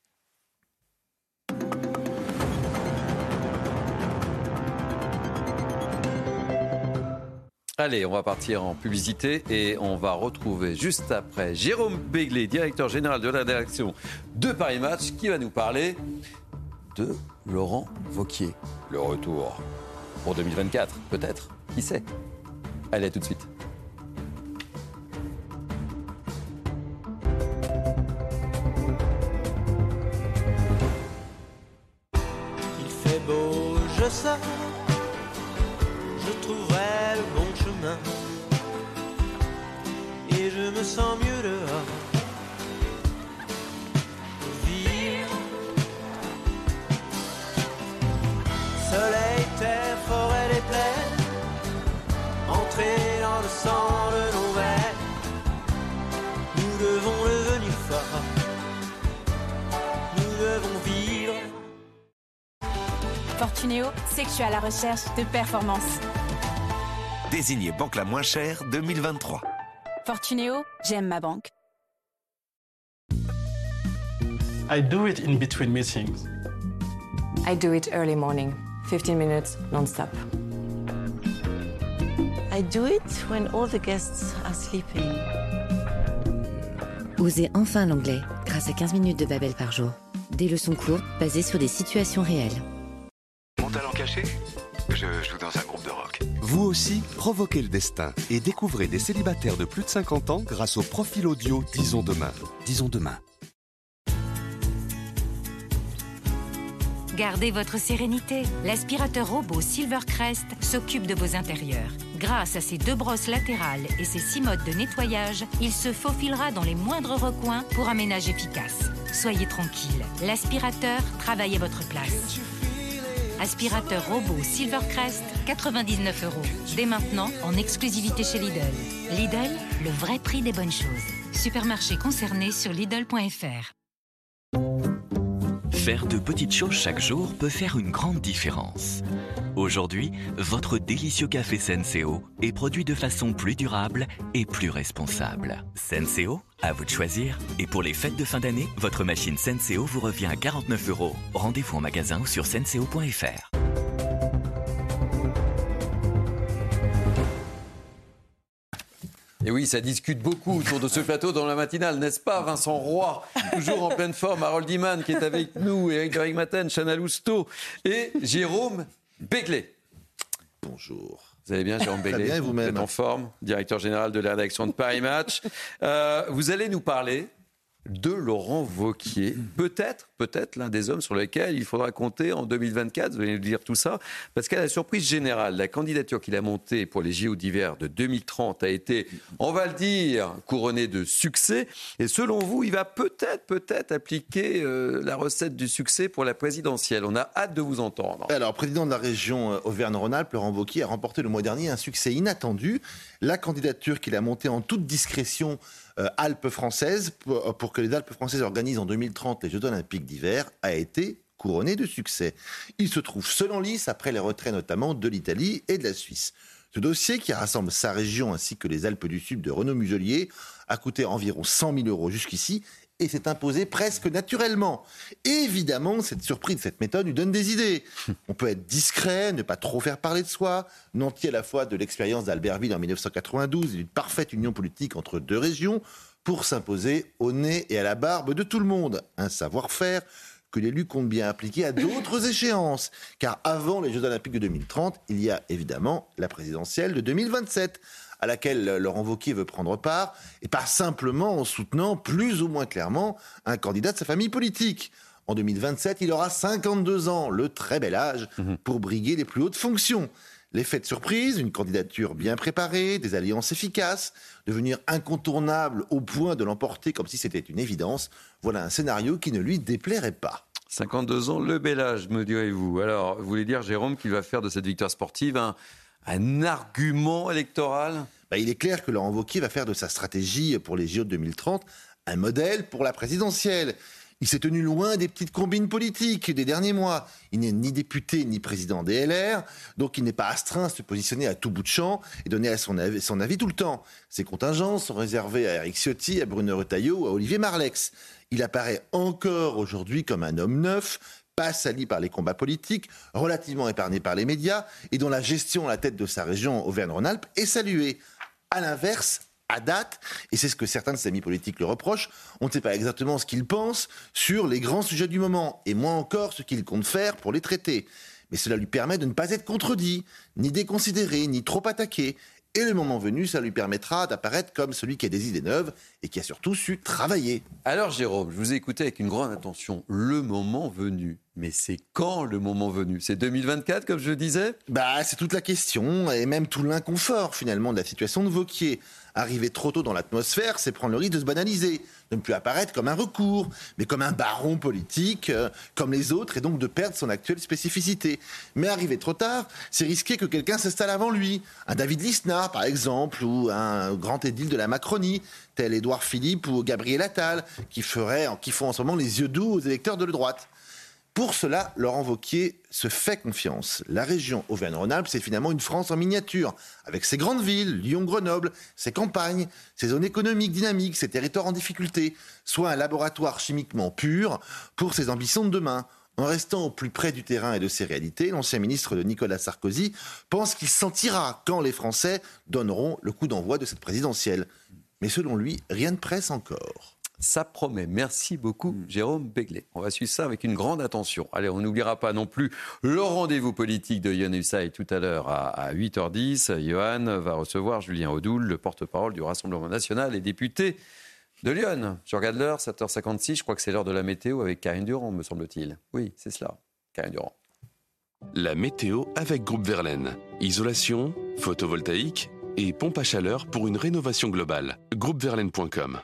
Allez, on va partir en publicité et on va retrouver juste après Jérôme Béglé, directeur général de la rédaction de Paris Match, qui va nous parler de Laurent Wauquiez. Le retour pour deux mille vingt-quatre, peut-être, qui sait ? Allez, à tout de suite. Il fait beau, je sais, je trouverai le bon chemin et je me sens mieux dehors pour vivre. Soleil, terre, forêt, les plaines, entrer dans le sang de nos veines. Nous devons devenir forts, nous devons vivre. Fortunéo, c'est que je suis à la recherche de performance. Désigné banque la moins chère deux mille vingt-trois. Fortunéo, j'aime ma banque. I do it in between meetings. I do it early morning, fifteen minutes non-stop. I do it when all the guests are sleeping. Osez enfin l'anglais grâce à quinze minutes de Babel par jour. Des leçons courtes basées sur des situations réelles. Mon talent caché ? Je joue dans un groupe de rock. Vous aussi, provoquez le destin et découvrez des célibataires de plus de cinquante ans grâce au profil audio Disons Demain. Disons Demain. Gardez votre sérénité. L'aspirateur robot Silvercrest s'occupe de vos intérieurs. Grâce à ses deux brosses latérales et ses six modes de nettoyage, il se faufilera dans les moindres recoins pour un ménage efficace. Soyez tranquille, l'aspirateur travaille à votre place. Aspirateur robot Silvercrest, quatre-vingt-dix-neuf euros. Dès maintenant, en exclusivité chez Lidl. Lidl, le vrai prix des bonnes choses. Supermarché concerné sur Lidl point F R. Faire de petites choses chaque jour peut faire une grande différence. Aujourd'hui, votre délicieux café Senseo est produit de façon plus durable et plus responsable. Senseo, à vous de choisir. Et pour les fêtes de fin d'année, votre machine Senseo vous revient à quarante-neuf euros. Rendez-vous en magasin ou sur senseo point F R. Et oui, ça discute beaucoup autour de ce plateau dans la matinale, n'est-ce pas, Vincent Roy? Toujours en pleine forme, Harold Iman qui est avec nous, Éric de Rijmaten, Chana Lousteau et Jérôme Béglé. Bonjour. Vous allez bien, Jérôme Béglé? Très bien, et vous-même? Vous êtes en forme, directeur général de la rédaction de Paris Match. Euh, vous allez nous parler de Laurent Wauquiez, peut-être, peut-être l'un des hommes sur lesquels il faudra compter en deux mille vingt-quatre, vous allez nous dire tout ça, parce qu'à la surprise générale, la candidature qu'il a montée pour les J O d'hiver de deux mille trente a été, on va le dire, couronnée de succès, et selon vous, il va peut-être, peut-être appliquer euh, la recette du succès pour la présidentielle. On a hâte de vous entendre. Alors, président de la région Auvergne-Rhône-Alpes, Laurent Wauquiez a remporté le mois dernier un succès inattendu. La candidature qu'il a montée en toute discrétion Euh, Alpes françaises, pour, pour que les Alpes françaises organisent en deux mille trente les Jeux olympiques d'hiver, a été couronné de succès. Il se trouve seul en lice après les retraits notamment de l'Italie et de la Suisse. Ce dossier, qui rassemble sa région ainsi que les Alpes du Sud de Renaud Muselier, a coûté environ cent mille euros jusqu'ici et s'est imposé presque naturellement. Et évidemment, cette surprise, cette méthode lui donne des idées. On peut être discret, ne pas trop faire parler de soi, nanti à la fois de l'expérience d'Albertville en dix-neuf cent quatre-vingt-douze et d'une parfaite union politique entre deux régions pour s'imposer au nez et à la barbe de tout le monde. Un savoir-faire que l'élu compte bien appliquer à d'autres échéances. Car avant les Jeux Olympiques de deux mille trente, il y a évidemment la présidentielle de deux mille vingt-sept, à laquelle Laurent Wauquiez veut prendre part, et pas simplement en soutenant plus ou moins clairement un candidat de sa famille politique. En deux mille vingt-sept, il aura cinquante-deux ans, le très bel âge pour briguer les plus hautes fonctions. L'effet de surprise, une candidature bien préparée, des alliances efficaces, devenir incontournable au point de l'emporter comme si c'était une évidence, voilà un scénario qui ne lui déplairait pas. cinquante-deux ans, le bel âge, me direz-vous. Alors, vous voulez dire, Jérôme, qu'il va faire de cette victoire sportive un, un argument électoral ? Bah, il est clair que Laurent Wauquiez va faire de sa stratégie pour les J O de deux mille trente un modèle pour la présidentielle. Il s'est tenu loin des petites combines politiques des derniers mois. Il n'est ni député ni président des L R, donc il n'est pas astreint à se positionner à tout bout de champ et donner son avis, son avis tout le temps. Ses contingences sont réservées à Éric Ciotti, à Bruno Retailleau ou à Olivier Marleix. Il apparaît encore aujourd'hui comme un homme neuf, pas sali par les combats politiques, relativement épargné par les médias et dont la gestion à la tête de sa région Auvergne-Rhône-Alpes est saluée. À l'inverse, à date, et c'est ce que certains de ses amis politiques le reprochent, on ne sait pas exactement ce qu'il pense sur les grands sujets du moment, et moins encore ce qu'il compte faire pour les traiter. Mais cela lui permet de ne pas être contredit, ni déconsidéré, ni trop attaqué. Et le moment venu, ça lui permettra d'apparaître comme celui qui a des idées neuves et qui a surtout su travailler. Alors Jérôme, je vous ai écouté avec une grande attention. Le moment venu. Mais c'est quand le moment venu ? C'est deux mille vingt-quatre, comme je disais ? Bah, c'est toute la question, et même tout l'inconfort, finalement, de la situation de Wauquiez. Arriver trop tôt dans l'atmosphère, c'est prendre le risque de se banaliser, de ne plus apparaître comme un recours, mais comme un baron politique, euh, comme les autres, et donc de perdre son actuelle spécificité. Mais arriver trop tard, c'est risquer que quelqu'un s'installe avant lui. Un David Lisnard, par exemple, ou un grand édile de la Macronie, tel Édouard Philippe ou Gabriel Attal, qui, ferait, qui font en ce moment les yeux doux aux électeurs de la droite. Pour cela, Laurent Wauquiez se fait confiance. La région Auvergne-Rhône-Alpes, c'est finalement une France en miniature, avec ses grandes villes, Lyon, Grenoble, ses campagnes, ses zones économiques dynamiques, ses territoires en difficulté, soit un laboratoire chimiquement pur pour ses ambitions de demain. En restant au plus près du terrain et de ses réalités, l'ancien ministre de Nicolas Sarkozy pense qu'il sentira quand les Français donneront le coup d'envoi de cette présidentielle. Mais selon lui, rien ne presse encore. Ça promet. Merci beaucoup, Jérôme Béglé. On va suivre ça avec une grande attention. Allez, on n'oubliera pas non plus le rendez-vous politique de Yohann Usaï tout à l'heure à, à huit heures dix. Yohann va recevoir Julien Audoul, le porte-parole du Rassemblement national et député de Lyon. Je regarde l'heure, sept heures cinquante-six. Je crois que c'est l'heure de la météo avec Karine Durand, me semble-t-il. Oui, c'est cela. Karine Durand. La météo avec Groupe Verlaine. Isolation, photovoltaïque et pompe à chaleur pour une rénovation globale. groupe verlaine point com.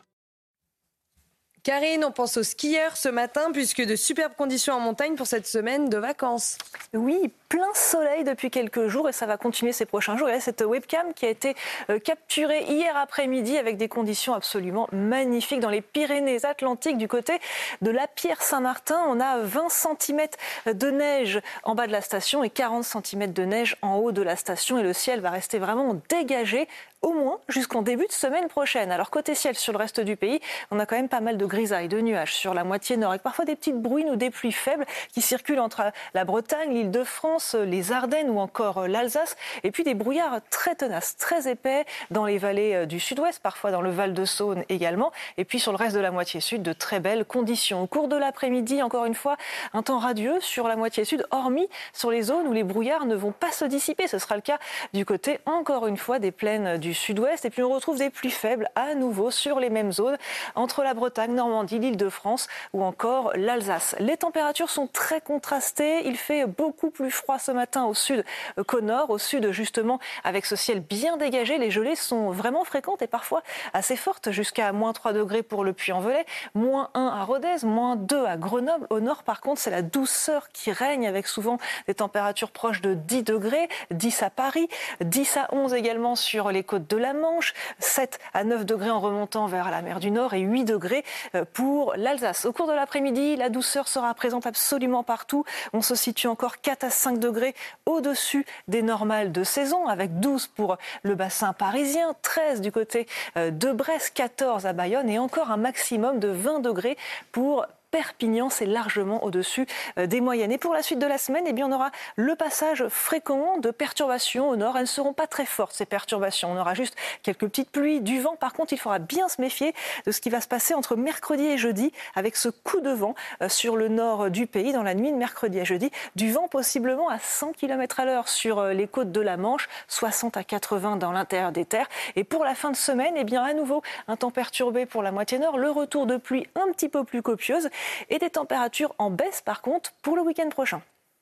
Karine, on pense aux skieurs ce matin puisque de superbes conditions en montagne pour cette semaine de vacances. Oui, plein soleil depuis quelques jours et ça va continuer ces prochains jours. Et là, cette webcam qui a été euh, capturée hier après-midi avec des conditions absolument magnifiques dans les Pyrénées-Atlantiques. Du côté de la Pierre-Saint-Martin, on a vingt centimètres de neige en bas de la station et quarante centimètres de neige en haut de la station. Et le ciel va rester vraiment dégagé, au moins jusqu'en début de semaine prochaine. Alors côté ciel sur le reste du pays, on a quand même pas mal de grisailles, de nuages sur la moitié nord avec parfois des petites bruines ou des pluies faibles qui circulent entre la Bretagne, l'Île-de-France, les Ardennes ou encore l'Alsace. Et puis des brouillards très tenaces, très épais dans les vallées du sud-ouest, parfois dans le Val-de-Saône également. Et puis sur le reste de la moitié sud, de très belles conditions. Au cours de l'après-midi, encore une fois, un temps radieux sur la moitié sud, hormis sur les zones où les brouillards ne vont pas se dissiper. Ce sera le cas du côté, encore une fois, des plaines du sud-ouest. Et puis on retrouve des pluies faibles à nouveau sur les mêmes zones entre la Bretagne, Normandie, l'Île-de-France ou encore l'Alsace. Les températures sont très contrastées. Il fait beaucoup plus froid ce matin au sud qu'au nord. Au sud, justement, avec ce ciel bien dégagé, les gelées sont vraiment fréquentes et parfois assez fortes, jusqu'à moins trois degrés pour le Puy-en-Velay, moins un à Rodez, moins deux à Grenoble. Au nord, par contre, c'est la douceur qui règne avec souvent des températures proches de dix degrés, dix à Paris, dix à onze également sur les côtes de la Manche, sept à neuf degrés en remontant vers la mer du Nord et huit degrés pour l'Alsace. Au cours de l'après-midi, la douceur sera présente absolument partout. On se situe encore quatre à cinq degrés au-dessus des normales de saison, avec douze pour le bassin parisien, treize du côté de Brest, quatorze à Bayonne et encore un maximum de vingt degrés pour Perpignan, c'est largement au-dessus des moyennes. Et pour la suite de la semaine, eh bien, on aura le passage fréquent de perturbations au nord. Elles ne seront pas très fortes, ces perturbations. On aura juste quelques petites pluies, du vent. Par contre, il faudra bien se méfier de ce qui va se passer entre mercredi et jeudi avec ce coup de vent sur le nord du pays dans la nuit de mercredi à jeudi. Du vent possiblement à cent kilomètres à l'heure sur les côtes de la Manche, soixante à quatre-vingts dans l'intérieur des terres. Et pour la fin de semaine, eh bien, à nouveau, un temps perturbé pour la moitié nord. Le retour de pluie un petit peu plus copieuse. Et des températures en baisse par contre pour le week-end prochain.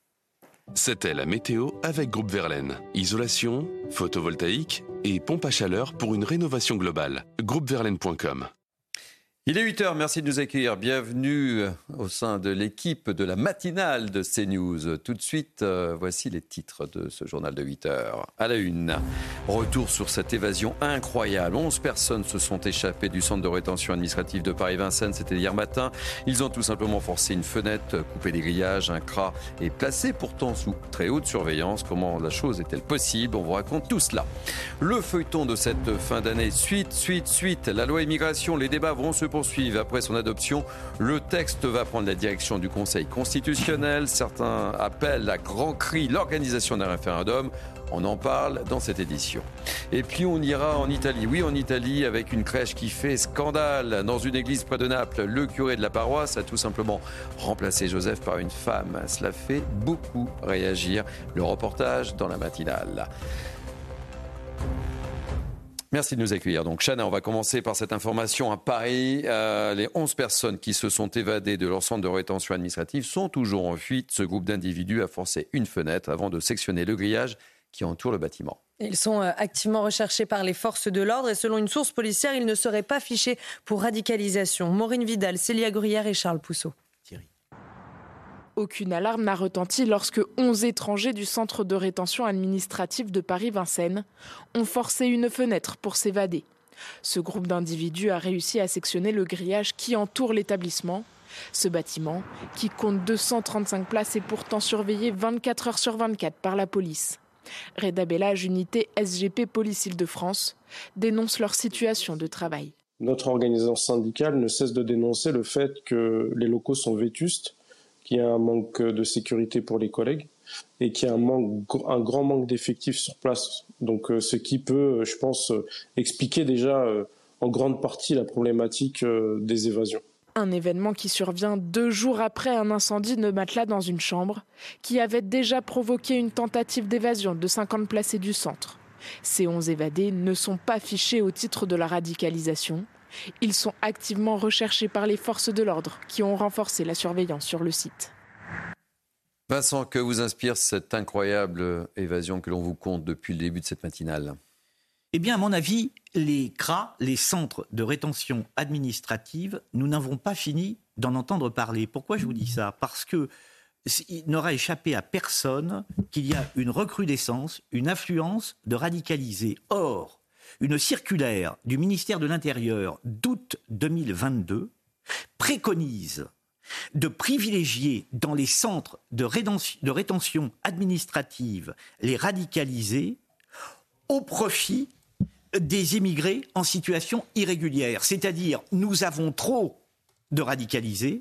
C'était la météo avec Groupe Verlaine. Isolation, photovoltaïque et pompe à chaleur pour une rénovation globale. groupe verlaine point com. Il est huit heures, merci de nous accueillir. Bienvenue au sein de l'équipe de la matinale de CNews. Tout de suite, euh, voici les titres de ce journal de huit heures. À la une, retour sur cette évasion incroyable. onze personnes se sont échappées du centre de rétention administrative de Paris-Vincennes. C'était hier matin. Ils ont tout simplement forcé une fenêtre, coupé des grillages, un cras et placé pourtant sous très haute surveillance. Comment la chose est-elle possible? On vous raconte tout cela. Le feuilleton de cette fin d'année, suite, suite, suite. La loi immigration, les débats vont se poursuivre. Après son adoption, le texte va prendre la direction du Conseil constitutionnel. Certains appellent à grands cris l'organisation d'un référendum. On en parle dans cette édition. Et puis on ira en Italie. Oui, en Italie, avec une crèche qui fait scandale. Dans une église près de Naples, le curé de la paroisse a tout simplement remplacé Joseph par une femme. Cela fait beaucoup réagir. Le reportage dans la matinale. Merci de nous accueillir. Donc, Chana, on va commencer par cette information à Paris. Euh, les onze personnes qui se sont évadées de leur centre de rétention administrative sont toujours en fuite. Ce groupe d'individus a forcé une fenêtre avant de sectionner le grillage qui entoure le bâtiment. Ils sont activement recherchés par les forces de l'ordre et selon une source policière, ils ne seraient pas fichés pour radicalisation. Maureen Vidal, Célia Gruyère et Charles Pousseau. Aucune alarme n'a retenti lorsque onze étrangers du centre de rétention administrative de Paris-Vincennes ont forcé une fenêtre pour s'évader. Ce groupe d'individus a réussi à sectionner le grillage qui entoure l'établissement. Ce bâtiment, qui compte deux cent trente-cinq places, est pourtant surveillé vingt-quatre heures sur vingt-quatre par la police. Reda Bellage, unité S G P Police Île-de-France, dénonce leur situation de travail. Notre organisation syndicale ne cesse de dénoncer le fait que les locaux sont vétustes, qu'il y a un manque de sécurité pour les collègues et qu'il y a un, manque, un grand manque d'effectifs sur place. Donc euh, ce qui peut, je pense, expliquer déjà euh, en grande partie la problématique euh, des évasions. Un événement qui survient deux jours après un incendie de matelas dans une chambre qui avait déjà provoqué une tentative d'évasion de cinquante placés du centre. Ces onze évadés ne sont pas fichés au titre de la radicalisation. Ils sont activement recherchés par les forces de l'ordre qui ont renforcé la surveillance sur le site. Vincent, que vous inspire cette incroyable évasion que l'on vous conte depuis le début de cette matinale ? Eh bien, à mon avis, les C R A, les centres de rétention administrative, nous n'avons pas fini d'en entendre parler. Pourquoi je vous dis ça ? Parce que il n'aura échappé à personne qu'il y a une recrudescence, une affluence de radicalisés. Or, une circulaire du ministère de l'Intérieur d'août deux mille vingt-deux préconise de privilégier dans les centres de rétention, de rétention administrative les radicalisés au profit des immigrés en situation irrégulière. C'est-à-dire, nous avons trop de radicalisés.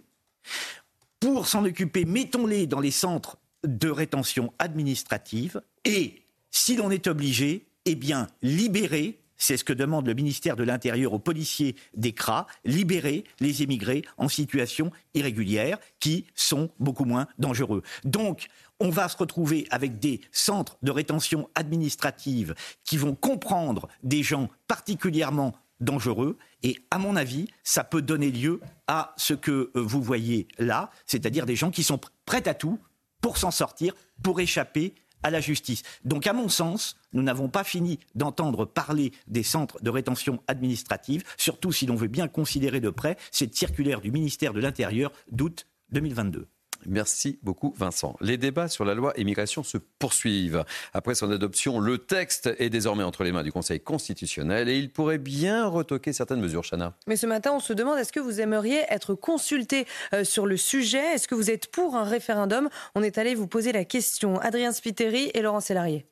Pour s'en occuper, mettons-les dans les centres de rétention administrative et, si l'on est obligé, eh bien, libérer, c'est ce que demande le ministère de l'Intérieur aux policiers des C R A, libérer les immigrés en situation irrégulière qui sont beaucoup moins dangereux. Donc, on va se retrouver avec des centres de rétention administrative qui vont comprendre des gens particulièrement dangereux et, à mon avis, ça peut donner lieu à ce que vous voyez là, c'est-à-dire des gens qui sont prêts à tout pour s'en sortir, pour échapper à la justice. Donc, à mon sens, nous n'avons pas fini d'entendre parler des centres de rétention administrative, surtout si l'on veut bien considérer de près cette circulaire du ministère de l'Intérieur d'août deux mille vingt-deux. Merci beaucoup Vincent. Les débats sur la loi immigration se poursuivent. Après son adoption, le texte est désormais entre les mains du Conseil constitutionnel et il pourrait bien retoquer certaines mesures, Chana. Mais ce matin, on se demande, est-ce que vous aimeriez être consulté euh, sur le sujet ? Est-ce que vous êtes pour un référendum ? On est allé vous poser la question. Adrien Spiteri et Laurent Sélarié.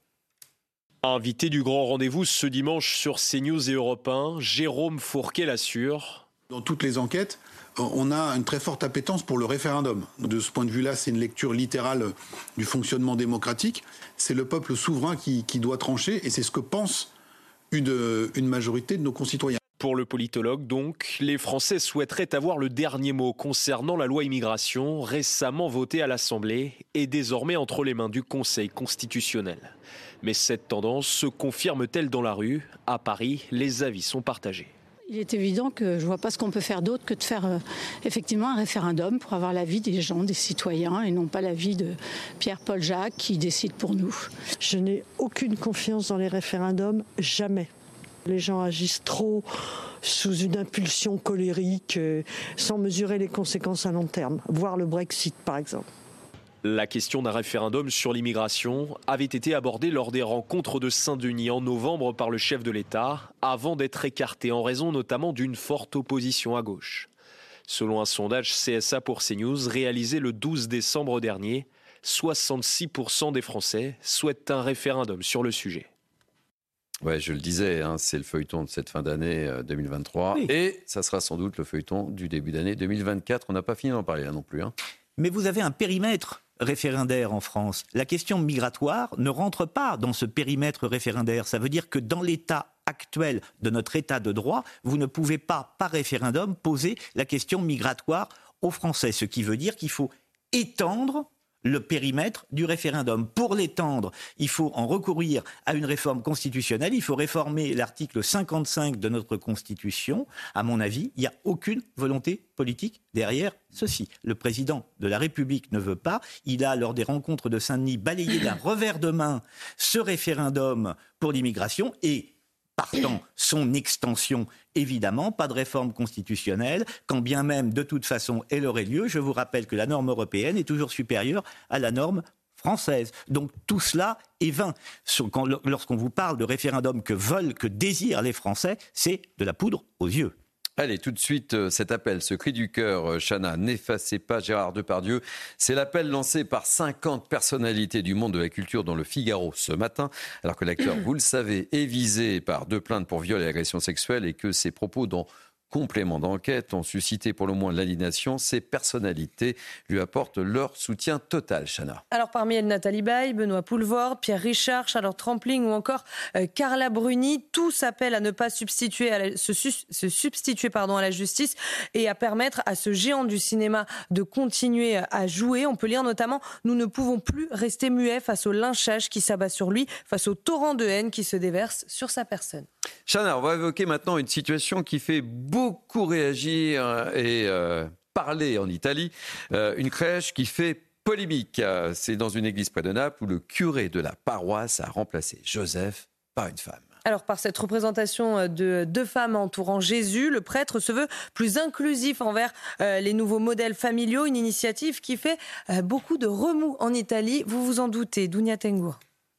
Invité du grand rendez-vous ce dimanche sur CNews et Europe un, Jérôme Fourquet l'assure. Dans toutes les enquêtes, on a une très forte appétence pour le référendum. De ce point de vue-là, c'est une lecture littérale du fonctionnement démocratique. C'est le peuple souverain qui, qui doit trancher et c'est ce que pense une, une majorité de nos concitoyens. Pour le politologue, donc, les Français souhaiteraient avoir le dernier mot concernant la loi immigration, récemment votée à l'Assemblée et désormais entre les mains du Conseil constitutionnel. Mais cette tendance se confirme-t-elle dans la rue ? À Paris, les avis sont partagés. Il est évident que je ne vois pas ce qu'on peut faire d'autre que de faire euh, effectivement un référendum pour avoir l'avis des gens, des citoyens, et non pas l'avis de Pierre-Paul Jacques qui décide pour nous. Je n'ai aucune confiance dans les référendums, jamais. Les gens agissent trop sous une impulsion colérique, euh, sans mesurer les conséquences à long terme, voire le Brexit par exemple. La question d'un référendum sur l'immigration avait été abordée lors des rencontres de Saint-Denis en novembre par le chef de l'État, avant d'être écartée en raison notamment d'une forte opposition à gauche. Selon un sondage C S A pour CNews réalisé le douze décembre dernier, soixante-six pour cent des Français souhaitent un référendum sur le sujet. Ouais, je le disais, hein, c'est le feuilleton de cette fin d'année deux mille vingt-trois oui. Et ça sera sans doute le feuilleton du début d'année deux mille vingt-quatre. On n'a pas fini d'en parler là non plus. Hein. Mais vous avez un périmètre référendaire en France. La question migratoire ne rentre pas dans ce périmètre référendaire. Ça veut dire que dans l'état actuel de notre état de droit, vous ne pouvez pas, par référendum, poser la question migratoire aux Français. Ce qui veut dire qu'il faut étendre le périmètre du référendum. Pour l'étendre, il faut en recourir à une réforme constitutionnelle. Il faut réformer l'article cinquante-cinq de notre Constitution. À mon avis, il n'y a aucune volonté politique derrière ceci. Le président de la République ne veut pas. Il a, lors des rencontres de Saint-Denis, balayé d'un revers de main ce référendum pour l'immigration et partant son extension, évidemment, pas de réforme constitutionnelle, quand bien même, de toute façon, elle aurait lieu. Je vous rappelle que la norme européenne est toujours supérieure à la norme française. Donc tout cela est vain. Lorsqu'on vous parle de référendum que veulent, que désirent les Français, c'est de la poudre aux yeux. Allez, tout de suite, cet appel, ce cri du cœur, Chana, n'effacez pas Gérard Depardieu. C'est l'appel lancé par cinquante personnalités du monde de la culture dans le Figaro ce matin, alors que l'acteur, vous le savez, est visé par deux plaintes pour viol et agression sexuelle et que ses propos dans compléments d'enquête ont suscité pour le moins l'indignation. Ces personnalités lui apportent leur soutien total, Chana. Alors parmi elles, Nathalie Baye, Benoît Poulvord, Pierre Richard, Charlotte Trampling ou encore euh, Carla Bruni. Tous appellent à ne pas substituer à la, se, se substituer pardon, à la justice et à permettre à ce géant du cinéma de continuer à jouer. On peut lire notamment « Nous ne pouvons plus rester muets face au lynchage qui s'abat sur lui, face au torrent de haine qui se déverse sur sa personne ». Chana, on va évoquer maintenant une situation qui fait beaucoup réagir et euh, parler en Italie. Euh, une crèche qui fait polémique. C'est dans une église près de Naples où le curé de la paroisse a remplacé Joseph par une femme. Alors, par cette représentation de deux femmes entourant Jésus, le prêtre se veut plus inclusif envers euh, les nouveaux modèles familiaux, une initiative qui fait euh, beaucoup de remous en Italie. Vous vous en doutez, Dounia Tengour.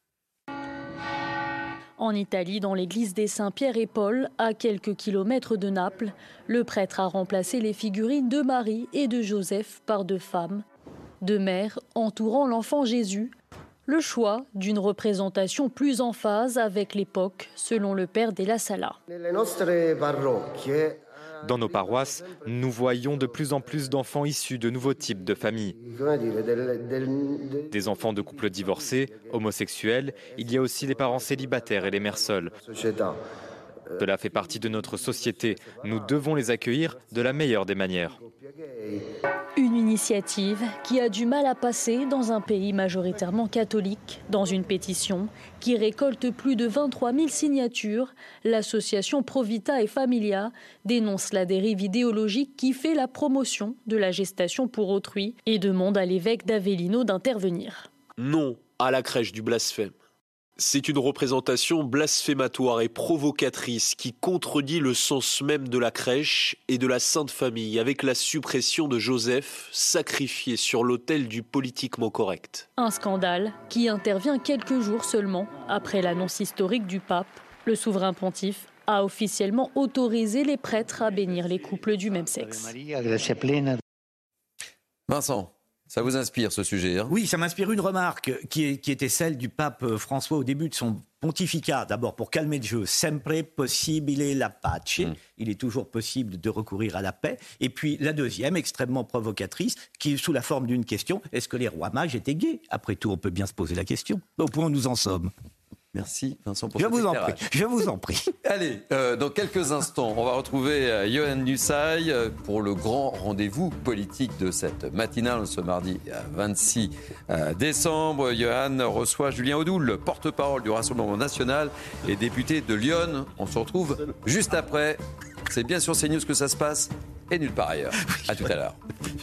En Italie, dans l'église des Saint-Pierre et Paul, à quelques kilomètres de Naples, le prêtre a remplacé les figurines de Marie et de Joseph par deux femmes, deux mères entourant l'enfant Jésus. Le choix d'une représentation plus en phase avec l'époque, selon le père Della Sala. Dans nos paroisses, nous voyons de plus en plus d'enfants issus de nouveaux types de familles. Des enfants de couples divorcés, homosexuels, il y a aussi les parents célibataires et les mères seules. Cela fait partie de notre société. Nous devons les accueillir de la meilleure des manières. Une initiative qui a du mal à passer dans un pays majoritairement catholique. Dans une pétition qui récolte plus de vingt-trois mille signatures, l'association Provita et Familia dénonce la dérive idéologique qui fait la promotion de la gestation pour autrui et demande à l'évêque d'Avellino d'intervenir. Non à la crèche du blasphème. C'est une représentation blasphématoire et provocatrice qui contredit le sens même de la crèche et de la Sainte Famille avec la suppression de Joseph, sacrifié sur l'autel du politiquement correct. Un scandale qui intervient quelques jours seulement après l'annonce historique du pape. Le souverain pontife a officiellement autorisé les prêtres à bénir les couples du même sexe. Vincent, ça vous inspire ce sujet hein? Oui, ça m'inspire une remarque qui, est, qui était celle du pape François au début de son pontificat. D'abord, pour calmer le jeu, sempre possibile la pace. Mm. Il est toujours possible de recourir à la paix. Et puis la deuxième, extrêmement provocatrice, qui est sous la forme d'une question. Est-ce que les rois mages étaient gays? Après tout, on peut bien se poser la question. Au point où nous en sommes. Merci Vincent pour je cet vous éclairage. en prie, je vous en prie. Allez, euh, dans quelques instants, on va retrouver euh, Yohann Nussay euh, pour le grand rendez-vous politique de cette matinale ce mardi vingt-six décembre. Yohann reçoit Julien Audoul, porte-parole du Rassemblement national et député de Lyon. On se retrouve juste après. C'est bien sur CNews que ça se passe et nulle part ailleurs. À tout à l'heure.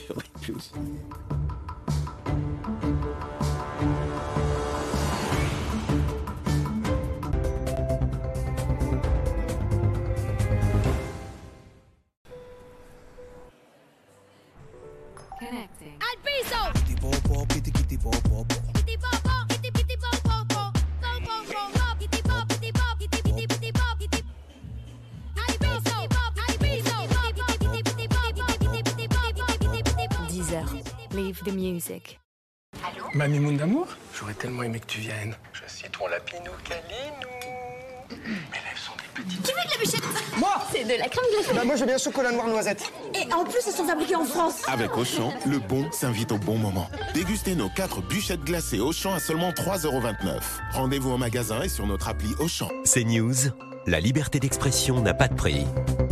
Leave the music. Allô? Ma mimoune d'amour? J'aurais tellement aimé que tu viennes. Je suis ton lapinou calinou. Mes lèvres sont des petites. Qui veut de la bûchette? Moi? C'est de la crème glacée. Bah moi j'ai bien chocolat noir noisette. Et en plus, elles sont fabriquées en France. Avec Auchan, le bon s'invite au bon moment. Dégustez nos quatre bûchettes glacées Auchan à seulement trois euros vingt-neuf. Rendez-vous en magasin et sur notre appli Auchan. CNews, la liberté d'expression n'a pas de prix.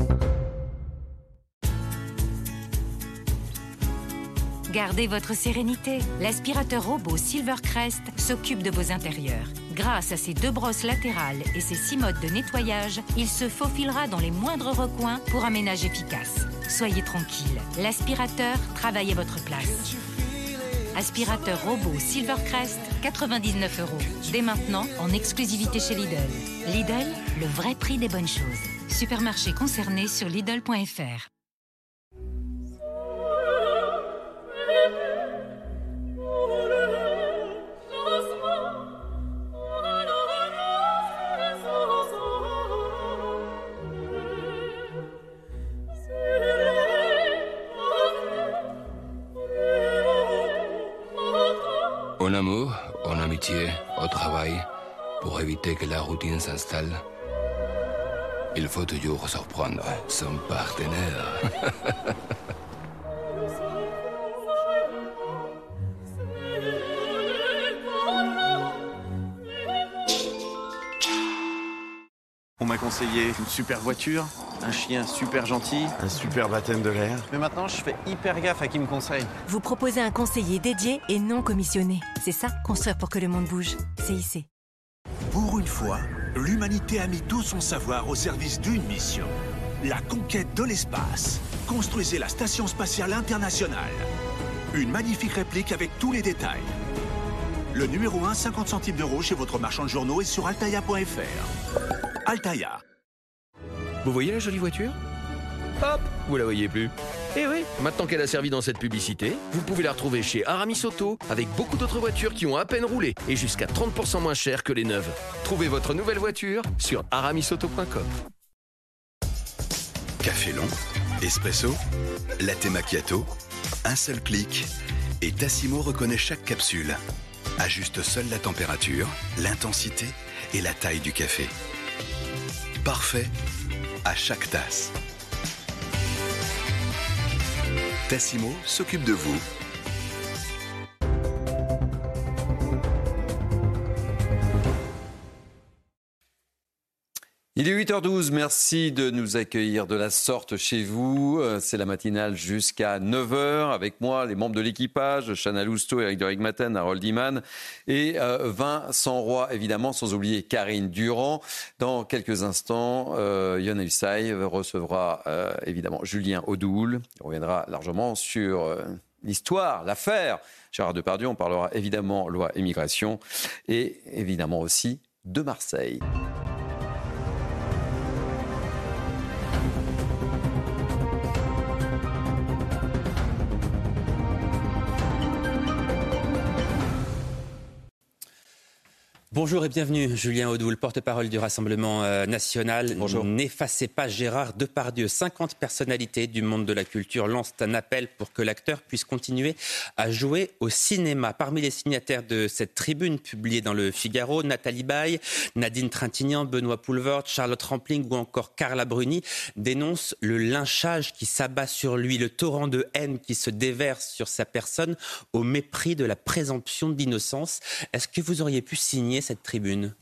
Gardez votre sérénité. L'aspirateur robot Silvercrest s'occupe de vos intérieurs. Grâce à ses deux brosses latérales et ses six modes de nettoyage, il se faufilera dans les moindres recoins pour un ménage efficace. Soyez tranquille, l'aspirateur travaille à votre place. Aspirateur robot Silvercrest, quatre-vingt-dix-neuf euros. Dès maintenant, en exclusivité chez Lidl. Lidl, le vrai prix des bonnes choses. Supermarché concerné sur Lidl point F R. En amour, en amitié, au travail, pour éviter que la routine s'installe. Il faut toujours surprendre son partenaire. On m'a conseillé une super voiture, un chien super gentil, un super baptême de l'air. Mais maintenant, je fais hyper gaffe à qui me conseille. Vous proposez un conseiller dédié et non commissionné. C'est ça, construire pour que le monde bouge. C I C. Pour une fois, l'humanité a mis tout son savoir au service d'une mission. La conquête de l'espace. Construisez la Station Spatiale Internationale. Une magnifique réplique avec tous les détails. Le numéro un, cinquante centimes d'euros chez votre marchand de journaux et sur altaïa point f r. Altaïa. Vous voyez la jolie voiture? Hop, vous la voyez plus. Eh oui, maintenant qu'elle a servi dans cette publicité, vous pouvez la retrouver chez Aramis Auto avec beaucoup d'autres voitures qui ont à peine roulé et jusqu'à trente pour cent moins cher que les neuves. Trouvez votre nouvelle voiture sur aramis auto point com. Café long, espresso, latte macchiato, un seul clic et Tassimo reconnaît chaque capsule. Ajuste seule la température, l'intensité et la taille du café. Parfait à chaque tasse. Tassimo s'occupe de vous. Il est huit heures douze, merci de nous accueillir de la sorte chez vous. C'est la matinale jusqu'à neuf heures. Avec moi, les membres de l'équipage, Chana Lousteau, Éric de Rijmaten, Harold Iman et euh, Vincent Roy, évidemment, sans oublier Karine Durand. Dans quelques instants, euh, Yohann Usaï recevra euh, évidemment Julien Audoul. Il reviendra largement sur euh, l'histoire, l'affaire Gérard Depardieu. On parlera évidemment loi immigration et évidemment aussi de Marseille. Bonjour et bienvenue, Julien Audoul, porte-parole du Rassemblement national. Bonjour. N'effacez pas Gérard Depardieu. cinquante personnalités du monde de la culture lancent un appel pour que l'acteur puisse continuer à jouer au cinéma. Parmi les signataires de cette tribune publiée dans le Figaro, Nathalie Baye, Nadine Trintignant, Benoît Poelvoort, Charlotte Rampling ou encore Carla Bruni dénoncent le lynchage qui s'abat sur lui, le torrent de haine qui se déverse sur sa personne au mépris de la présomption d'innocence. Est-ce que vous auriez pu signer cette tribune?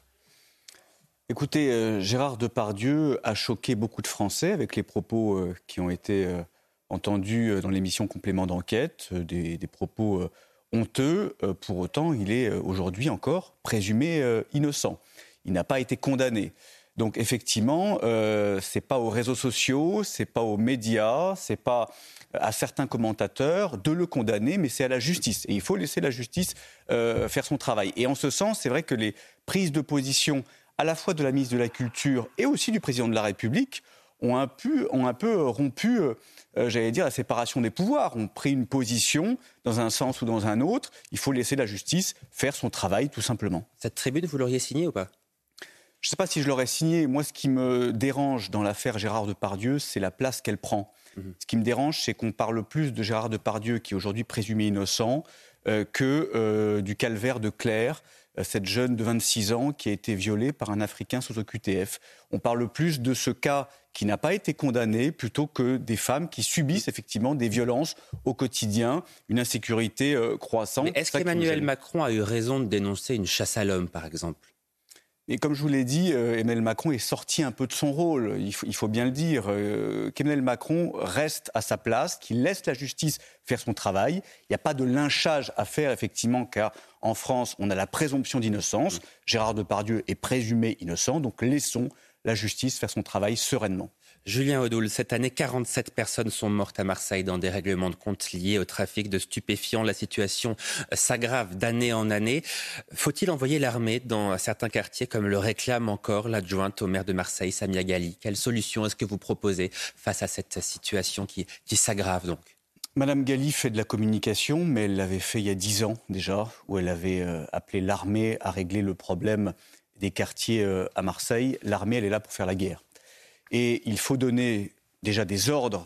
Écoutez, euh, Gérard Depardieu a choqué beaucoup de Français avec les propos euh, qui ont été euh, entendus euh, dans l'émission Complément d'enquête, euh, des, des propos euh, honteux. Euh, pour autant, il est euh, aujourd'hui encore présumé euh, innocent. Il n'a pas été condamné. Donc effectivement, euh, c'est pas aux réseaux sociaux, c'est pas aux médias, c'est pas à certains commentateurs de le condamner, mais c'est à la justice. Et il faut laisser la justice euh, faire son travail. Et en ce sens, c'est vrai que les prises de position à la fois de la ministre de la Culture et aussi du président de la République ont un peu, ont un peu rompu, euh, j'allais dire, la séparation des pouvoirs, ont pris une position dans un sens ou dans un autre. Il faut laisser la justice faire son travail, tout simplement. Cette tribune, vous l'auriez signée ou pas ? Je ne sais pas si je l'aurais signée. Moi, ce qui me dérange dans l'affaire Gérard Depardieu, c'est la place qu'elle prend. Mmh. Ce qui me dérange, c'est qu'on parle plus de Gérard Depardieu, qui est aujourd'hui présumé innocent, euh, que euh, du calvaire de Claire, euh, cette jeune de vingt-six ans qui a été violée par un Africain sous O Q T F. On parle plus de ce cas qui n'a pas été condamné, plutôt que des femmes qui subissent effectivement des violences au quotidien, une insécurité euh, croissante. Mais est-ce qu'Emmanuel Macron a eu raison de dénoncer une chasse à l'homme, par exemple ? Et comme je vous l'ai dit, euh, Emmanuel Macron est sorti un peu de son rôle, il faut, il faut bien le dire, euh, qu'Emmanuel Macron reste à sa place, qu'il laisse la justice faire son travail. Il n'y a pas de lynchage à faire, effectivement, car en France, on a la présomption d'innocence. Gérard Depardieu est présumé innocent, donc laissons la justice faire son travail sereinement. Julien Audoul, cette année, quarante-sept personnes sont mortes à Marseille dans des règlements de compte liés au trafic de stupéfiants. La situation s'aggrave d'année en année. Faut-il envoyer l'armée dans certains quartiers, comme le réclame encore l'adjointe au maire de Marseille, Samia Ghali? Quelle solution est-ce que vous proposez face à cette situation qui, qui s'aggrave donc? Madame Ghali fait de la communication, mais elle l'avait fait il y a dix ans déjà, où elle avait euh, appelé l'armée à régler le problème des quartiers euh, à Marseille. L'armée, elle est là pour faire la guerre. Et il faut donner déjà des ordres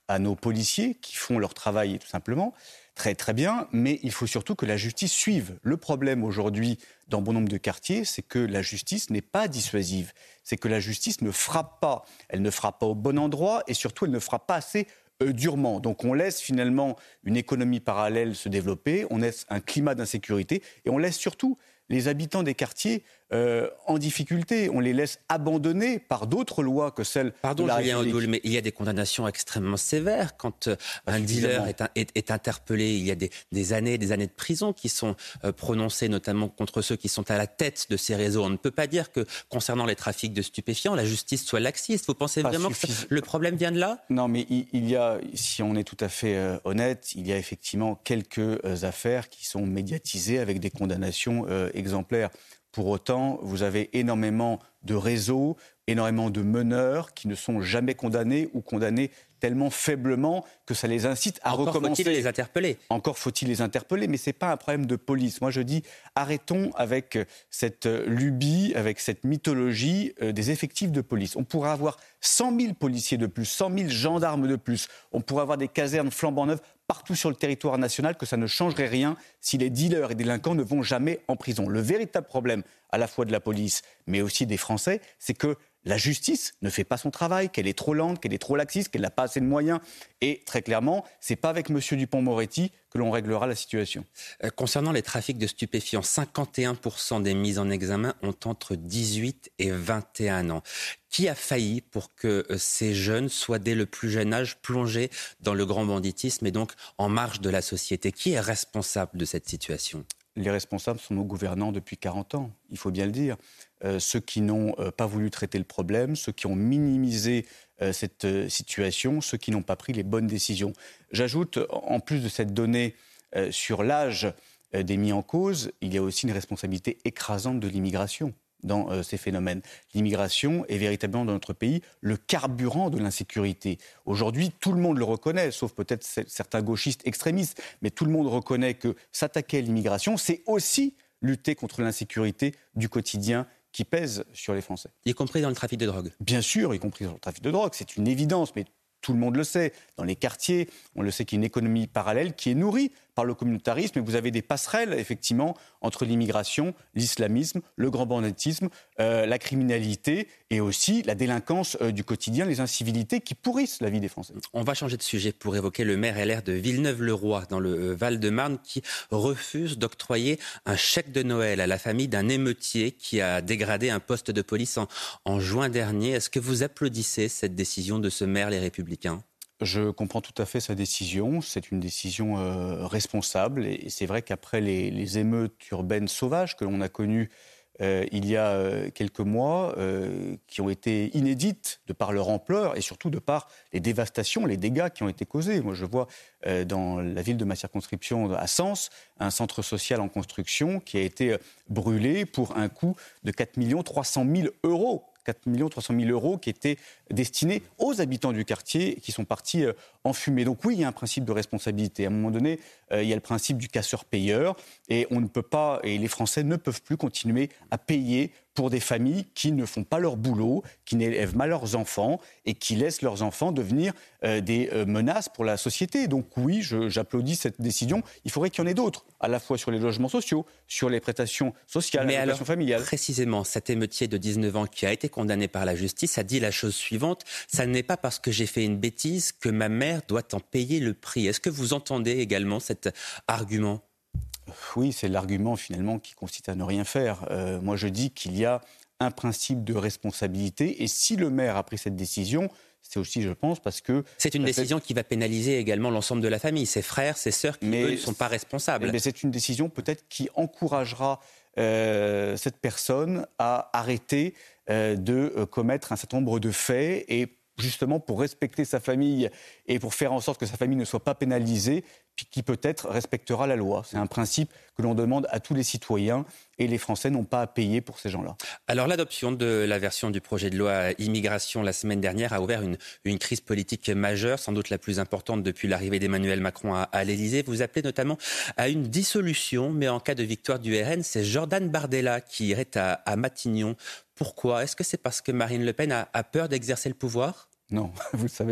à nos policiers qui font leur travail tout simplement. Très très bien, mais il faut surtout que la justice suive. Le problème aujourd'hui dans bon nombre de quartiers, c'est que la justice n'est pas dissuasive. C'est que la justice ne frappe pas. Elle ne frappe pas au bon endroit et surtout elle ne frappe pas assez euh, durement. Donc on laisse finalement une économie parallèle se développer, on laisse un climat d'insécurité et on laisse surtout les habitants des quartiers euh, en difficulté. On les laisse abandonnés par d'autres lois que celles Pardon, de la Julien République. Audoul, mais il y a des condamnations extrêmement sévères quand euh, un dealer est, un, est, est interpellé. Il y a des, des années et des années de prison qui sont euh, prononcées, notamment contre ceux qui sont à la tête de ces réseaux. On ne peut pas dire que, concernant les trafics de stupéfiants, la justice soit laxiste. Vous pensez Pas vraiment suffis... que le problème vient de là ? Non, mais il, il y a, si on est tout à fait euh, honnête, il y a effectivement quelques euh, affaires qui sont médiatisées avec des condamnations euh, exemplaires. Pour autant, vous avez énormément de réseaux, énormément de meneurs qui ne sont jamais condamnés ou condamnés tellement faiblement que ça les incite à Encore recommencer. faut-il les interpeller. Encore faut-il les interpeller, mais ce n'est pas un problème de police. Moi, je dis, arrêtons avec cette lubie, avec cette mythologie euh, des effectifs de police. On pourrait avoir cent mille policiers de plus, cent mille gendarmes de plus. On pourrait avoir des casernes flambant neuves partout sur le territoire national, que ça ne changerait rien si les dealers et délinquants ne vont jamais en prison. Le véritable problème, à la fois de la police, mais aussi des Français, c'est que la justice ne fait pas son travail, qu'elle est trop lente, qu'elle est trop laxiste, qu'elle n'a pas assez de moyens. Et très clairement, ce n'est pas avec M. Dupond-Moretti que l'on réglera la situation. Euh, concernant les trafics de stupéfiants, cinquante et un pour cent des mises en examen ont entre dix-huit et vingt et un ans. Qui a failli pour que euh, ces jeunes soient dès le plus jeune âge plongés dans le grand banditisme et donc en marge de la société ? Qui est responsable de cette situation ? Les responsables sont nos gouvernants depuis quarante ans, il faut bien le dire. Euh, ceux qui n'ont euh, pas voulu traiter le problème, ceux qui ont minimisé euh, cette euh, situation, ceux qui n'ont pas pris les bonnes décisions. J'ajoute, en plus de cette donnée euh, sur l'âge euh, des mis en cause, il y a aussi une responsabilité écrasante de l'immigration dans euh, ces phénomènes. L'immigration est véritablement dans notre pays le carburant de l'insécurité. Aujourd'hui, tout le monde le reconnaît, sauf peut-être certains gauchistes extrémistes, mais tout le monde reconnaît que s'attaquer à l'immigration, c'est aussi lutter contre l'insécurité du quotidien qui pèse sur les Français. Y compris dans le trafic de drogue ? Bien sûr, y compris dans le trafic de drogue, c'est une évidence, mais tout le monde le sait. Dans les quartiers, on le sait qu'il y a une économie parallèle qui est nourrie par le communautarisme, et vous avez des passerelles, effectivement, entre l'immigration, l'islamisme, le grand banditisme, euh, la criminalité et aussi la délinquance euh, du quotidien, les incivilités qui pourrissent la vie des Français. On va changer de sujet pour évoquer le maire L R de Villeneuve-le-Roi, dans le Val-de-Marne, qui refuse d'octroyer un chèque de Noël à la famille d'un émeutier qui a dégradé un poste de police en, en juin dernier. Est-ce que vous applaudissez cette décision de ce maire Les Républicains ? Je comprends tout à fait sa décision. C'est une décision euh, responsable. Et c'est vrai qu'après les, les émeutes urbaines sauvages que l'on a connues euh, il y a euh, quelques mois, euh, qui ont été inédites de par leur ampleur et surtout de par les dévastations, les dégâts qui ont été causés. Moi, je vois euh, dans la ville de ma circonscription à Sens, un centre social en construction qui a été brûlé pour un coût de quatre millions trois cent mille euros. quatre millions trois cent mille euros qui étaient destinés aux habitants du quartier qui sont partis euh, en fumée. Donc oui, il y a un principe de responsabilité. À un moment donné, euh, il y a le principe du casseur-payeur et on ne peut pas, et les Français ne peuvent plus continuer à payer pour des familles qui ne font pas leur boulot, qui n'élèvent mal leurs enfants et qui laissent leurs enfants devenir euh, des euh, menaces pour la société. Donc oui, je, j'applaudis cette décision. Il faudrait qu'il y en ait d'autres, à la fois sur les logements sociaux, sur les prestations sociales, Mais les prestations alors, familiales. Précisément, cet émeutier de dix-neuf ans qui a été condamné par la justice a dit la chose suivante: ça n'est pas parce que j'ai fait une bêtise que ma mère doit en payer le prix. Est-ce que vous entendez également cet argument ? Oui, c'est l'argument finalement qui consiste à ne rien faire. Euh, moi, je dis qu'il y a un principe de responsabilité et si le maire a pris cette décision, c'est aussi, je pense, parce que... C'est une décision fait... qui va pénaliser également l'ensemble de la famille, ses frères, ses sœurs, qui mais, eux, ne sont pas responsables. Mais c'est une décision peut-être qui encouragera euh, cette personne à arrêter euh, de euh, commettre un certain nombre de faits et justement pour respecter sa famille et pour faire en sorte que sa famille ne soit pas pénalisée, puis qui peut-être respectera la loi. C'est un principe que l'on demande à tous les citoyens et les Français n'ont pas à payer pour ces gens-là. Alors l'adoption de la version du projet de loi immigration la semaine dernière a ouvert une, une crise politique majeure, sans doute la plus importante depuis l'arrivée d'Emmanuel Macron à, à l'Élysée. Vous appelez notamment à une dissolution, mais en cas de victoire du R N, c'est Jordan Bardella qui irait à, à Matignon. Pourquoi ? Est-ce que c'est parce que Marine Le Pen a, a peur d'exercer le pouvoir ? Non, vous le savez,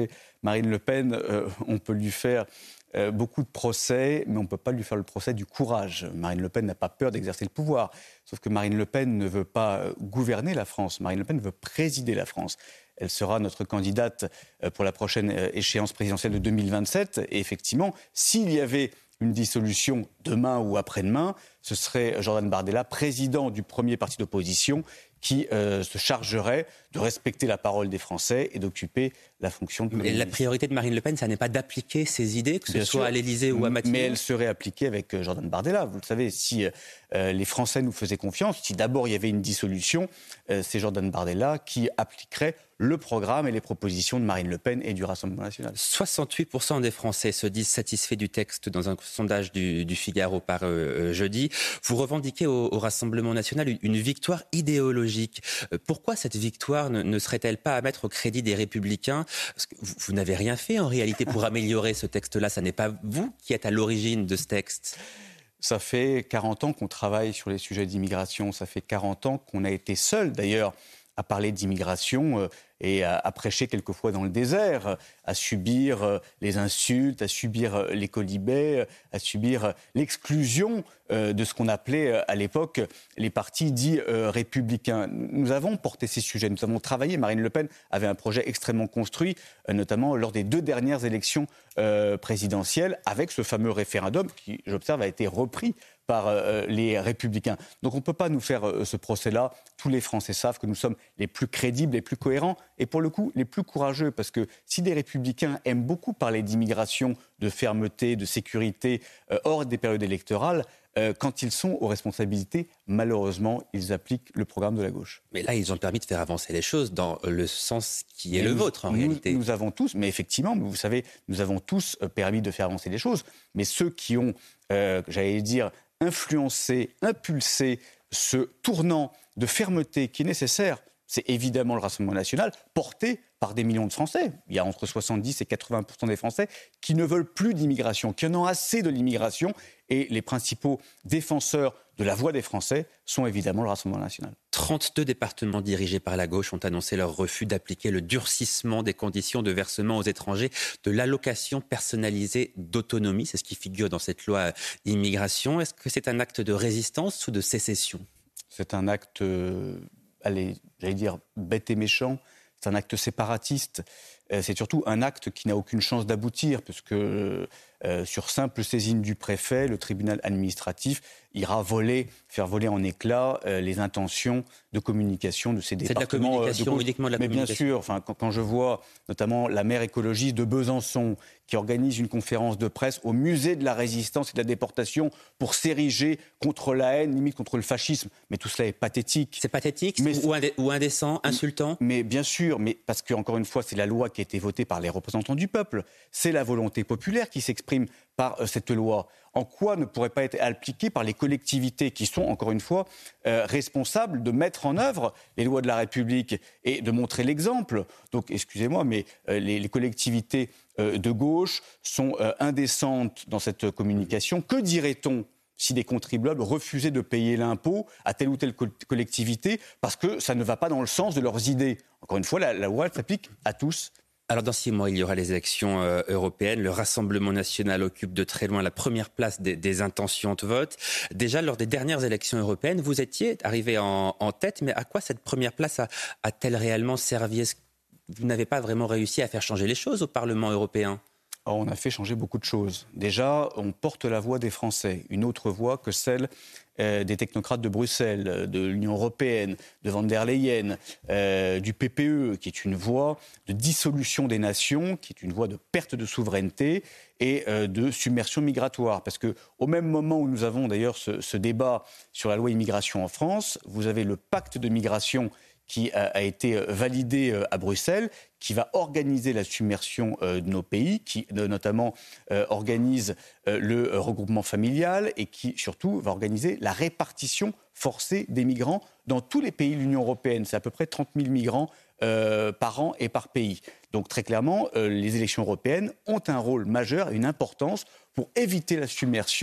Marine Le Pen, euh, on peut lui faire euh, beaucoup de procès, mais on ne peut pas lui faire le procès du courage. Marine Le Pen n'a pas peur d'exercer le pouvoir. Sauf que Marine Le Pen ne veut pas gouverner la France. Marine Le Pen veut présider la France. Elle sera notre candidate pour la prochaine échéance présidentielle de deux mille vingt-sept. Et effectivement, s'il y avait une dissolution demain ou après-demain, ce serait Jordan Bardella, président du premier parti d'opposition, qui euh, se chargerait de respecter la parole des Français et d'occuper la fonction de Premier ministre. La priorité de Marine Le Pen, ça n'est pas d'appliquer ses idées, que ce Bien soit sûr, à l'Élysée ou à Matignon. Mais elle serait appliquée avec Jordan Bardella. Vous le savez, si euh, les Français nous faisaient confiance, si d'abord il y avait une dissolution, euh, c'est Jordan Bardella qui appliquerait le programme et les propositions de Marine Le Pen et du Rassemblement national. soixante-huit pour cent des Français se disent satisfaits du texte dans un sondage du, du Figaro par euh, jeudi. Vous revendiquez au, au Rassemblement national une, une victoire idéologique. Euh, pourquoi cette victoire ne, ne serait-elle pas à mettre au crédit des Républicains ? Parce que vous, vous n'avez rien fait en réalité pour améliorer ce texte-là. Ça n'est pas vous qui êtes à l'origine de ce texte. Ça fait quarante ans qu'on travaille sur les sujets d'immigration. Ça fait quarante ans qu'on a été seul, d'ailleurs, à parler d'immigration euh, et à, à prêcher quelquefois dans le désert, euh, à subir euh, les insultes, à subir euh, les colibets, euh, à subir euh, l'exclusion euh, de ce qu'on appelait euh, à l'époque les partis dits euh, républicains. Nous avons porté ces sujets, nous avons travaillé. Marine Le Pen avait un projet extrêmement construit, euh, notamment lors des deux dernières élections euh, présidentielles, avec ce fameux référendum qui, j'observe, a été repris par euh, les Républicains. Donc on ne peut pas nous faire euh, ce procès-là. Tous les Français savent que nous sommes les plus crédibles, les plus cohérents et pour le coup les plus courageux. Parce que si des Républicains aiment beaucoup parler d'immigration, de fermeté, de sécurité euh, hors des périodes électorales, euh, quand ils sont aux responsabilités, malheureusement, ils appliquent le programme de la gauche. Mais là, ils ont permis de faire avancer les choses dans le sens qui est mais le nous, vôtre en nous, réalité. Nous avons tous, mais effectivement, vous savez, nous avons tous permis de faire avancer les choses. Mais ceux qui ont, euh, j'allais dire, influencer, impulser ce tournant de fermeté qui est nécessaire, c'est évidemment le Rassemblement national, porté par des millions de Français. Il y a entre soixante-dix et quatre-vingts pour cent des Français qui ne veulent plus d'immigration, qui en ont assez de l'immigration. Et les principaux défenseurs de la voix des Français sont évidemment le Rassemblement national. trente-deux départements dirigés par la gauche ont annoncé leur refus d'appliquer le durcissement des conditions de versement aux étrangers de l'allocation personnalisée d'autonomie. C'est ce qui figure dans cette loi immigration. Est-ce que c'est un acte de résistance ou de sécession ? C'est un acte, euh, allez, j'allais dire, bête et méchant. C'est un acte séparatiste. Euh, c'est surtout un acte qui n'a aucune chance d'aboutir, puisque euh, sur simple saisine du préfet, le tribunal administratif ira voler, faire voler en éclats euh, les intentions de communication de ces départements. C'est de la communication, de uniquement de la Mais communication. bien sûr, enfin, quand, quand je vois notamment la maire écologiste de Besançon qui organise une conférence de presse au musée de la résistance et de la déportation pour s'ériger contre la haine, limite contre le fascisme. Mais tout cela est pathétique. C'est pathétique mais ou, indé- ou indécent, insultant ? Mais bien sûr, mais parce que encore une fois, c'est la loi qui a été votée par les représentants du peuple. C'est la volonté populaire qui s'exprime par euh, cette loi. En quoi ne pourrait pas être appliquée par les collectivités qui sont, encore une fois, euh, responsables de mettre en œuvre les lois de la République et de montrer l'exemple. Donc, excusez-moi, mais euh, les, les collectivités euh, de gauche sont euh, indécentes dans cette communication. Que dirait-on si des contribuables refusaient de payer l'impôt à telle ou telle co- collectivité parce que ça ne va pas dans le sens de leurs idées ? Encore une fois, la, la loi elle s'applique à tous. Alors dans six mois, il y aura les élections euh, européennes. Le Rassemblement national occupe de très loin la première place des, des intentions de vote. Déjà, lors des dernières élections européennes, vous étiez arrivé en, en tête, mais à quoi cette première place a, a-t-elle réellement servi ? Est-ce que vous n'avez pas vraiment réussi à faire changer les choses au Parlement européen ? Alors, on a fait changer beaucoup de choses. Déjà, on porte la voix des Français, une autre voix que celle euh, des technocrates de Bruxelles, de l'Union européenne, de Van der Leyen, euh, du P P E, qui est une voix de dissolution des nations, qui est une voix de perte de souveraineté et euh, de submersion migratoire. Parce qu'au même moment où nous avons d'ailleurs ce, ce débat sur la loi immigration en France, vous avez le pacte de migration qui a, a été validé euh, à Bruxelles, qui va organiser la submersion euh, de nos pays, qui euh, notamment euh, organise euh, le euh, regroupement familial et qui surtout va organiser la répartition forcée des migrants dans tous les pays de l'Union européenne. C'est à peu près trente mille migrants euh, par an et par pays. Donc très clairement, euh, les élections européennes ont un rôle majeur et une importance pour éviter la submersion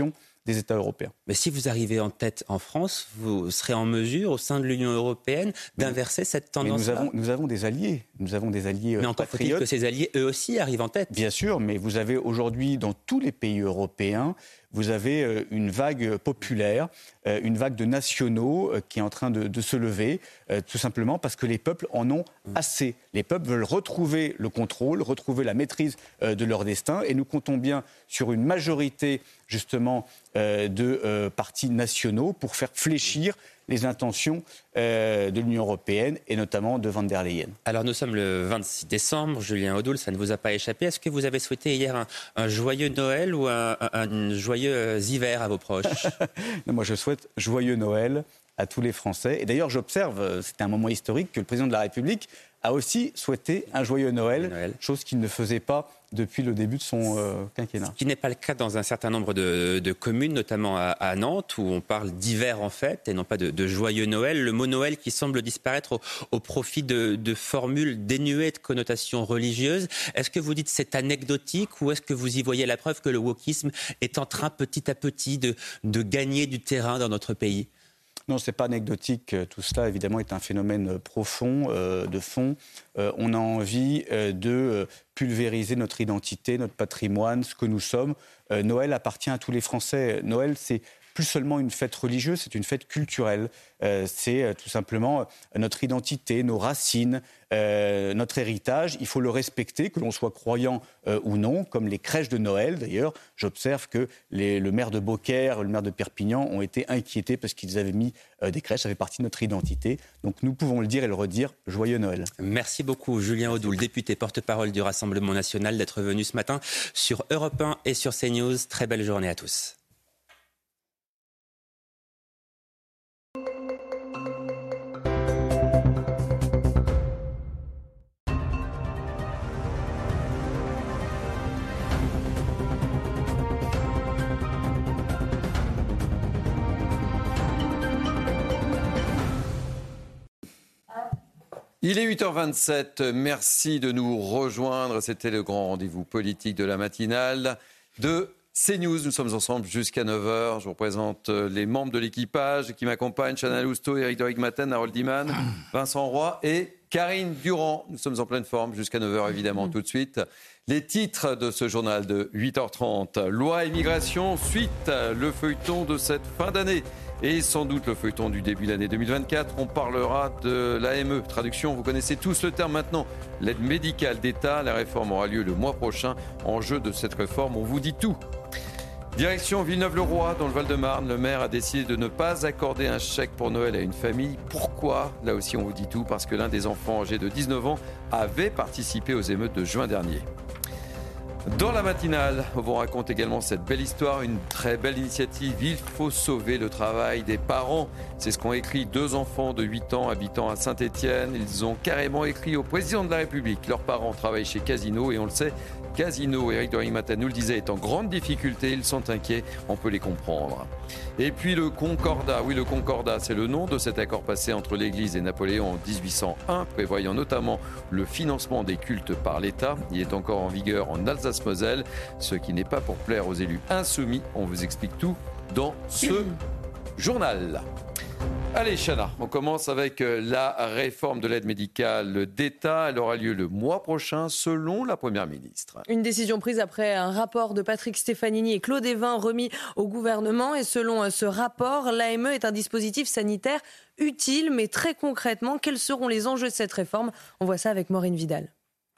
des États européens. Mais si vous arrivez en tête en France, vous serez en mesure, au sein de l'Union européenne, d'inverser cette tendance-là. Mais nous avons, nous avons des alliés. Nous avons des alliés Mais encore faut-il que ces alliés, eux aussi, arrivent en tête. Bien sûr, mais vous avez aujourd'hui, dans tous les pays européens, vous avez une vague populaire, une vague de nationaux qui est en train de, de se lever, tout simplement parce que les peuples en ont assez. Les peuples veulent retrouver le contrôle, retrouver la maîtrise de leur destin, et nous comptons bien sur une majorité, justement, de partis nationaux pour faire fléchir les intentions euh, de l'Union européenne et notamment de Van der Leyen. Alors nous sommes le vingt-six décembre, Julien Audoul, ça ne vous a pas échappé. Est-ce que vous avez souhaité hier un, un joyeux Noël ou un, un, un joyeux hiver à vos proches? Non, moi je souhaite joyeux Noël à tous les Français. Et d'ailleurs j'observe, c'était un moment historique, que le président de la République a aussi souhaité un joyeux Noël, Noël. chose qu'il ne faisait pas depuis le début de son euh, quinquennat. Ce qui n'est pas le cas dans un certain nombre de, de communes, notamment à, à Nantes, où on parle d'hiver en fait, et non pas de, de joyeux Noël. Le mot Noël qui semble disparaître au, au profit de, de formules dénuées de connotations religieuses. Est-ce que vous dites c'est anecdotique, ou est-ce que vous y voyez la preuve que le wokisme est en train petit à petit de, de gagner du terrain dans notre pays ? Non, ce n'est pas anecdotique. Tout cela, évidemment, est un phénomène profond, euh, de fond. Euh, on a envie euh, de pulvériser notre identité, notre patrimoine, ce que nous sommes. Euh, Noël appartient à tous les Français. Noël, c'est plus seulement une fête religieuse, c'est une fête culturelle. Euh, c'est euh, tout simplement euh, notre identité, nos racines, euh, notre héritage. Il faut le respecter, que l'on soit croyant euh, ou non, comme les crèches de Noël. D'ailleurs, j'observe que les, le maire de Beaucaire, le maire de Perpignan ont été inquiétés parce qu'ils avaient mis euh, des crèches. Ça fait partie de notre identité. Donc nous pouvons le dire et le redire. Joyeux Noël. Merci beaucoup, Julien Audoul, député porte-parole du Rassemblement national, d'être venu ce matin sur Europe un et sur CNews. Très belle journée à tous. Il est huit heures vingt-sept, merci de nous rejoindre. C'était le grand rendez-vous politique de la matinale de CNews. Nous sommes ensemble jusqu'à neuf heures. Je vous présente les membres de l'équipage qui m'accompagnent. Chana Lousteau, Éric de Rijkmaten, Harold Iman, Vincent Roy et Karine Durand. Nous sommes en pleine forme jusqu'à neuf heures, évidemment, tout de suite. Les titres de ce journal de huit heures trente. Loi immigration, suite, le feuilleton de cette fin d'année. Et sans doute le feuilleton du début de l'année deux mille vingt-quatre. On parlera de l'A M E. Traduction, vous connaissez tous le terme maintenant. L'aide médicale d'État. La réforme aura lieu le mois prochain. Enjeu de cette réforme, on vous dit tout. Direction Villeneuve-le-Roi, dans le Val-de-Marne. Le maire a décidé de ne pas accorder un chèque pour Noël à une famille. Pourquoi ? Là aussi, on vous dit tout. Parce que l'un des enfants âgés de dix-neuf ans avait participé aux émeutes de juin dernier. Dans la matinale, on vous raconte également cette belle histoire, une très belle initiative. Il faut sauver le travail des parents. C'est ce qu'ont écrit deux enfants de huit ans habitant à Saint-Étienne. Ils ont carrément écrit au président de la République. Leurs parents travaillent chez Casino et on le sait, Casino, Éric de Rijkmaten nous le disait, est en grande difficulté. Ils sont inquiets, on peut les comprendre. Et puis le Concordat. Oui, le Concordat, c'est le nom de cet accord passé entre l'Église et Napoléon en dix-huit cent un, prévoyant notamment le financement des cultes par l'État. Il est encore en vigueur en Alsace-Moselle, ce qui n'est pas pour plaire aux élus insoumis. On vous explique tout dans ce journal. Allez, Chana, on commence avec la réforme de l'aide médicale d'État. Elle aura lieu le mois prochain, selon la Première ministre. Une décision prise après un rapport de Patrick Stefanini et Claude Évin remis au gouvernement. Et selon ce rapport, l'A M E est un dispositif sanitaire utile. Mais très concrètement, quels seront les enjeux de cette réforme ? On voit ça avec Maureen Vidal.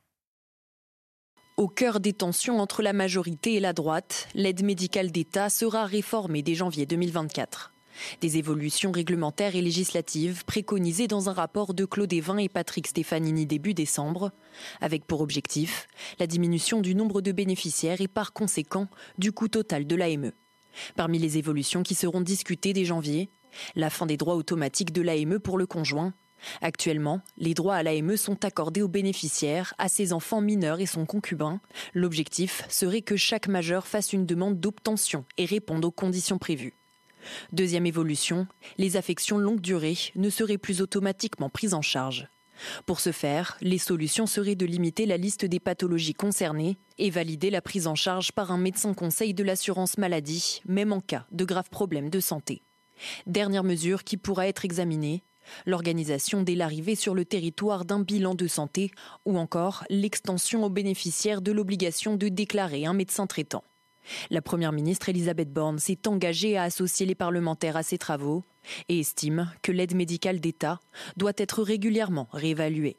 Au cœur des tensions entre la majorité et la droite, l'aide médicale d'État sera réformée dès janvier deux mille vingt-quatre. Des évolutions réglementaires et législatives préconisées dans un rapport de Claude Évin et Patrick Stefanini début décembre, avec pour objectif la diminution du nombre de bénéficiaires et par conséquent du coût total de l'A M E. Parmi les évolutions qui seront discutées dès janvier, la fin des droits automatiques de l'A M E pour le conjoint. Actuellement, les droits à l'A M E sont accordés aux bénéficiaires, à ses enfants mineurs et son concubin. L'objectif serait que chaque majeur fasse une demande d'obtention et réponde aux conditions prévues. Deuxième évolution, les affections longue durée ne seraient plus automatiquement prises en charge. Pour ce faire, les solutions seraient de limiter la liste des pathologies concernées et valider la prise en charge par un médecin conseil de l'assurance maladie, même en cas de graves problèmes de santé. Dernière mesure qui pourra être examinée, l'organisation dès l'arrivée sur le territoire d'un bilan de santé ou encore l'extension aux bénéficiaires de l'obligation de déclarer un médecin traitant. La Première ministre Elisabeth Borne s'est engagée à associer les parlementaires à ces travaux et estime que l'aide médicale d'État doit être régulièrement réévaluée.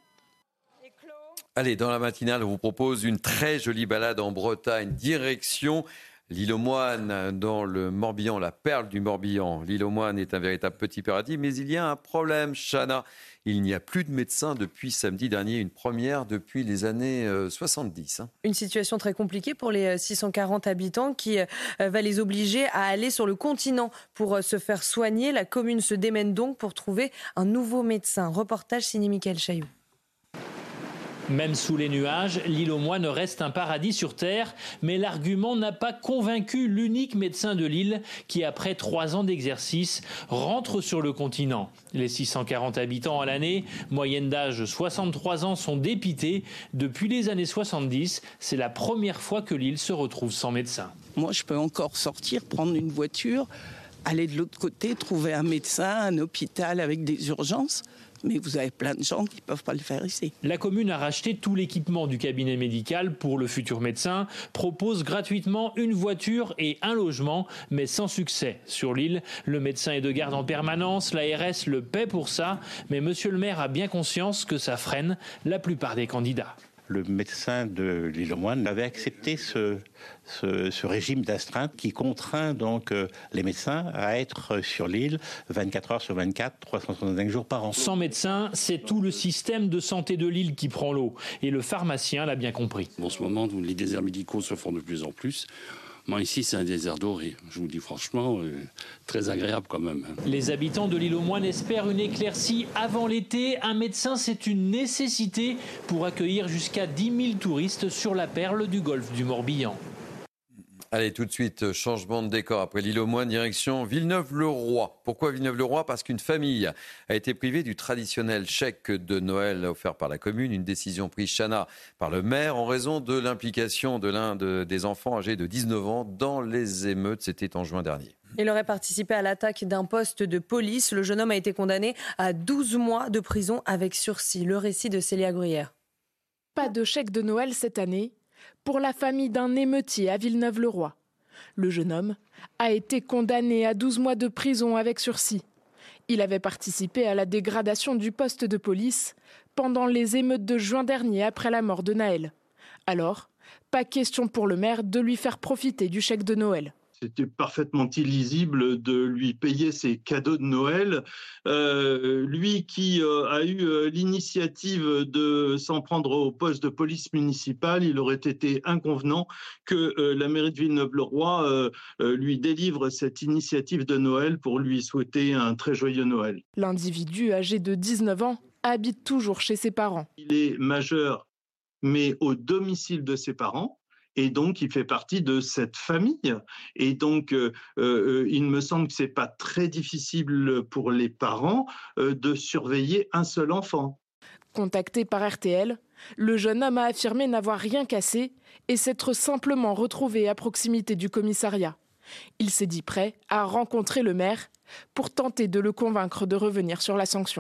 Allez, dans la matinale, on vous propose une très jolie balade en Bretagne, direction l'île aux Moines, dans le Morbihan, la perle du Morbihan. L'île aux Moines est un véritable petit paradis, mais il y a un problème, Chana. Il n'y a plus de médecins depuis samedi dernier, une première depuis les années soixante-dix. Hein. Une situation très compliquée pour les six cent quarante habitants qui euh, va les obliger à aller sur le continent pour euh, se faire soigner. La commune se démène donc pour trouver un nouveau médecin. Reportage signé Mickaël Chailloux. Même sous les nuages, l'île aux Moines reste un paradis sur terre, mais l'argument n'a pas convaincu l'unique médecin de l'île qui, après trois ans d'exercice, rentre sur le continent. Les six cent quarante habitants à l'année, moyenne d'âge soixante-trois ans, sont dépités. Depuis les années soixante-dix, c'est la première fois que l'île se retrouve sans médecin. Moi, je peux encore sortir, prendre une voiture, aller de l'autre côté, trouver un médecin, un hôpital avec des urgences. Mais vous avez plein de gens qui ne peuvent pas le faire ici. La commune a racheté tout l'équipement du cabinet médical pour le futur médecin, propose gratuitement une voiture et un logement, mais sans succès. Sur l'île, le médecin est de garde en permanence, l'A R S le paie pour ça, mais monsieur le maire a bien conscience que ça freine la plupart des candidats. Le médecin de l'île aux Moines avait accepté ce, ce, ce régime d'astreinte qui contraint donc euh, les médecins à être sur l'île vingt-quatre heures sur vingt-quatre, trois cent soixante-cinq jours par an. Sans médecin, c'est tout le système de santé de l'île qui prend l'eau. Et le pharmacien l'a bien compris. En ce moment, les déserts médicaux se font de plus en plus. Moi, ici, c'est un désert doré. Je vous dis franchement, euh, très agréable quand même. Les habitants de l'île aux Moines espèrent une éclaircie avant l'été. Un médecin, c'est une nécessité pour accueillir jusqu'à dix mille touristes sur la perle du golfe du Morbihan. Allez, tout de suite, changement de décor. Après l'île aux Moines, direction Villeneuve-le-Roi. Pourquoi Villeneuve-le-Roi ? Parce qu'une famille a été privée du traditionnel chèque de Noël offert par la commune. Une décision prise, Chana, par le maire en raison de l'implication de l'un de, des enfants âgés de dix-neuf ans dans les émeutes. C'était en juin dernier. Il aurait participé à l'attaque d'un poste de police. Le jeune homme a été condamné à douze mois de prison avec sursis. Le récit de Célia Gruyère. Pas de chèque de Noël cette année pour la famille d'un émeutier à Villeneuve-le-Roi. Le jeune homme a été condamné à douze mois de prison avec sursis. Il avait participé à la dégradation du poste de police pendant les émeutes de juin dernier après la mort de Naël. Alors, pas question pour le maire de lui faire profiter du chèque de Noël. C'était parfaitement illisible de lui payer ses cadeaux de Noël. Euh, lui qui euh, a eu euh, l'initiative de s'en prendre au poste de police municipale, il aurait été inconvenant que euh, la mairie de Villeneuve-le-Roi euh, euh, lui délivre cette initiative de Noël pour lui souhaiter un très joyeux Noël. L'individu âgé de dix-neuf ans habite toujours chez ses parents. Il est majeur, mais au domicile de ses parents. Et donc, il fait partie de cette famille. Et donc, euh, euh, il me semble que ce n'est pas très difficile pour les parents euh, de surveiller un seul enfant. Contacté par R T L, le jeune homme a affirmé n'avoir rien cassé et s'être simplement retrouvé à proximité du commissariat. Il s'est dit prêt à rencontrer le maire pour tenter de le convaincre de revenir sur la sanction.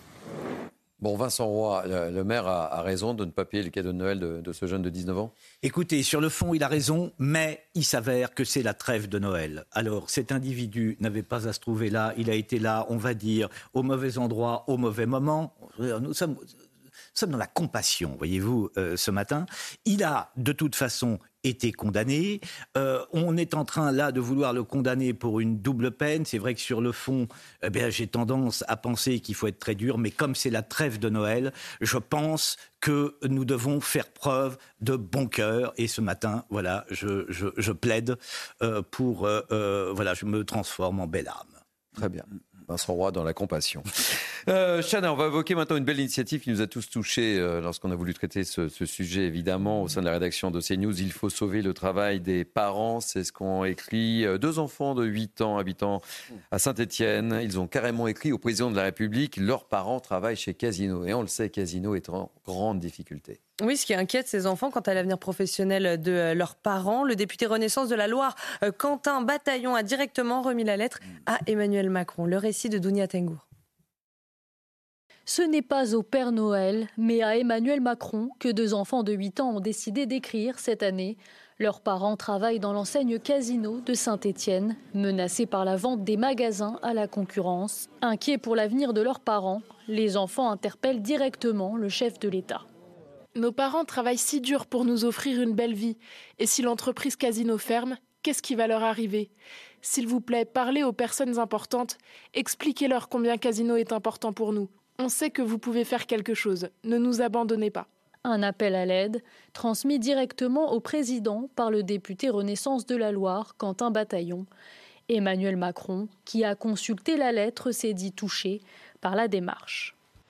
Bon, Vincent Roy, le maire a, a raison de ne pas payer le cadeau de Noël de, de ce jeune de dix-neuf ans ? Écoutez, sur le fond, il a raison, mais il s'avère que c'est la trêve de Noël. Alors, cet individu n'avait pas à se trouver là. Il a été là, on va dire, au mauvais endroit, au mauvais moment. Nous sommes, nous sommes dans la compassion, voyez-vous, euh, ce matin. Il a, de toute façon, été condamné. Euh, on est en train, là, de vouloir le condamner pour une double peine. C'est vrai que sur le fond, eh bien, j'ai tendance à penser qu'il faut être très dur, mais comme c'est la trêve de Noël, je pense que nous devons faire preuve de bon cœur. Et ce matin, voilà, je, je, je plaide euh, pour... Euh, euh, voilà, je me transforme en belle âme. Très bien. Vincent Roy dans la compassion. Euh, Chana, on va évoquer maintenant une belle initiative qui nous a tous touchés euh, lorsqu'on a voulu traiter ce, ce sujet, évidemment, au sein de la rédaction de CNews. Il faut sauver le travail des parents, c'est ce qu'ont écrit euh, deux enfants de huit ans habitant à Saint-Étienne. Ils ont carrément écrit au président de la République, leurs parents travaillent chez Casino. Et on le sait, Casino est en grande difficulté. Oui, ce qui inquiète ces enfants quant à l'avenir professionnel de leurs parents. Le député Renaissance de la Loire, Quentin Bataillon, a directement remis la lettre à Emmanuel Macron. Le récit de Dounia Tengour. Ce n'est pas au Père Noël, mais à Emmanuel Macron que deux enfants de huit ans ont décidé d'écrire cette année. Leurs parents travaillent dans l'enseigne Casino de Saint-Étienne, menacés par la vente des magasins à la concurrence. Inquiets pour l'avenir de leurs parents, les enfants interpellent directement le chef de l'État. Nos parents travaillent si dur pour nous offrir une belle vie. Et si l'entreprise Casino ferme, qu'est-ce qui va leur arriver ? S'il vous plaît, parlez aux personnes importantes. Expliquez-leur combien Casino est important pour nous. On sait que vous pouvez faire quelque chose. Ne nous abandonnez pas. Un appel à l'aide, transmis directement au président par le député Renaissance de la Loire, Quentin Bataillon. Emmanuel Macron, qui a consulté la lettre, s'est dit touché par la démarche.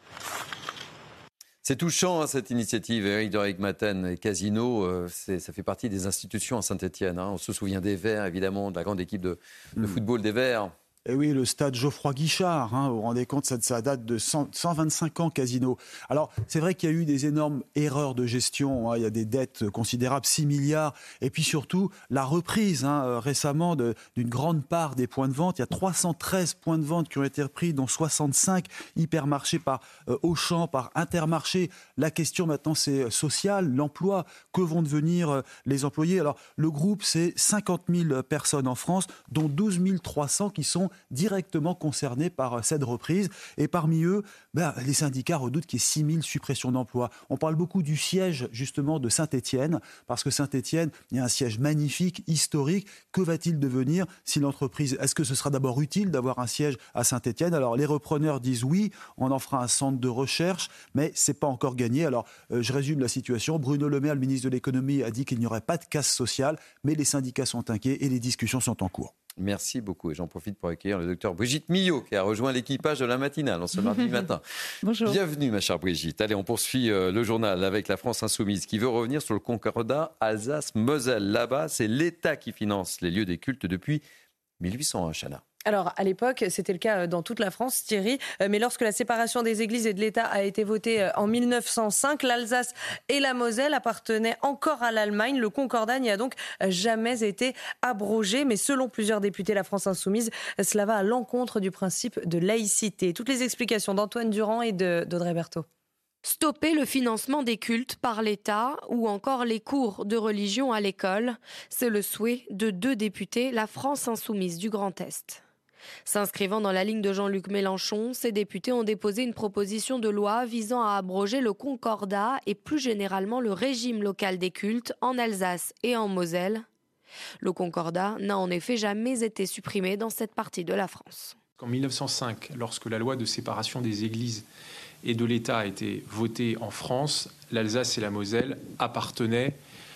C'est touchant, hein, cette initiative. Éric de Rijkmaten et Casino, euh, c'est, ça fait partie des institutions à Saint-Étienne. Hein. On se souvient des Verts, évidemment, de la grande équipe de, de mmh. football des Verts. Et oui, le stade Geoffroy-Guichard, hein, vous vous rendez compte, ça, ça date de cent, cent vingt-cinq ans, Casino. Alors, c'est vrai qu'il y a eu des énormes erreurs de gestion, hein, il y a des dettes considérables, six milliards, et puis surtout, la reprise hein, récemment de, d'une grande part des points de vente. Il y a trois cent treize points de vente qui ont été repris, dont soixante-cinq hypermarchés par euh, Auchan, par Intermarché. La question maintenant, c'est social, l'emploi. Que vont devenir euh, les employés ? Alors, le groupe, c'est cinquante mille personnes en France, dont douze mille trois cents qui sont directement concernés par cette reprise. Et parmi eux, ben, les syndicats redoutent qu'il y ait six mille suppressions d'emplois. On parle beaucoup du siège, justement, de Saint-Étienne, parce que Saint-Étienne, il y a un siège magnifique, historique. Que va-t-il devenir si l'entreprise... Est-ce que ce sera d'abord utile d'avoir un siège à Saint-Étienne ? Alors, les repreneurs disent oui, on en fera un centre de recherche, mais ce n'est pas encore gagné. Alors, euh, je résume la situation. Bruno Le Maire, le ministre de l'Économie, a dit qu'il n'y aurait pas de casse sociale, mais les syndicats sont inquiets et les discussions sont en cours. Merci beaucoup. Et j'en profite pour accueillir le docteur Brigitte Millot, qui a rejoint l'équipage de la matinale en ce mardi matin. Bonjour. Bienvenue, ma chère Brigitte. Allez, on poursuit euh, le journal avec la France Insoumise, qui veut revenir sur le concordat Alsace-Moselle. Là-bas, c'est l'État qui finance les lieux des cultes depuis mille huit cent un, Chana. Alors, à l'époque, c'était le cas dans toute la France, Thierry, mais lorsque la séparation des églises et de l'État a été votée en mille neuf cent cinq, l'Alsace et la Moselle appartenaient encore à l'Allemagne. Le concordat n'y a donc jamais été abrogé, mais selon plusieurs députés, la France Insoumise, cela va à l'encontre du principe de laïcité. Toutes les explications d'Antoine Durand et de, d'Audrey Berthaud. Stopper le financement des cultes par l'État ou encore les cours de religion à l'école, c'est le souhait de deux députés, la France Insoumise du Grand Est. S'inscrivant dans la ligne de Jean-Luc Mélenchon, ces députés ont déposé une proposition de loi visant à abroger le concordat et plus généralement le régime local des cultes en Alsace et en Moselle. Le concordat n'a en effet jamais été supprimé dans cette partie de la France. En mille neuf cent cinq, lorsque la loi de séparation des églises et de l'État a été votée en France, l'Alsace et la Moselle appartenaient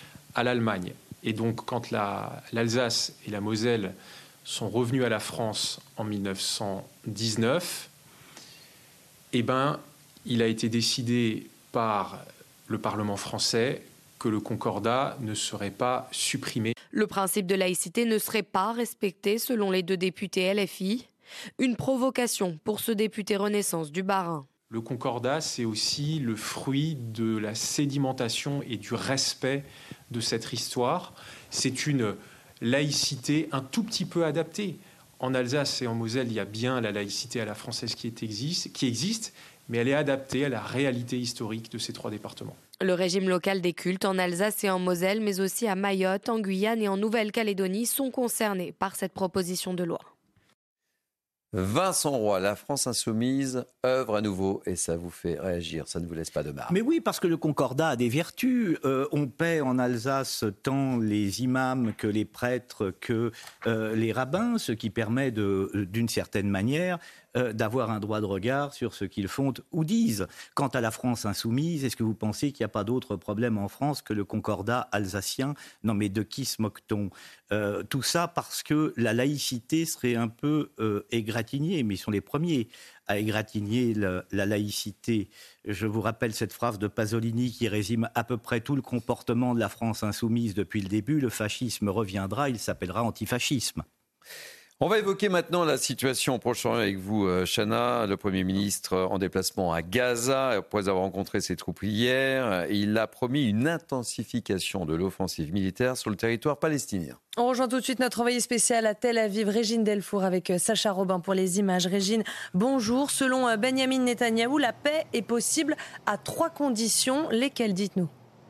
à l'Allemagne. Et donc quand la, l'Alsace et la Moselle sont revenus à la France en mille neuf cent dix-neuf, eh ben, il a été décidé par le Parlement français que le concordat ne serait pas supprimé. Le principe de laïcité ne serait pas respecté selon les deux députés L F I. Une provocation pour ce député Renaissance du Bas-Rhin. Le concordat, c'est aussi le fruit de la sédimentation et du respect de cette histoire. C'est une laïcité un tout petit peu adaptée. En Alsace et en Moselle, il y a bien la laïcité à la française qui existe, qui existe, mais elle est adaptée à la réalité historique de ces trois départements. Le régime local des cultes en Alsace et en Moselle, mais aussi à Mayotte, en Guyane et en Nouvelle-Calédonie, sont concernés par cette proposition de loi. Vincent Roy, la France Insoumise œuvre à nouveau et ça vous fait réagir, ça ne vous laisse pas de marre. Mais oui, parce que le concordat a des vertus. Euh, on paie en Alsace tant les imams que les prêtres que euh, les rabbins, ce qui permet de, d'une certaine manière euh, d'avoir un droit de regard sur ce qu'ils font ou disent. Quant à la France insoumise, est-ce que vous pensez qu'il n'y a pas d'autre problème en France que le concordat alsacien ? Non, mais de qui se moque-t-on ? euh, Tout ça parce que la laïcité serait un peu euh, égratignée, mais ils sont les premiers à égratigner la, la laïcité. Je vous rappelle cette phrase de Pasolini qui résume à peu près tout le comportement de la France insoumise depuis le début. Le fascisme reviendra, il s'appellera antifascisme. On va évoquer maintenant la situation au Proche-Orient avec vous, Chana. Le Premier ministre en déplacement à Gaza, après avoir rencontré ses troupes hier, il a promis une intensification de l'offensive militaire sur le territoire palestinien. On rejoint tout de suite notre envoyé spécial à Tel Aviv, Régine Delfour, avec Sacha Robin pour les images. Régine, bonjour. Selon Benyamin Netanyahou, la paix est possible à trois conditions. Lesquelles, dites-nous ?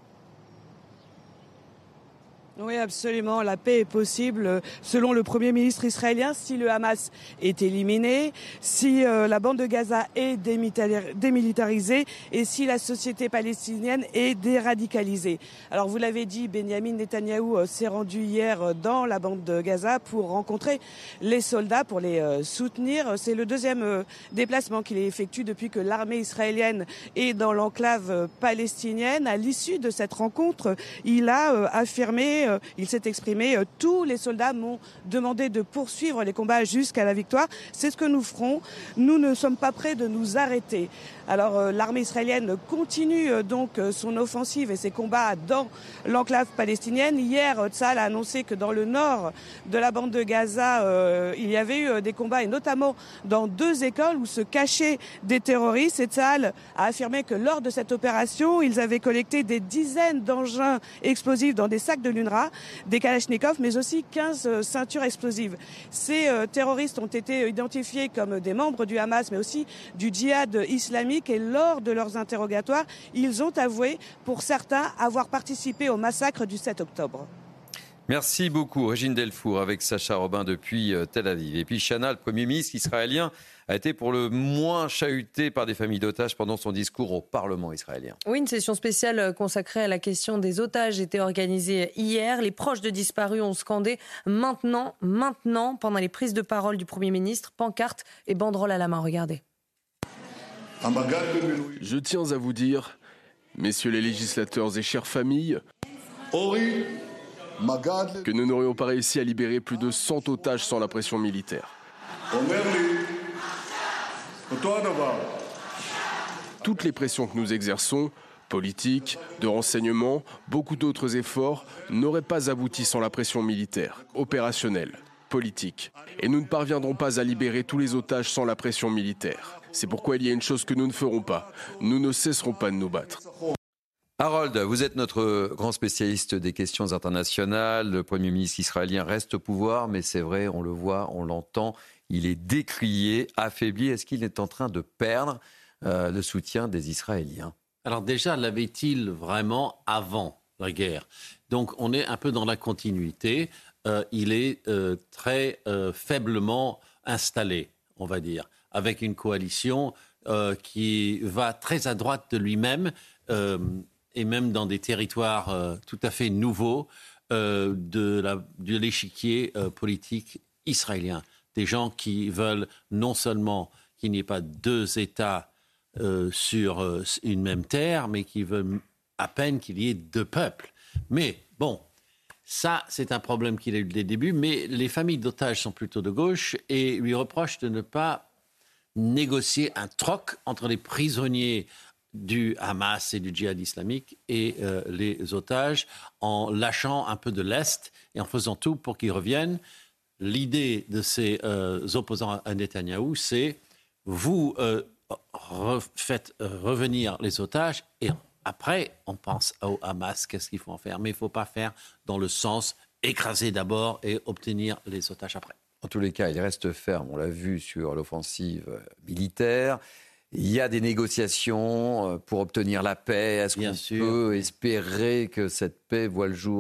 Oui, absolument. La paix est possible, selon le Premier ministre israélien, si le Hamas est éliminé, si euh, la bande de Gaza est démilitarisée et si la société palestinienne est déradicalisée. Alors, vous l'avez dit, Benyamin Netanyahou euh, s'est rendu hier dans la bande de Gaza pour rencontrer les soldats, pour les euh, soutenir. C'est le deuxième euh, déplacement qu'il effectue depuis que l'armée israélienne est dans l'enclave euh, palestinienne. À l'issue de cette rencontre, il a euh, affirmé... Il s'est exprimé, tous les soldats m'ont demandé de poursuivre les combats jusqu'à la victoire. C'est ce que nous ferons. Nous ne sommes pas prêts de nous arrêter. Alors euh, l'armée israélienne continue euh, donc euh, son offensive et ses combats dans l'enclave palestinienne. Hier, Tsahal a annoncé que dans le nord de la bande de Gaza, euh, il y avait eu euh, des combats et notamment dans deux écoles où se cachaient des terroristes. Et Tsahal a affirmé que lors de cette opération, ils avaient collecté des dizaines d'engins explosifs dans des sacs de l'UNRWA, des kalachnikovs, mais aussi quinze euh, ceintures explosives. Ces euh, terroristes ont été identifiés comme des membres du Hamas, mais aussi du djihad islamique. Et lors de leurs interrogatoires, ils ont avoué, pour certains, avoir participé au massacre du sept octobre. Merci beaucoup, Régine Delfour, avec Sacha Robin depuis Tel Aviv. Et puis Chana, le Premier ministre israélien, a été pour le moins chahuté par des familles d'otages pendant son discours au Parlement israélien. Oui, une session spéciale consacrée à la question des otages était organisée hier. Les proches de disparus ont scandé « Maintenant, maintenant » pendant les prises de parole du Premier ministre, pancartes et banderoles à la main. Regardez. Je tiens à vous dire, messieurs les législateurs et chères familles, que nous n'aurions pas réussi à libérer plus de cent otages sans la pression militaire. Toutes les pressions que nous exerçons, politiques, de renseignement, beaucoup d'autres efforts, n'auraient pas abouti sans la pression militaire, opérationnelle, politique. Et nous ne parviendrons pas à libérer tous les otages sans la pression militaire. C'est pourquoi il y a une chose que nous ne ferons pas. Nous ne cesserons pas de nous battre. Harold, vous êtes notre grand spécialiste des questions internationales. Le Premier ministre israélien reste au pouvoir, mais c'est vrai, on le voit, on l'entend, il est décrié, affaibli. Est-ce qu'il est en train de perdre euh, le soutien des Israéliens ? Alors déjà, l'avait-il vraiment avant la guerre ? Donc on est un peu dans la continuité. Euh, il est euh, très euh, faiblement installé, on va dire, avec une coalition euh, qui va très à droite de lui-même euh, et même dans des territoires euh, tout à fait nouveaux euh, de, la, de l'échiquier euh, politique israélien. Des gens qui veulent non seulement qu'il n'y ait pas deux États euh, sur euh, une même terre, mais qui veulent à peine qu'il y ait deux peuples. Mais bon, ça, c'est un problème qu'il a eu dès le début, mais les familles d'otages sont plutôt de gauche et lui reprochent de ne pas négocier un troc entre les prisonniers du Hamas et du djihad islamique et euh, les otages en lâchant un peu de l'Est et en faisant tout pour qu'ils reviennent. L'idée de ces euh, opposants à Netanyahou, c'est vous euh, faites euh, revenir les otages et après on pense au Hamas, qu'est-ce qu'il faut en faire. Mais il ne faut pas faire dans le sens écraser d'abord et obtenir les otages après. En tous les cas, il reste ferme. On l'a vu sur l'offensive militaire. Il y a des négociations pour obtenir la paix. Est-ce Bien qu'on sûr. peut espérer que cette paix voit le jour ?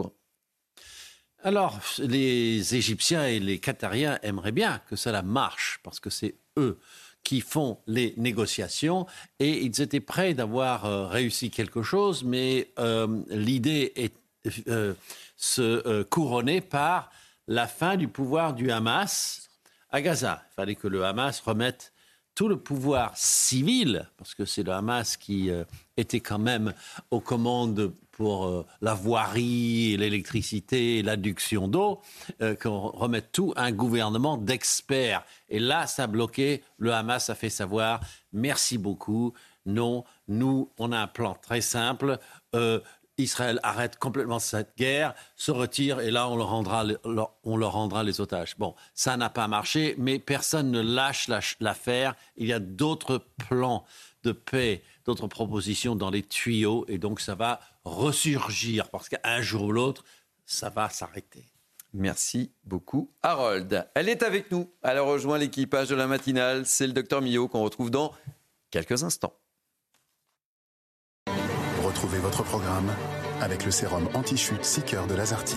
Alors, les Égyptiens et les Qatariens aimeraient bien que cela marche, parce que c'est eux qui font les négociations, et ils étaient prêts d'avoir euh, réussi quelque chose, mais euh, l'idée est euh, se euh, couronner par la fin du pouvoir du Hamas à Gaza. Il fallait que le Hamas remette tout le pouvoir civil, parce que c'est le Hamas qui euh, était quand même aux commandes pour euh, la voirie, l'électricité, l'adduction d'eau, euh, qu'on remette tout à un gouvernement d'experts. Et là, ça a bloqué. Le Hamas a fait savoir, merci beaucoup, non, nous, on a un plan très simple. Euh, Israël arrête complètement cette guerre, se retire et là on leur rendra, on leur rendra les otages. Bon, ça n'a pas marché, mais personne ne lâche l'affaire. Il y a d'autres plans de paix, d'autres propositions dans les tuyaux et donc ça va ressurgir parce qu'un jour ou l'autre, ça va s'arrêter. Merci beaucoup, Harold. Elle est avec nous. Elle a rejoint l'équipage de la matinale. C'est le docteur Millot qu'on retrouve dans quelques instants. Retrouvez votre programme avec le sérum anti-chute six cœurs de Lazartigue.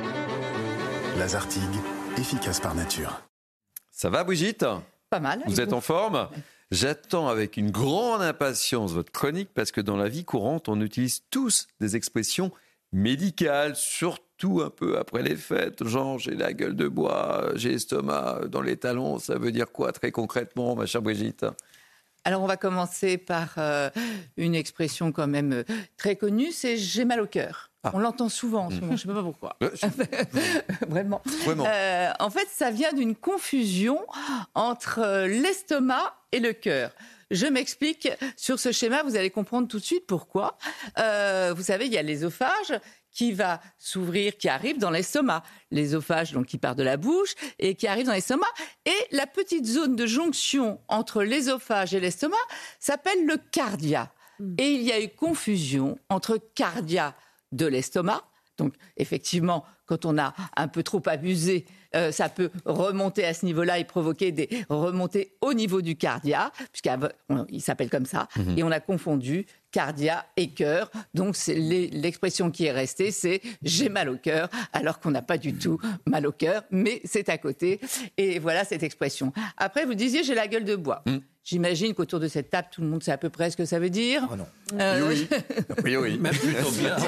Lazartigue, efficace par nature. Ça va, Brigitte ? Pas mal. Vous êtes en forme ? J'attends avec une grande impatience votre chronique parce que dans la vie courante, on utilise tous des expressions médicales, surtout un peu après les fêtes. Genre, j'ai la gueule de bois, j'ai l'estomac dans les talons. Ça veut dire quoi très concrètement, ma chère Brigitte ? Alors, on va commencer par euh, une expression quand même euh, très connue, c'est « j'ai mal au cœur ». Ah. On l'entend souvent en ce moment, je ne sais pas pourquoi. Vraiment. Vraiment. Euh, en fait, ça vient d'une confusion entre euh, l'estomac et le cœur. Je m'explique. Sur ce schéma, vous allez comprendre tout de suite pourquoi. Euh, vous savez, il y a l'ésophage qui va s'ouvrir, qui arrive dans l'estomac. L'ésophage, donc, qui part de la bouche et qui arrive dans l'estomac. Et la petite zone de jonction entre l'ésophage et l'estomac s'appelle le cardia. Mmh. Et il y a eu confusion entre cardia de l'estomac. Donc, effectivement, quand on a un peu trop abusé, euh, ça peut remonter à ce niveau-là et provoquer des remontées au niveau du cardia, puisqu'il s'appelle comme ça. Mmh. Et on a confondu cardia et cœur. Donc, c'est l'expression qui est restée, c'est « j'ai mal au cœur », alors qu'on n'a pas du tout mal au cœur, mais c'est à côté. Et voilà cette expression. Après, vous disiez « j'ai la gueule de bois mmh. ». J'imagine qu'autour de cette table, tout le monde sait à peu près ce que ça veut dire. Oh non. Euh... Oui, oui. oui, oui. Même plutôt bien.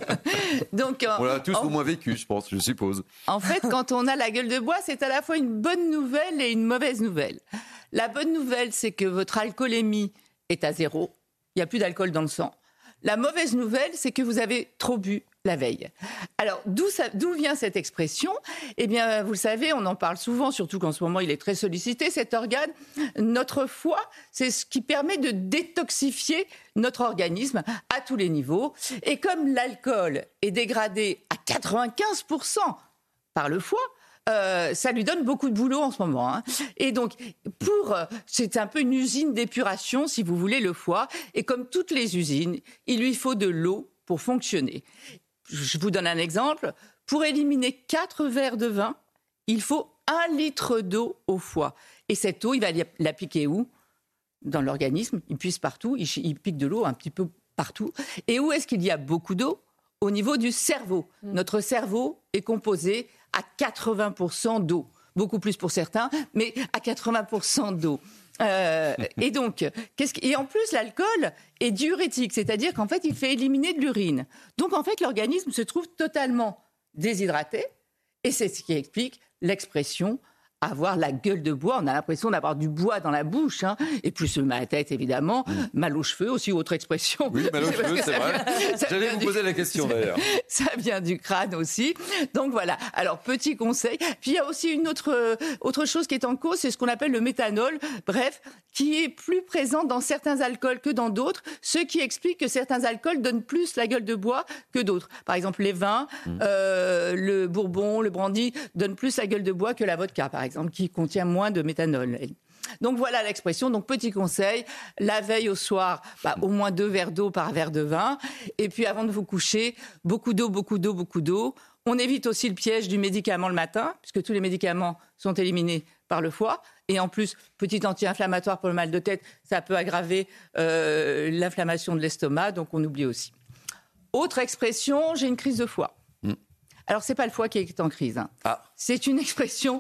Donc, on l'a tous en... au moins vécu, je pense, je suppose. En fait, quand on a la gueule de bois, c'est à la fois une bonne nouvelle et une mauvaise nouvelle. La bonne nouvelle, c'est que votre alcoolémie est à zéro. Il n'y a plus d'alcool dans le sang. La mauvaise nouvelle, c'est que vous avez trop bu la veille. Alors, d'où, ça, d'où vient cette expression ? Eh bien, vous le savez, on en parle souvent, surtout qu'en ce moment, il est très sollicité, cet organe. Notre foie, c'est ce qui permet de détoxifier notre organisme à tous les niveaux. Et comme l'alcool est dégradé à quatre-vingt-quinze pour cent par le foie, Euh, ça lui donne beaucoup de boulot en ce moment. Hein. Et donc, pour, euh, c'est un peu une usine d'épuration, si vous voulez, le foie. Et comme toutes les usines, il lui faut de l'eau pour fonctionner. Je vous donne un exemple. Pour éliminer quatre verres de vin, il faut un litre d'eau au foie. Et cette eau, il va l'appliquer où ? Dans l'organisme. Il puise partout. Il, il pique de l'eau un petit peu partout. Et où est-ce qu'il y a beaucoup d'eau ? Au niveau du cerveau. Mmh. Notre cerveau est composé à quatre-vingts pour cent d'eau. Beaucoup plus pour certains, mais à quatre-vingts pour cent d'eau. Euh, et donc, qu'est-ce que... et en plus, l'alcool est diurétique, c'est-à-dire qu'en fait, il fait éliminer de l'urine. Donc, en fait, l'organisme se trouve totalement déshydraté, et c'est ce qui explique l'expression avoir la gueule de bois. On a l'impression d'avoir du bois dans la bouche, hein. Et plus mal à la tête, évidemment, mmh. mal aux cheveux, aussi autre expression. Oui, mal aux cheveux, c'est vrai. Vient, J'allais vous poser du... la question, d'ailleurs. Ça vient du crâne aussi. Donc voilà. Alors, petit conseil. Puis il y a aussi une autre, euh, autre chose qui est en cause, c'est ce qu'on appelle le méthanol. Bref, qui est plus présent dans certains alcools que dans d'autres, ce qui explique que certains alcools donnent plus la gueule de bois que d'autres. Par exemple, les vins, mmh. euh, le bourbon, le brandy donnent plus la gueule de bois que la vodka, par exemple. exemple, qui contient moins de méthanol. Donc voilà l'expression. Donc petit conseil, la veille au soir, bah, au moins deux verres d'eau par verre de vin. Et puis avant de vous coucher, beaucoup d'eau, beaucoup d'eau, beaucoup d'eau. On évite aussi le piège du médicament le matin, puisque tous les médicaments sont éliminés par le foie. Et en plus, petit anti-inflammatoire pour le mal de tête, ça peut aggraver euh, l'inflammation de l'estomac, donc on oublie aussi. Autre expression, j'ai une crise de foie. Mm. Alors, c'est pas le foie qui est en crise. Hein. Ah. C'est une expression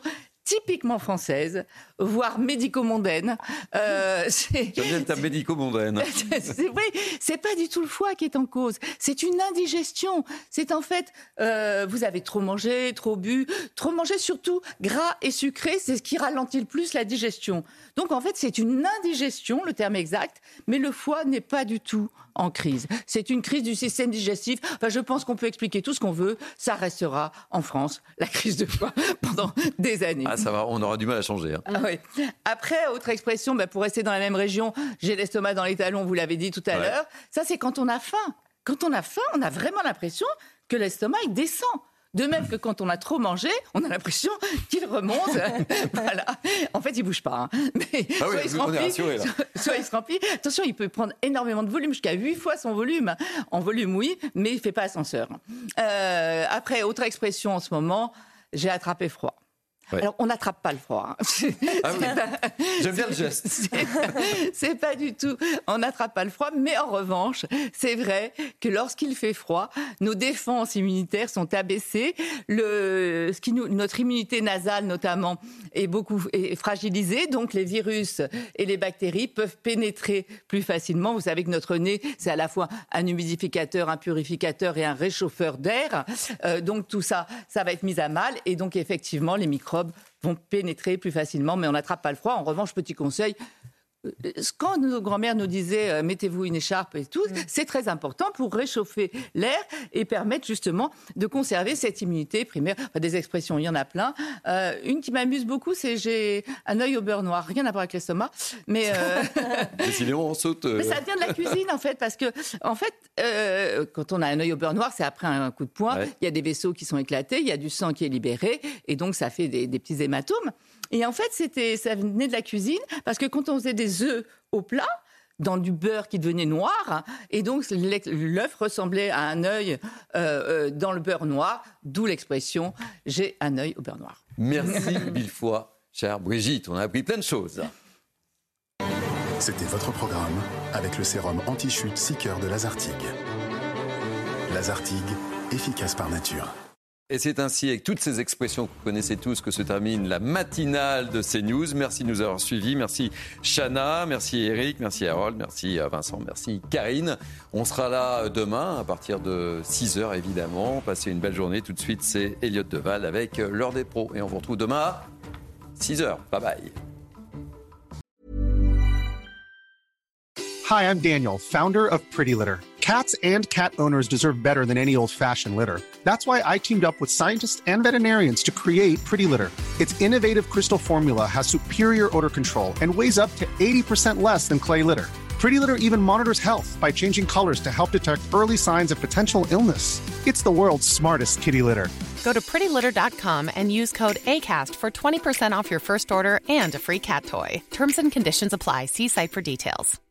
typiquement française, voire médico-mondaine. Euh, c'est... J'aime bien le terme médico-mondaine. c'est, oui, c'est pas du tout le foie qui est en cause. C'est une indigestion. C'est en fait, euh, vous avez trop mangé, trop bu, trop mangé, surtout gras et sucré, c'est ce qui ralentit le plus la digestion. Donc en fait, c'est une indigestion, le terme exact, mais le foie n'est pas du tout en crise. C'est une crise du système digestif. Enfin, je pense qu'on peut expliquer tout ce qu'on veut. Ça restera en France, la crise de foie, pendant des années. Ah, ça va, on aura du mal à changer. Hein. Ah, oui. Après, autre expression, bah, pour rester dans la même région, j'ai l'estomac dans les talons, vous l'avez dit tout à ouais. l'heure. Ça, c'est quand on a faim. Quand on a faim, on a vraiment l'impression que l'estomac, il descend. De même que quand on a trop mangé, on a l'impression qu'il remonte. Voilà. En fait, il ne bouge pas. Hein. Mais ah oui, soit, il se on remplit, est rassuré, là. soit, soit il se remplit. Attention, il peut prendre énormément de volume, jusqu'à huit fois son volume. En volume, oui, mais il ne fait pas ascenseur. Euh, après, autre expression en ce moment, j'ai attrapé froid. Ouais. Alors, on n'attrape pas le froid. Hein. Ah oui. pas... J'aime bien le geste. C'est pas, c'est pas du tout. On n'attrape pas le froid, mais en revanche, c'est vrai que lorsqu'il fait froid, nos défenses immunitaires sont abaissées. Le, ce qui nous, notre immunité nasale, notamment, est beaucoup est fragilisée. Donc, les virus et les bactéries peuvent pénétrer plus facilement. Vous savez que notre nez, c'est à la fois un humidificateur, un purificateur et un réchauffeur d'air. Euh, donc, tout ça, ça va être mis à mal. Et donc, effectivement, les microbes vont pénétrer plus facilement, mais on n'attrape pas le froid. En revanche, petit conseil, quand nos grands-mères nous disaient euh, mettez-vous une écharpe et tout, mmh. c'est très important pour réchauffer l'air et permettre justement de conserver cette immunité primaire. Enfin, des expressions, il y en a plein. Euh, une qui m'amuse beaucoup, c'est j'ai un œil au beurre noir. Rien à voir avec l'estomac, mais euh... décidément on saute. Euh... Mais ça vient de la cuisine en fait, parce que en fait, euh, quand on a un œil au beurre noir, c'est après un coup de poing. Ouais. Il y a des vaisseaux qui sont éclatés, il y a du sang qui est libéré, et donc ça fait des, des petits hématomes. Et en fait, c'était, ça venait de la cuisine, parce que quand on faisait des œufs au plat, dans du beurre qui devenait noir, et donc l'œuf ressemblait à un œil euh, dans le beurre noir, d'où l'expression « j'ai un œil au beurre noir ». Merci mille fois, chère Brigitte, on a appris plein de choses. C'était votre programme avec le sérum anti-chute Seeker de Lazartigue. Lazartigue, efficace par nature. Et c'est ainsi, avec toutes ces expressions que vous connaissez tous, que se termine la matinale de CNews. Merci de nous avoir suivis. Merci Chana, merci Eric, merci Harold, merci Vincent, merci Karine. On sera là demain à partir de six heures évidemment. Passez une belle journée. Tout de suite, c'est Elliot Deval avec l'heure des pros. Et on vous retrouve demain à six heures. Bye bye. Hi, I'm Daniel, founder of Pretty Litter. Cats and cat owners deserve better than any old-fashioned litter. That's why I teamed up with scientists and veterinarians to create Pretty Litter. Its innovative crystal formula has superior odor control and weighs up to eighty percent less than clay litter. Pretty Litter even monitors health by changing colors to help detect early signs of potential illness. It's the world's smartest kitty litter. Go to pretty litter dot com and use code ACAST for twenty percent off your first order and a free cat toy. Terms and conditions apply. See site for details.